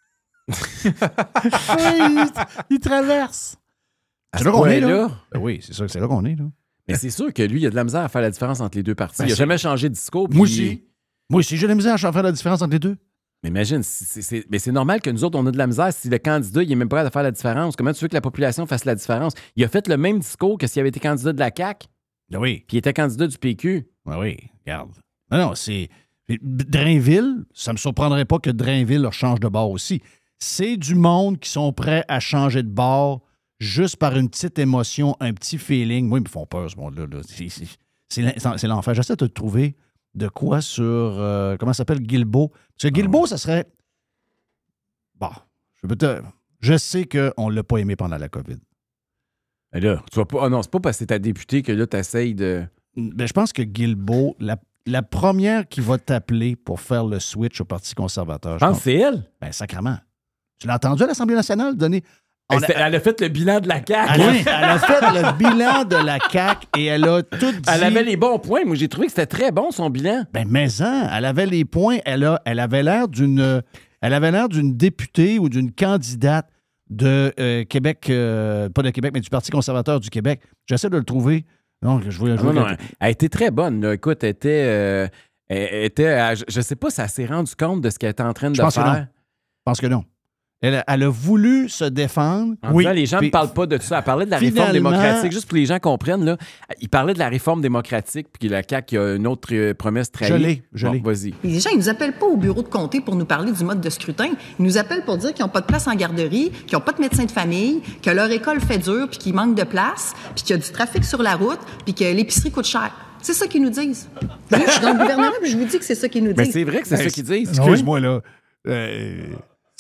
il, il traverse. C'est là qu'on est, là? là? Ben oui, c'est sûr que c'est là qu'on est, là. Mais c'est sûr que lui, il a de la misère à faire la différence entre les deux parties. Ben, il n'a c'est... jamais changé de discours. Puis... Moi aussi. Moi aussi, j'ai de la misère à faire la différence entre les deux. Mais imagine, c'est, c'est, mais c'est normal que nous autres, on a de la misère si le candidat, il n'est même pas prêt à faire la différence. Comment tu veux que la population fasse la différence? Il a fait le même discours que s'il avait été candidat de la C A Q. Ben oui. Puis il était candidat du P Q. Ben oui, regarde. Non, non, c'est... Drainville, ça ne me surprendrait pas que Drainville leur change de bord aussi. C'est du monde qui sont prêts à changer de bord juste par une petite émotion, un petit feeling. Moi, ils me font peur, ce monde-là. Là. C'est, c'est, c'est, c'est l'enfer. J'essaie de te trouver de quoi sur... Euh, comment ça s'appelle? Guilbeault. Parce que Guilbeault, ça serait... Bon, je peux te... Je sais qu'on ne l'a pas aimé pendant la COVID. Mais là, tu vas pas... Oh non, c'est pas parce que c'est ta députée que là, tu essayes de... Ben, je pense que Guilbeault, la, la première qui va t'appeler pour faire le switch au Parti conservateur... Je pense que c'est elle? Ben, sacrément. Tu l'as entendu à l'Assemblée nationale donner... A... Elle a fait le bilan de la C A Q. Elle a, elle a fait le bilan de la C A Q et elle a tout dit... Elle avait les bons points. Moi, j'ai trouvé que c'était très bon, son bilan. Ben, mais hein, elle avait les points. Elle, a, elle avait l'air d'une... Elle avait l'air d'une députée ou d'une candidate de euh, Québec... Euh, pas de Québec, mais du Parti conservateur du Québec. J'essaie de le trouver. Non, je voulais... Je voulais non, non, elle a été très bonne. Là. Écoute, elle était... Euh, elle était je ne sais pas si elle s'est rendue compte de ce qu'elle était en train de je pense faire. Que non. Je pense que non. Elle, elle a voulu se défendre. En oui. Disant, les gens ne parlent pas de ça. Elle parlait de la réforme démocratique. Juste pour que les gens comprennent, là, il parlait de la réforme démocratique puis que la C A Q a une autre euh, promesse trahie. Je l'ai, je bon, l'ai. Vas-y. Les gens, ils nous appellent pas au bureau de comté pour nous parler du mode de scrutin. Ils nous appellent pour dire qu'ils n'ont pas de place en garderie, qu'ils n'ont pas de médecin de famille, que leur école fait dur puis qu'il manque de place, puis qu'il y a du trafic sur la route, puis que l'épicerie coûte cher. C'est ça qu'ils nous disent. Moi, je suis dans le gouvernement puis je vous dis que c'est ça qu'ils nous disent. Mais c'est vrai que c'est ben, ça qu'ils disent. Excuse-moi, là. Euh...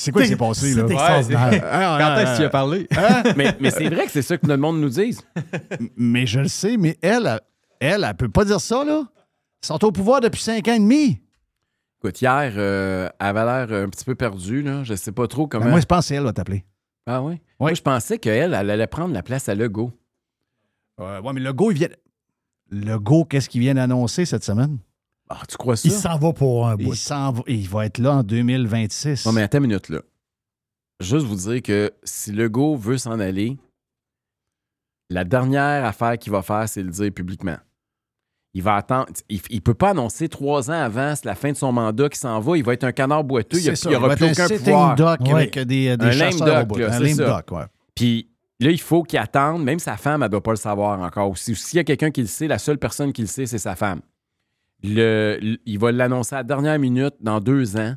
C'est quoi qui s'est passé, là? C'est extraordinaire. Ouais, quand est-ce que tu y as parlé? Hein? mais, mais c'est vrai que c'est ça que notre monde nous dise. Mais je le sais, mais elle, elle, elle, elle peut pas dire ça, là. Ils sont au pouvoir depuis cinq ans et demi. Écoute, hier, euh, elle avait l'air un petit peu perdue, là. Je sais pas trop comment... Ben moi, je pense que c'est elle qui va t'appeler. Ah oui? Oui. Moi, je pensais qu'elle, elle allait prendre la place à Legault. Euh, oui, mais Legault, il vient... Legault, qu'est-ce qu'il vient d'annoncer cette semaine? Ah, tu crois ça? Il s'en va pour un bout. Il s'en va, il va être là en deux mille vingt-six. Non, mais attends une minute, là. Juste vous dire que si Legault veut s'en aller, la dernière affaire qu'il va faire, c'est le dire publiquement. Il va attendre. Il ne peut pas annoncer trois ans avant la fin de son mandat qu'il s'en va. Il va être un canard boiteux. Il n'y aura plus aucun pouvoir. Doc Oui. avec des, des un chasseurs lame au duck, bout. là, Un c'est lame ça. duck, ouais. Puis là, il faut qu'il attende. Même sa femme, elle ne doit pas le savoir encore. Aussi, s'il y a quelqu'un qui le sait, la seule personne qui le sait, c'est sa femme. Le, le- il va l'annoncer à la dernière minute dans deux ans.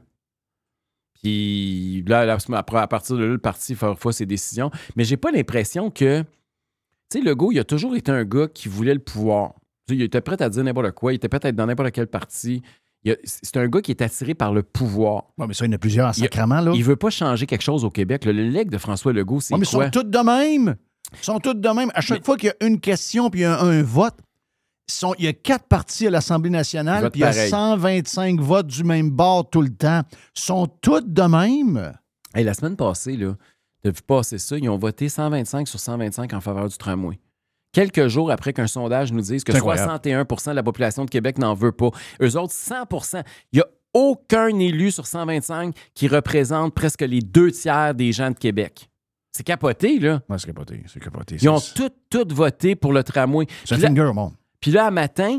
Puis là, là, après, à partir de là, le parti fera fera ses décisions. Mais j'ai pas l'impression que... Tu sais, Legault, il a toujours été un gars qui voulait le pouvoir. Tu sais, il était prêt à dire n'importe quoi. Il était prêt à être dans n'importe quel parti. Il a- C'est un gars qui est attiré par le pouvoir. Ouais, mais ça, il y en a plusieurs en Il- sacrament, là. Il veut pas changer quelque chose au Québec. Le, le legs de François Legault, c'est Ouais, mais ils quoi? sont tous de même. Ils sont tous de même. À chaque fois qu'il y a une question puis il y a un, un vote, ils sont- il y a quatre partis à l'Assemblée Ils nationale votent puis il y a pareil. cent vingt-cinq votes du même bord tout le temps. Ils sont tous de même. Hey, la semaine passée, là, t'as vu passer ça, ils ont voté cent vingt-cinq sur cent vingt-cinq en faveur du tramway. Quelques jours après qu'un sondage nous dise que C'est incroyable. soixante et un pour cent de la population de Québec n'en veut pas. Eux autres, cent pour cent. Il n'y a aucun élu sur cent vingt-cinq qui représente presque les deux tiers des gens de Québec. C'est capoté, là. Ouais, c'est capoté. C'est capoté. Ils ont C'est- tous, tous voté pour le tramway. C'est un Puis là- finger au monde. Puis là, à matin,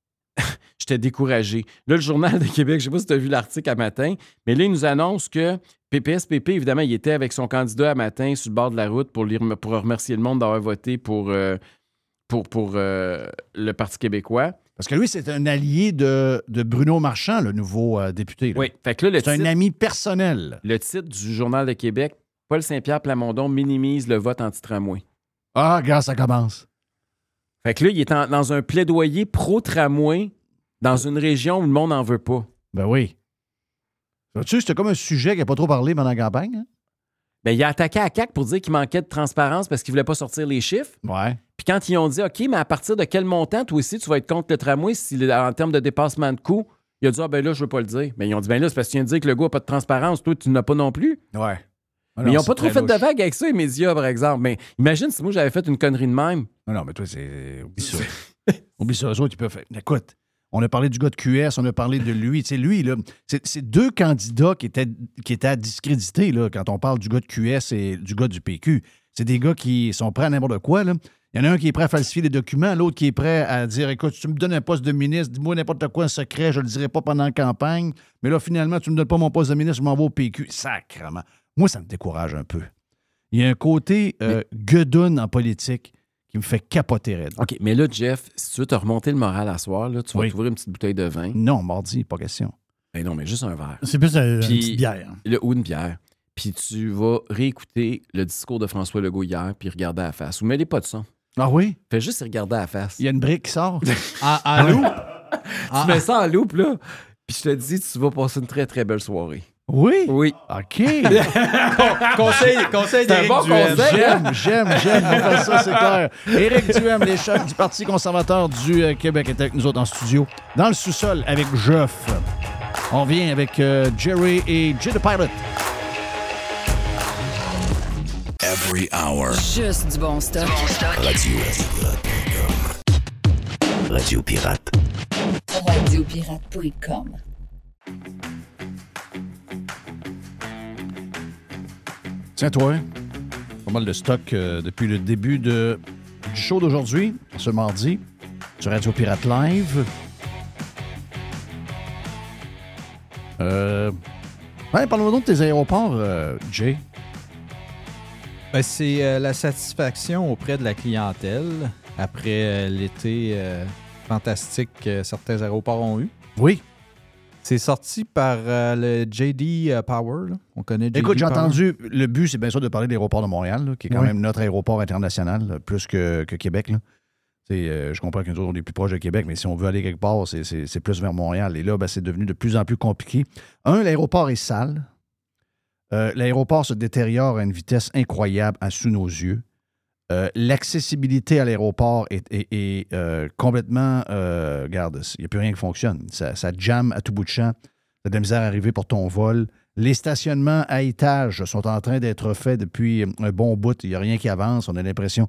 j'étais découragé. Là, le Journal de Québec, je ne sais pas si tu as vu l'article à matin, mais là, il nous annonce que P P S P P, évidemment, il était avec son candidat à matin sur le bord de la route pour, lui rem- pour remercier le monde d'avoir voté pour, euh, pour, pour euh, le Parti québécois. Parce que lui, c'est un allié de, de Bruno Marchand, le nouveau euh, député. là. Oui, fait que là, le C'est un titre, ami personnel. le titre du Journal de Québec, Paul Saint-Pierre Plamondon minimise le vote anti-tramway. Ah, regarde, ça commence. Fait que là, il est en- dans un plaidoyer pro-tramway dans une région où le monde n'en veut pas. Ben oui. Tu sais, c'était comme un sujet qui n'a pas trop parlé pendant la campagne. Hein? Ben, il a attaqué à C A Q pour dire qu'il manquait de transparence parce qu'il voulait pas sortir les chiffres. Ouais. Puis quand ils ont dit, OK, mais à partir de quel montant, toi aussi, tu vas être contre le tramway si, en termes de dépassement de coûts, il a dit, ah ben là, je veux pas le dire. Mais ils ont dit, ben là, c'est parce que tu viens de dire que le gars n'a pas de transparence. Toi, tu n'as pas non plus. Ouais. mais ils n'ont pas trop fait de vagues avec ça, les médias, par exemple. Mais imagine si moi, j'avais fait une connerie de même. Non, non, mais toi, c'est. Oublie ça. Oublie ça. Eux autres, ils peuvent faire. Écoute, on a parlé du gars de Q S, on a parlé de lui. Tu sais, lui, là, c'est, c'est deux candidats qui étaient, qui étaient à discréditer, là, quand on parle du gars de Q S et du gars du P Q. C'est des gars qui sont prêts à n'importe quoi, là. Il y en a un qui est prêt à falsifier les documents, l'autre qui est prêt à dire, écoute, tu me donnes un poste de ministre, dis-moi n'importe quoi, un secret, je le dirai pas pendant la campagne, mais là, finalement, tu me donnes pas mon poste de ministre, je m'en vais au P Q. Sacrement. Moi, ça me décourage un peu. Il y a un côté euh, gueudonne en politique qui me fait capoter raide. OK, mais là, Jeff, si tu veux te remonter le moral à soir, là, tu vas Oui. t'ouvrir une petite bouteille de vin. Non, mardi, pas question. Ben non, mais juste un verre. C'est plus un- une Puis- petite bière. Le, ou une bière. Puis tu vas réécouter le discours de François Legault hier, puis regarder à la face. Ou mêlez pas de son. Ah oui? Fais juste regarder à la face. Il y a une brique qui sort. En, en loup? Tu mets ça en loupe, là. Puis je te dis, tu vas passer une très, très belle soirée. Oui? Oui. OK. conseil conseil C'est un d'Éric bon Duhem. conseil. J'aime, j'aime, j'aime. On va faire ça, c'est clair. Éric Duhem, les chefs du Parti conservateur du euh, Québec, est avec nous autres en studio. Dans le sous-sol, avec Jeff. On vient avec euh, Jerry et Jay the Pilot. Every hour. Juste du bon stock. Radio. Radio Pirate. radio pirate point com. Tiens, toi, pas mal de stock euh, depuis le début de, du show d'aujourd'hui, ce mardi, sur Radio Pirate Live. Euh, ouais, parle-moi donc de tes aéroports, euh, Jay. Ben, c'est euh, la satisfaction auprès de la clientèle après euh, l'été euh, fantastique que certains aéroports ont eu. Oui. C'est sorti par euh, le J D euh, Power. Là. On connaît J D Écoute, j'ai Power. entendu, le but, c'est bien sûr de parler de l'aéroport de Montréal, là, qui est quand Oui. même notre aéroport international, là, plus que, que Québec. Là. C'est, euh, je comprends que nous autres, on est plus proche de Québec, mais si on veut aller quelque part, c'est, c'est, c'est plus vers Montréal. Et là, ben, c'est devenu de plus en plus compliqué. Un, l'aéroport est sale. Euh, l'aéroport se détériore à une vitesse incroyable à sous nos yeux. Euh, l'accessibilité à l'aéroport est, est, est euh, complètement... Euh, regarde, il n'y a plus rien qui fonctionne. Ça, ça jamme à tout bout de champ. Tu as de la misère à arriver pour ton vol. Les stationnements à étage sont en train d'être faits depuis un bon bout. Il n'y a rien qui avance. On a l'impression...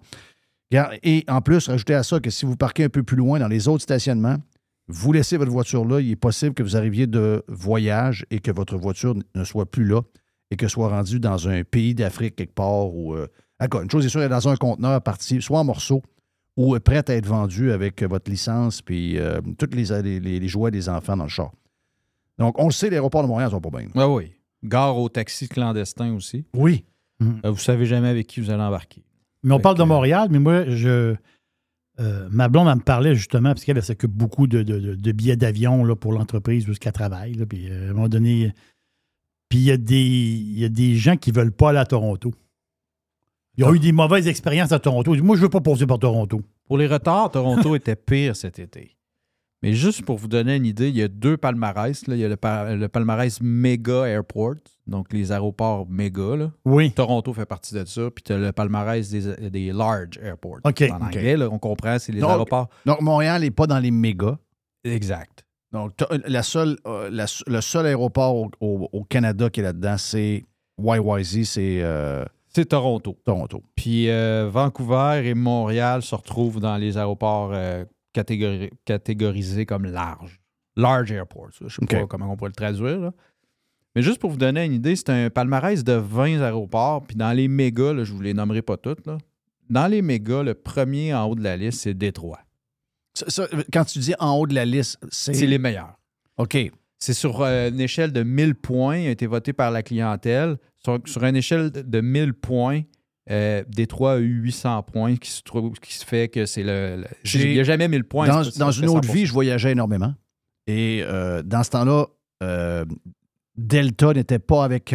Et en plus, rajoutez à ça que si vous parquez un peu plus loin dans les autres stationnements, vous laissez votre voiture là, il est possible que vous arriviez de voyage et que votre voiture ne soit plus là et que soit rendue dans un pays d'Afrique quelque part ou... Euh, encore, une chose est sûre, elle est dans un conteneur parti, soit en morceaux ou prête à être vendue avec votre licence puis euh, toutes les, les, les jouets des enfants dans le char. Donc, on le sait, l'aéroport de Montréal ne sont pas bien. Ah oui. Gare aux taxis clandestins aussi. Oui. Euh, vous ne savez jamais avec qui vous allez embarquer. Mais on Fait parle que, de Montréal, mais moi, je euh, ma blonde, elle me parlait justement, parce qu'elle elle s'occupe beaucoup de, de, de, de billets d'avion là, pour l'entreprise jusqu'à travail. Là, puis euh, à un moment donné, puis il y a des il y a des gens qui ne veulent pas aller à Toronto. Ils ont ah. eu des mauvaises expériences à Toronto. Ils disent, moi, je ne veux pas passer par Toronto. Pour les retards, Toronto était pire cet été. Mais juste pour vous donner une idée, il y a deux palmarès. Là. Il y a le, par- le palmarès Mega Airport, donc les aéroports méga. Là. Oui. Toronto fait partie de ça. Puis tu as le palmarès des, des Large Airports. OK. En anglais, là, on comprend, c'est les donc, aéroports. Donc, Montréal n'est pas dans les mégas. Exact. Donc, la seule, euh, la, le seul aéroport au, au, au Canada qui est là-dedans, c'est Y Y Z, c'est... Euh, c'est Toronto. Toronto. Puis euh, Vancouver et Montréal se retrouvent dans les aéroports euh, catégori- catégorisés comme large. Large airports. Je ne sais Okay. pas comment on pourrait le traduire. Là. Mais juste pour vous donner une idée, c'est un palmarès de vingt aéroports. Puis dans les mégas, là, je ne vous les nommerai pas toutes. Là. Dans les mégas, le premier en haut de la liste, c'est Détroit. Ça, ça, quand tu dis en haut de la liste, c'est... C'est les meilleurs. OK. C'est sur euh, une échelle de mille points. Il a été voté par la clientèle. Sur, sur une échelle de mille points, euh, Détroit a eu huit cents points, qui se, trouve, qui se fait que c'est le... le il n'y a jamais mille points. Dans, c'est, dans c'est une autre cent pour cent. vie, je voyageais énormément. Et euh, dans ce temps-là, euh, Delta n'était pas avec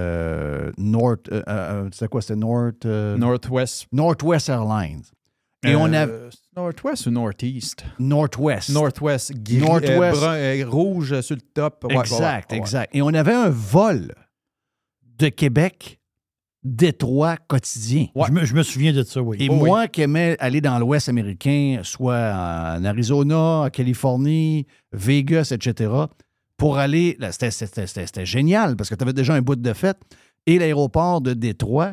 euh, North... Euh, euh, c'est quoi? C'était North... Euh, Northwest. Northwest Airlines. Et Euh, on a... Northwest ou Northeast? Northwest. Northwest. Gris, Northwest. euh, brun, euh, rouge sur le top. Ouais, Exact, ouais, ouais. exact. Et on avait un vol de Québec, Détroit quotidien. Ouais. Je, me, je me souviens de ça, oui. Et oh, moi oui. qui aimais aller dans l'Ouest américain, soit en Arizona, en Californie, Vegas, et cetera, pour aller... Là, c'était, c'était, c'était, c'était génial parce que tu avais déjà un bout de fête. Et l'aéroport de Détroit,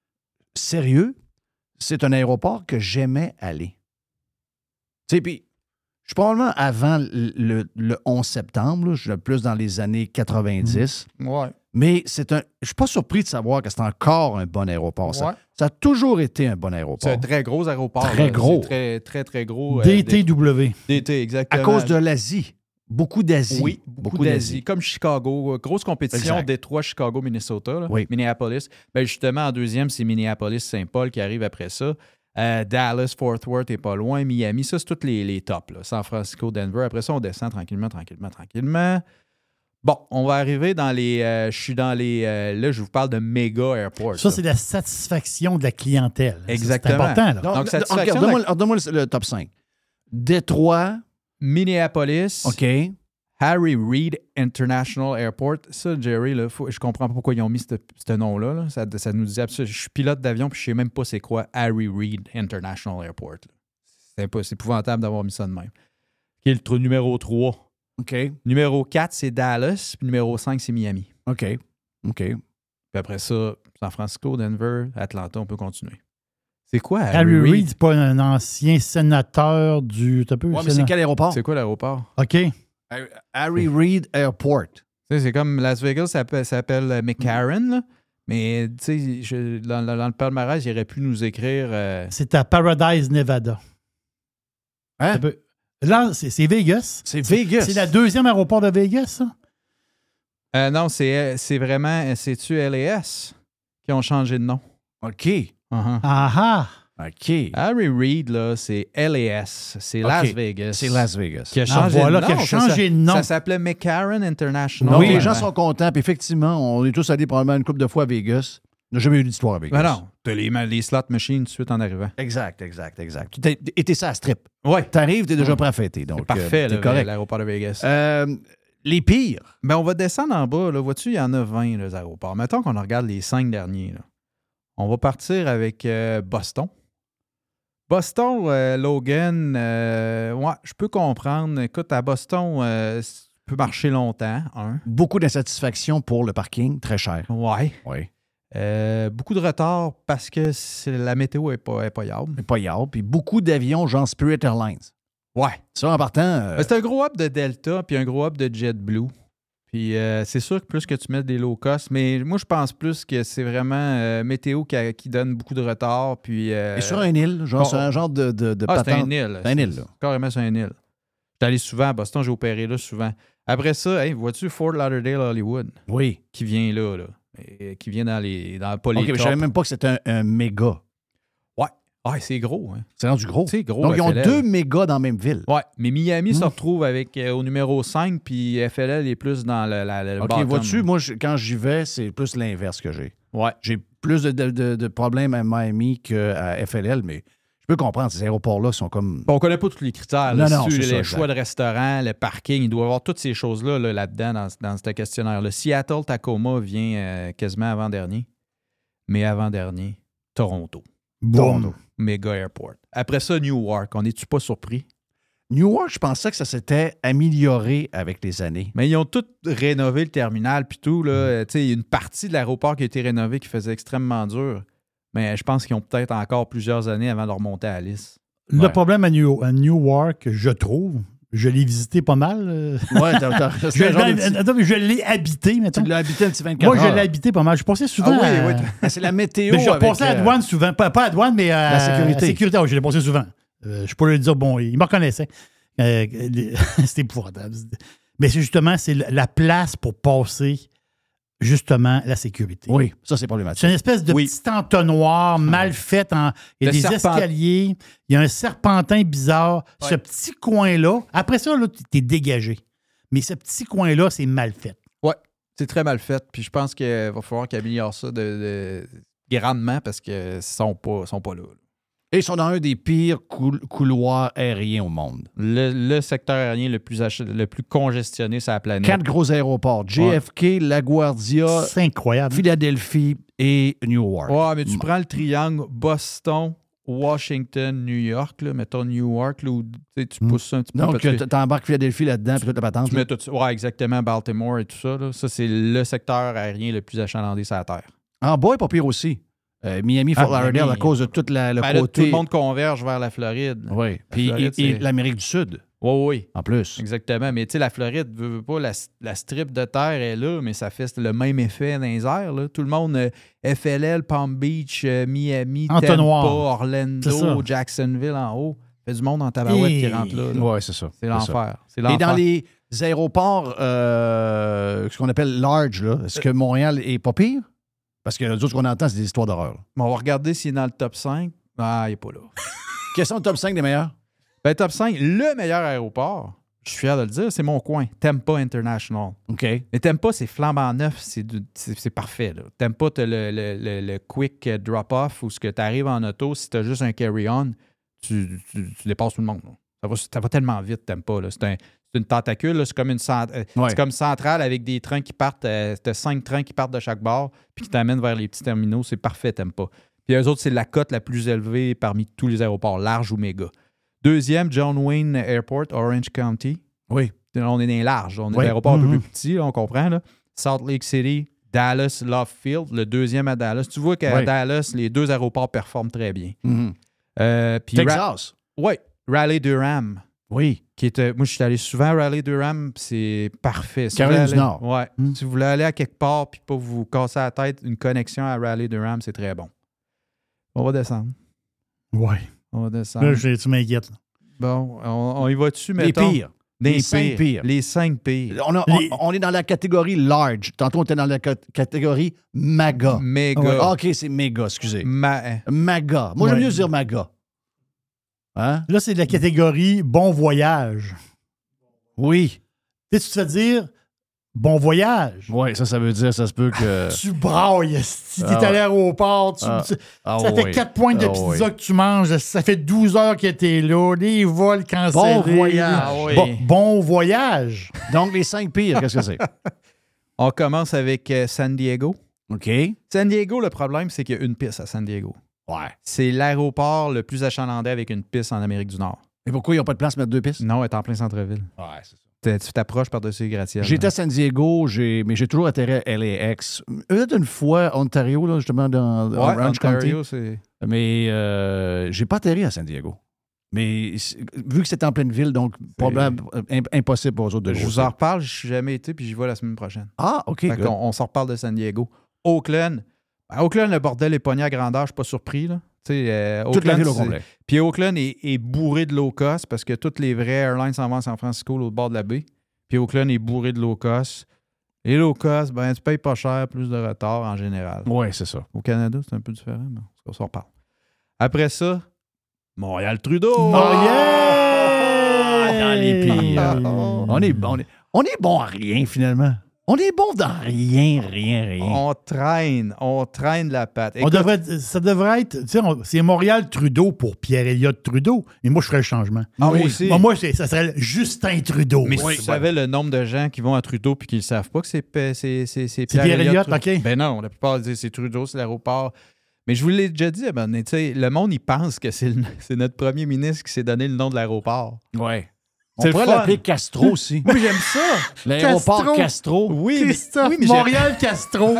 sérieux, c'est un aéroport que j'aimais aller. Tu sais, puis, je suis probablement avant le, le, le onze septembre, là, je suis plus dans les années quatre-vingt-dix. Mmh. Ouais. Mais c'est un. Je suis pas surpris de savoir que c'est encore un bon aéroport. Ouais. Ça, ça a toujours été un bon aéroport. C'est un très gros aéroport. Très là. gros. C'est très, très, très gros. euh, D T W. D T, exactement. À cause de l'Asie. Beaucoup d'Asie. Oui, beaucoup, d'Asie. Comme Chicago. Grosse compétition, Exact. Détroit, Chicago, Minnesota. Là. Oui. Minneapolis. Ben justement, en deuxième, c'est Minneapolis-Saint Paul qui arrive après ça. Euh, Dallas, Fort Worth est pas loin. Miami, ça, c'est tous les, les tops. Là. San Francisco, Denver. Après ça, on descend tranquillement, tranquillement, tranquillement. Bon, on va arriver dans les... Euh, je suis dans les... Euh, là, je vous parle de méga airports. Ça, là. c'est la satisfaction de la clientèle. Exactement. C'est important, là. Donc, Donc, satisfaction donc, de la- donne-moi, donne-moi le, le top cinq. Détroit. Minneapolis. OK. Harry Reid International Airport. Ça, Jerry, là, faut, je comprends pas pourquoi ils ont mis ce, ce nom-là. Là. Ça, ça nous dit absolument... Je suis pilote d'avion puis je sais même pas c'est quoi Harry Reid International Airport. Là. C'est, pas, c'est épouvantable d'avoir mis ça de même. Qui est le trou numéro trois. OK. Numéro quatre, c'est Dallas. Puis numéro cinq, c'est Miami. OK. OK. Puis après ça, San Francisco, Denver, Atlanta, on peut continuer. C'est quoi Harry, Harry Reid? Reid, c'est pas un ancien sénateur du... T'as peu, Ouais, mais sénat- c'est quel aéroport? C'est quoi l'aéroport? OK. Harry Reid Airport. Tu sais, c'est comme Las Vegas, ça s'appelle, ça s'appelle euh, McCarran, là. Mais tu sais, je- dans, dans le palmarès, il aurait pu nous écrire... euh, C'est à Paradise, Nevada. Hein? Ça peut- Là, c'est, c'est Vegas. C'est Vegas. C'est le deuxième aéroport de Vegas, ça? euh, non, c'est, c'est vraiment... C'est-tu L A S qui ont changé de nom? OK. Uh-huh. Ah ah! OK. Harry Reid, là, c'est L A S. C'est OK. Las Vegas. C'est Las Vegas. Qui a Ah, changé voilà, de qui nom. a Ça, changé ça- de nom. Ça s'appelait McCarran International. Donc, Oui, les gens Ouais. sont contents. Puis effectivement, on est tous allés probablement une couple de fois à Vegas. On n'a jamais eu d'histoire à Vegas. Ben non, t'as les, les slot machines tout de suite en arrivant. Exact, exact, exact. T'es- Et t'es ça à strip. Ouais. T'arrives, t'es déjà prêt à fêter. Donc, C'est parfait, euh, t'es là, correct. l'aéroport de Vegas. Euh, Les pires. Ben, on va descendre en bas. Là. Vois-tu, il y en a vingt, les aéroports. Mettons qu'on en regarde les cinq derniers. Là. On va partir avec euh, Boston. Boston, euh, Logan, euh, ouais, je peux comprendre. Écoute, à Boston, euh, ça peut marcher longtemps. Hein? Beaucoup d'insatisfaction pour le parking, très cher. Ouais. Oui. Euh, beaucoup de retard parce que c'est, la météo n'est pas, est pas yable. Pas yable. Puis beaucoup d'avions, genre Spirit Airlines. Ouais. Ça, en partant... Euh... Ben, c'est un gros hub de Delta puis un gros hub de JetBlue. Puis euh, c'est sûr que plus que tu mets des low cost, mais moi, je pense plus que c'est vraiment euh, météo qui, a, qui donne beaucoup de retard. Puis, euh, Et sur un île, genre, bon, c'est un genre de, de, de ah, patente. c'est un île. C'est un île, là. Carrément, c'est un île. J'étais allé souvent à Boston, j'ai opéré là souvent. Après ça, hey, vois-tu Fort Lauderdale Hollywood? Oui. Qui vient là, là. Et, qui vient dans les. Dans, pas les OK, mais je savais même pas que c'était un, un méga. Ouais. Ah, c'est gros, hein. C'est rendu gros. C'est gros. Donc, ils ont F L L. deux mégas dans la même ville. Ouais, mais Miami mmh. se retrouve avec euh, au numéro cinq, puis F L L est plus dans le, la, le OK, bottom. vois-tu, moi, je, quand j'y vais, c'est plus l'inverse que j'ai. Ouais. J'ai plus de, de, de, de problèmes à Miami qu'à F L L, mais je peux comprendre, ces aéroports-là sont comme... Bon, on connaît pas tous les critères. Non, Là, non, si c'est tu, ça, les exact. choix de restaurant, le parking, il doit y avoir toutes ces choses-là là, là-dedans dans, dans ce questionnaire-là. Seattle, Tacoma vient euh, quasiment avant-dernier, mais avant-dernier, Toronto. Boom. Toronto. Mega Airport. Après ça, Newark. On n'est-tu pas surpris? Newark, je pensais que ça s'était amélioré avec les années. Mais ils ont tout rénové le terminal puis tout. Là. Tu sais, il y a une partie de l'aéroport qui a été rénovée qui faisait extrêmement dur. Mais je pense qu'ils ont peut-être encore plusieurs années avant de remonter à Alice. Le Ouais. problème à, New, à Newark, je trouve, je l'ai visité pas mal. euh, Ouais, t'as, t'as, je, c'est un genre de non, petit- attends, mais je l'ai habité, Tu mettons. l'as habité un petit vingt-quatre Moi, heures. je l'ai habité pas mal. Je passais souvent. Ah oui, à- oui. Ah, c'est la météo. Mais je avec, repassais à la euh, douane souvent. Pas, pas à la douane, mais à La sécurité. à sécurité, oui, je l'ai passé souvent. Euh, je pourrais le dire, bon, il me reconnaissait. Euh, les- C'était épouvantable. Mais c'est justement, c'est la place pour passer, justement, la sécurité. Oui, ça, c'est problématique. C'est une espèce de Oui. petit entonnoir mal fait. En, il y a Le des serpent- escaliers, il y a un serpentin bizarre. Ouais. Ce petit coin-là, après ça, là, tu es dégagé. Mais ce petit coin-là, c'est mal fait. Ouais, c'est très mal fait. Puis je pense qu'il va falloir qu'ils améliorent ça de, de- grandement parce qu'ils ne sont pas, sont pas là. là. Et ils sont dans un des pires cou- couloirs aériens au monde. Le, le secteur aérien le plus, ach- le plus congestionné sur la planète. Quatre gros aéroports. J F K, LaGuardia, C'est incroyable. Philadelphie et Newark. Ouais, mais tu Mm. prends le triangle Boston, Washington, New York, là, mettons Newark, là, où tu sais, tu pousses ça un petit peu. Donc, parce que tu t'embarques Philadelphie là-dedans, puis toute la patente. tu mets tout ça. Ouais, exactement, Baltimore et tout ça. Là. Ça, c'est le secteur aérien le plus achalandé sur la Terre. En bas, pas pire aussi. Euh, Miami, Fort Ah, Lauderdale, Miami. à cause de tout la, le Ben là, côté... tout le monde converge vers la Floride. Oui. La Puis Floride, et, et c'est- l'Amérique du Sud, Oui, oui. en plus. Exactement. Mais tu sais, la Floride, veut, veut pas, la, la strip de terre est là, mais ça fait le même effet dans les airs. Là. Tout le monde, euh, F L L, Palm Beach, euh, Miami, Entonnoir. Tampa, C'est ça. Orlando, Jacksonville en haut. Il y a du monde en tabarouette Et- qui rentre là. là. Oui, c'est ça. C'est ça. l'enfer. C'est Et l'enfer. dans les aéroports, euh, ce qu'on appelle large, là, est-ce que Montréal est pas pire? Parce que nous autres, ce qu'on entend, c'est des histoires d'horreur. là. Bon, on va regarder s'il est dans le top cinq. Ah, il n'est pas là. Quels sont le top cinq des meilleurs? Ben, top cinq, le meilleur aéroport, je suis fier de le dire, c'est mon coin, Tampa International. OK. Mais Tampa, c'est flambant neuf, c'est, du- c'est, c'est parfait. Là. Tampa, tu as le, le, le, le quick drop-off où tu arrives en auto, si tu as juste un carry-on, tu, tu, tu dépasses tout le monde. là. Ça va, ça va tellement vite, Tampa. Là. C'est, un, c'est une tentacule, là. c'est comme une cent- euh, Ouais. c'est comme centrale avec des trains qui partent, euh, tu as cinq trains qui partent de chaque bord, puis qui t'amènent vers les petits terminaux. C'est parfait, Tampa. Puis eux autres, c'est la cote la plus élevée parmi tous les aéroports, large ou méga. Deuxième, John Wayne Airport, Orange County. Oui. On est dans les larges. On est Oui. dans l'aéroport un Mhm. peu plus petit, là, on comprend. Là. Salt Lake City, Dallas, Love Field, le deuxième à Dallas. Tu vois qu'à Oui. Dallas, les deux aéroports performent très bien. Mhm. Euh, puis Ra- Texas. Oui, Raleigh-Durham. Oui. Qui était, moi, je suis allé souvent à Raleigh-Durham, c'est parfait. Si Caroline vous voulez du aller- Nord. Ouais. Mm. Si vous voulez aller à quelque part puis pas vous casser la tête, une connexion à Raleigh-Durham, c'est très bon. On va descendre. Ouais. On va descendre. Là, je- tu m'inquiètes. là. Bon, on, on y va dessus, Les mettons. pires. Des Les cinq pires. Les cinq pires. On, a- on- on est dans la catégorie large. Tantôt, on était dans la cat- catégorie maga. Méga. Ah, OK, c'est méga, excusez. Ma- Maga. Moi, j'aime Ouais. mieux dire maga. Hein? Là, c'est de la catégorie bon voyage. Oui. Tu sais, tu te fais dire bon voyage. Oui, ça, ça veut dire, ça se peut que... Tu brailles, si t'es Ah ouais. à l'aéroport, tu, Ah. tu- Ah ça fait oui. quatre pointes de Ah pizza oui. que tu manges, ça fait douze heures que t'es là, les vols cancellés. Bon voyage. Ah oui. Bon, bon voyage. Donc, les cinq pires, qu'est-ce que c'est? On commence avec euh, San Diego. OK. San Diego, le problème, c'est qu'il y a une piste à San Diego. Ouais. C'est l'aéroport le plus achalandé avec une piste en Amérique du Nord. Et pourquoi ils n'ont pas de place pour mettre deux pistes? Non, elle est en plein centre-ville. Ouais, c'est ça. T'es- Tu t'approches par-dessus les gratte-ciels. J'étais à San Diego, j'ai, mais j'ai toujours atterri à L A X. Peut-être une fois Ontario, là, justement, dans Ouais, Orange Ontario, County. c'est... Mais euh, j'ai pas atterri à San Diego. Mais c'est- vu que c'était en pleine ville, donc probable, im- impossible pour eux autres de Je vous grossir. en reparle, je suis jamais été, puis j'y vais la semaine prochaine. Ah, OK. Fait good. qu'on- on s'en reparle de San Diego. Oakland. À Oakland, le bordel est pogné à grandeur, je suis pas surpris. Là. Tu sais, euh, Toute la Oakland, ville au c'est- complet. Puis Oakland est, est bourré de low cost parce que toutes les vraies airlines s'en vont à San Francisco, l'autre bord de la baie. Puis Oakland est bourré de low cost. Et low cost, ben, tu payes pas cher, plus de retard en général. Oui, c'est ça. Au Canada, c'est un peu différent, mais on s'en reparle. Après ça, Montréal-Trudeau. Montréal! Dans les pires. On est, on, est, on est bon à rien, finalement. On est bon dans rien, rien, rien. On traîne, on traîne la patte. On Écoute, devrait, ça devrait être, tu sais, on- c'est Montréal-Trudeau pour Pierre-Éliott Trudeau. Et moi, je ferais le changement. Ah, moi aussi. Moi, moi, c'est- ça serait Justin Trudeau. Mais Oui. si tu savais le nombre de gens qui vont à Trudeau puis qui ne savent pas que c'est c'est- c'est- c'est C'est Pierre Pierre-Éliott, Trudeau. OK. Ben non, la plupart disent c'est Trudeau, c'est l'aéroport. Mais je vous l'ai déjà dit, ben, tu sais, le monde, il pense que c'est le- c'est notre premier ministre qui s'est donné le nom de l'aéroport. Ouais. On C'est le pourrait fun. l'appeler Castro aussi. Moi, j'aime ça. L'aéroport Castro. Castro. Oui, mais, Christophe oui, mais j'aime- Montréal-Castro.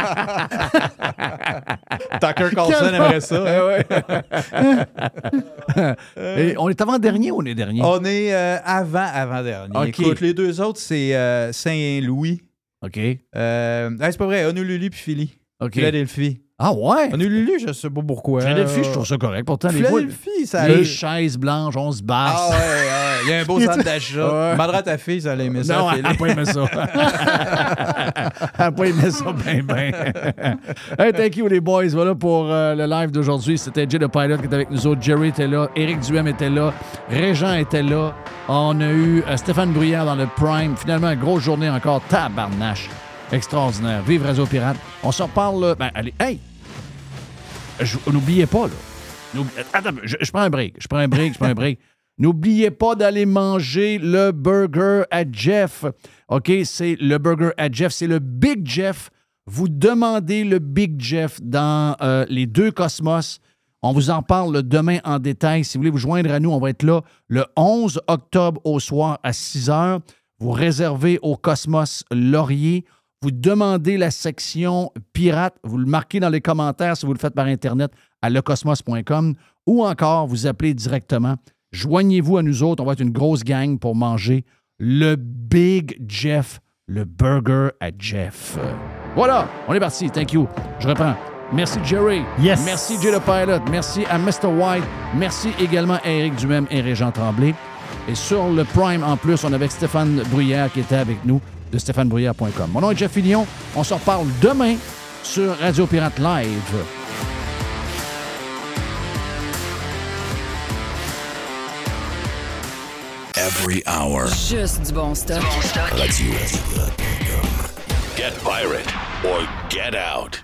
Tucker Carlson aimerait ça. hein. Et on est avant-dernier ou on est dernier? On est euh, avant, avant-dernier. OK. Écoute, les deux autres, c'est euh, Saint-Louis. OK. Euh, hey, c'est pas vrai, Honolulu puis Philly. OK. Philadelphie. Ah ouais? Honolulu, je sais pas pourquoi. Philadelphie, je trouve ça correct. Pourtant, les, fois, Philadelphie, ça les chaises blanches, on se basse. Ah ouais, ouais, il y a un beau centre d'achat. Ouais. Demandera à ta fille, ça allait aimer ça. Non, elle Philly. n'a pas aimé ça. Elle n'a pas aimé ça bien, bien. Hey, thank you, les boys. Voilà pour euh, le live d'aujourd'hui. C'était Jay the Pilot qui était avec nous autres. Jerry était là. Éric Duhem était là. Régent était là. On a eu euh, Stéphane Bruyère dans le Prime. Finalement, une grosse journée encore. Tabarnache. Extraordinaire. Vive Radio Pirate. On s'en reparle. euh, Ben, allez. Hey! Je- N'oubliez pas, là. N'oubli- Attends, je, je prends un break. Je prends un break. Je prends un break. N'oubliez pas d'aller manger le burger à Jeff. OK? C'est le burger à Jeff. C'est le Big Jeff. Vous demandez le Big Jeff dans euh, les deux Cosmos. On vous en parle demain en détail. Si vous voulez vous joindre à nous, on va être là le onze octobre au soir à six heures. Vous réservez au Cosmos Laurier. Vous demandez la section pirate. Vous le marquez dans les commentaires si vous le faites par Internet à lecosmos point com ou encore vous appelez directement. Joignez-vous à nous autres. On va être une grosse gang pour manger le Big Jeff, le burger à Jeff. Voilà, on est parti. Thank you. Je reprends. Merci Jerry. Yes. Merci Jay the Pilot. Merci à mister White. Merci également à Éric Duhem et Régent Tremblay. Et sur le Prime, en plus, on avait Stéphane Bruyère qui était avec nous de stéphane bruyère point com. Mon nom est Jeff Fillion. On se reparle demain sur Radio Pirate Live. Every hour. Juste du bon stock. Radio. Get pirate or get out.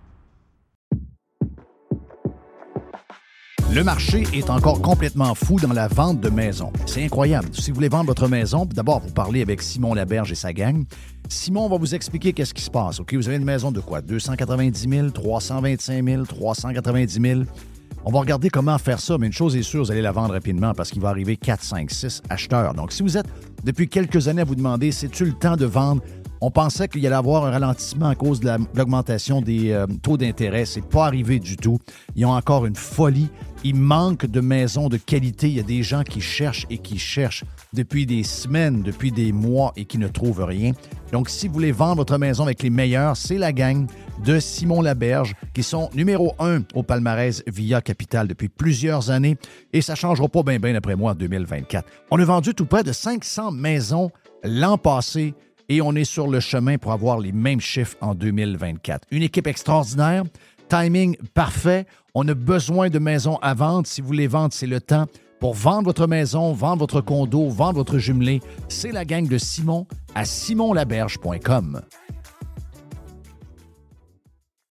Le marché est encore complètement fou dans la vente de maisons. C'est incroyable. Si vous voulez vendre votre maison, d'abord, vous parlez avec Simon Laberge et sa gang. Simon va vous expliquer qu'est-ce qui se passe. OK, vous avez une maison de quoi? deux cent quatre-vingt-dix mille, trois cent vingt-cinq mille, trois cent quatre-vingt-dix mille. On va regarder comment faire ça, mais une chose est sûre, vous allez la vendre rapidement parce qu'il va arriver quatre, cinq, six acheteurs. Donc, si vous êtes depuis quelques années à vous demander, c'est-tu le temps de vendre? On pensait qu'il y allait avoir un ralentissement à cause de la- de l'augmentation des euh, taux d'intérêt. C'est pas arrivé du tout. Ils ont encore une folie. Il manque de maisons de qualité. Il y a des gens qui cherchent et qui cherchent depuis des semaines, depuis des mois et qui ne trouvent rien. Donc, si vous voulez vendre votre maison avec les meilleurs, c'est la gang de Simon Laberge qui sont numéro un au palmarès Via Capital depuis plusieurs années et ça ne changera pas bien, bien après moi en deux mille vingt-quatre. On a vendu tout près de cinq cents maisons l'an passé et on est sur le chemin pour avoir les mêmes chiffres en deux mille vingt-quatre. Une équipe extraordinaire, timing parfait. On a besoin de maisons à vendre. Si vous voulez vendre, c'est le temps. Pour vendre votre maison, vendre votre condo, vendre votre jumelé, c'est la gang de Simon à simon laberge point com.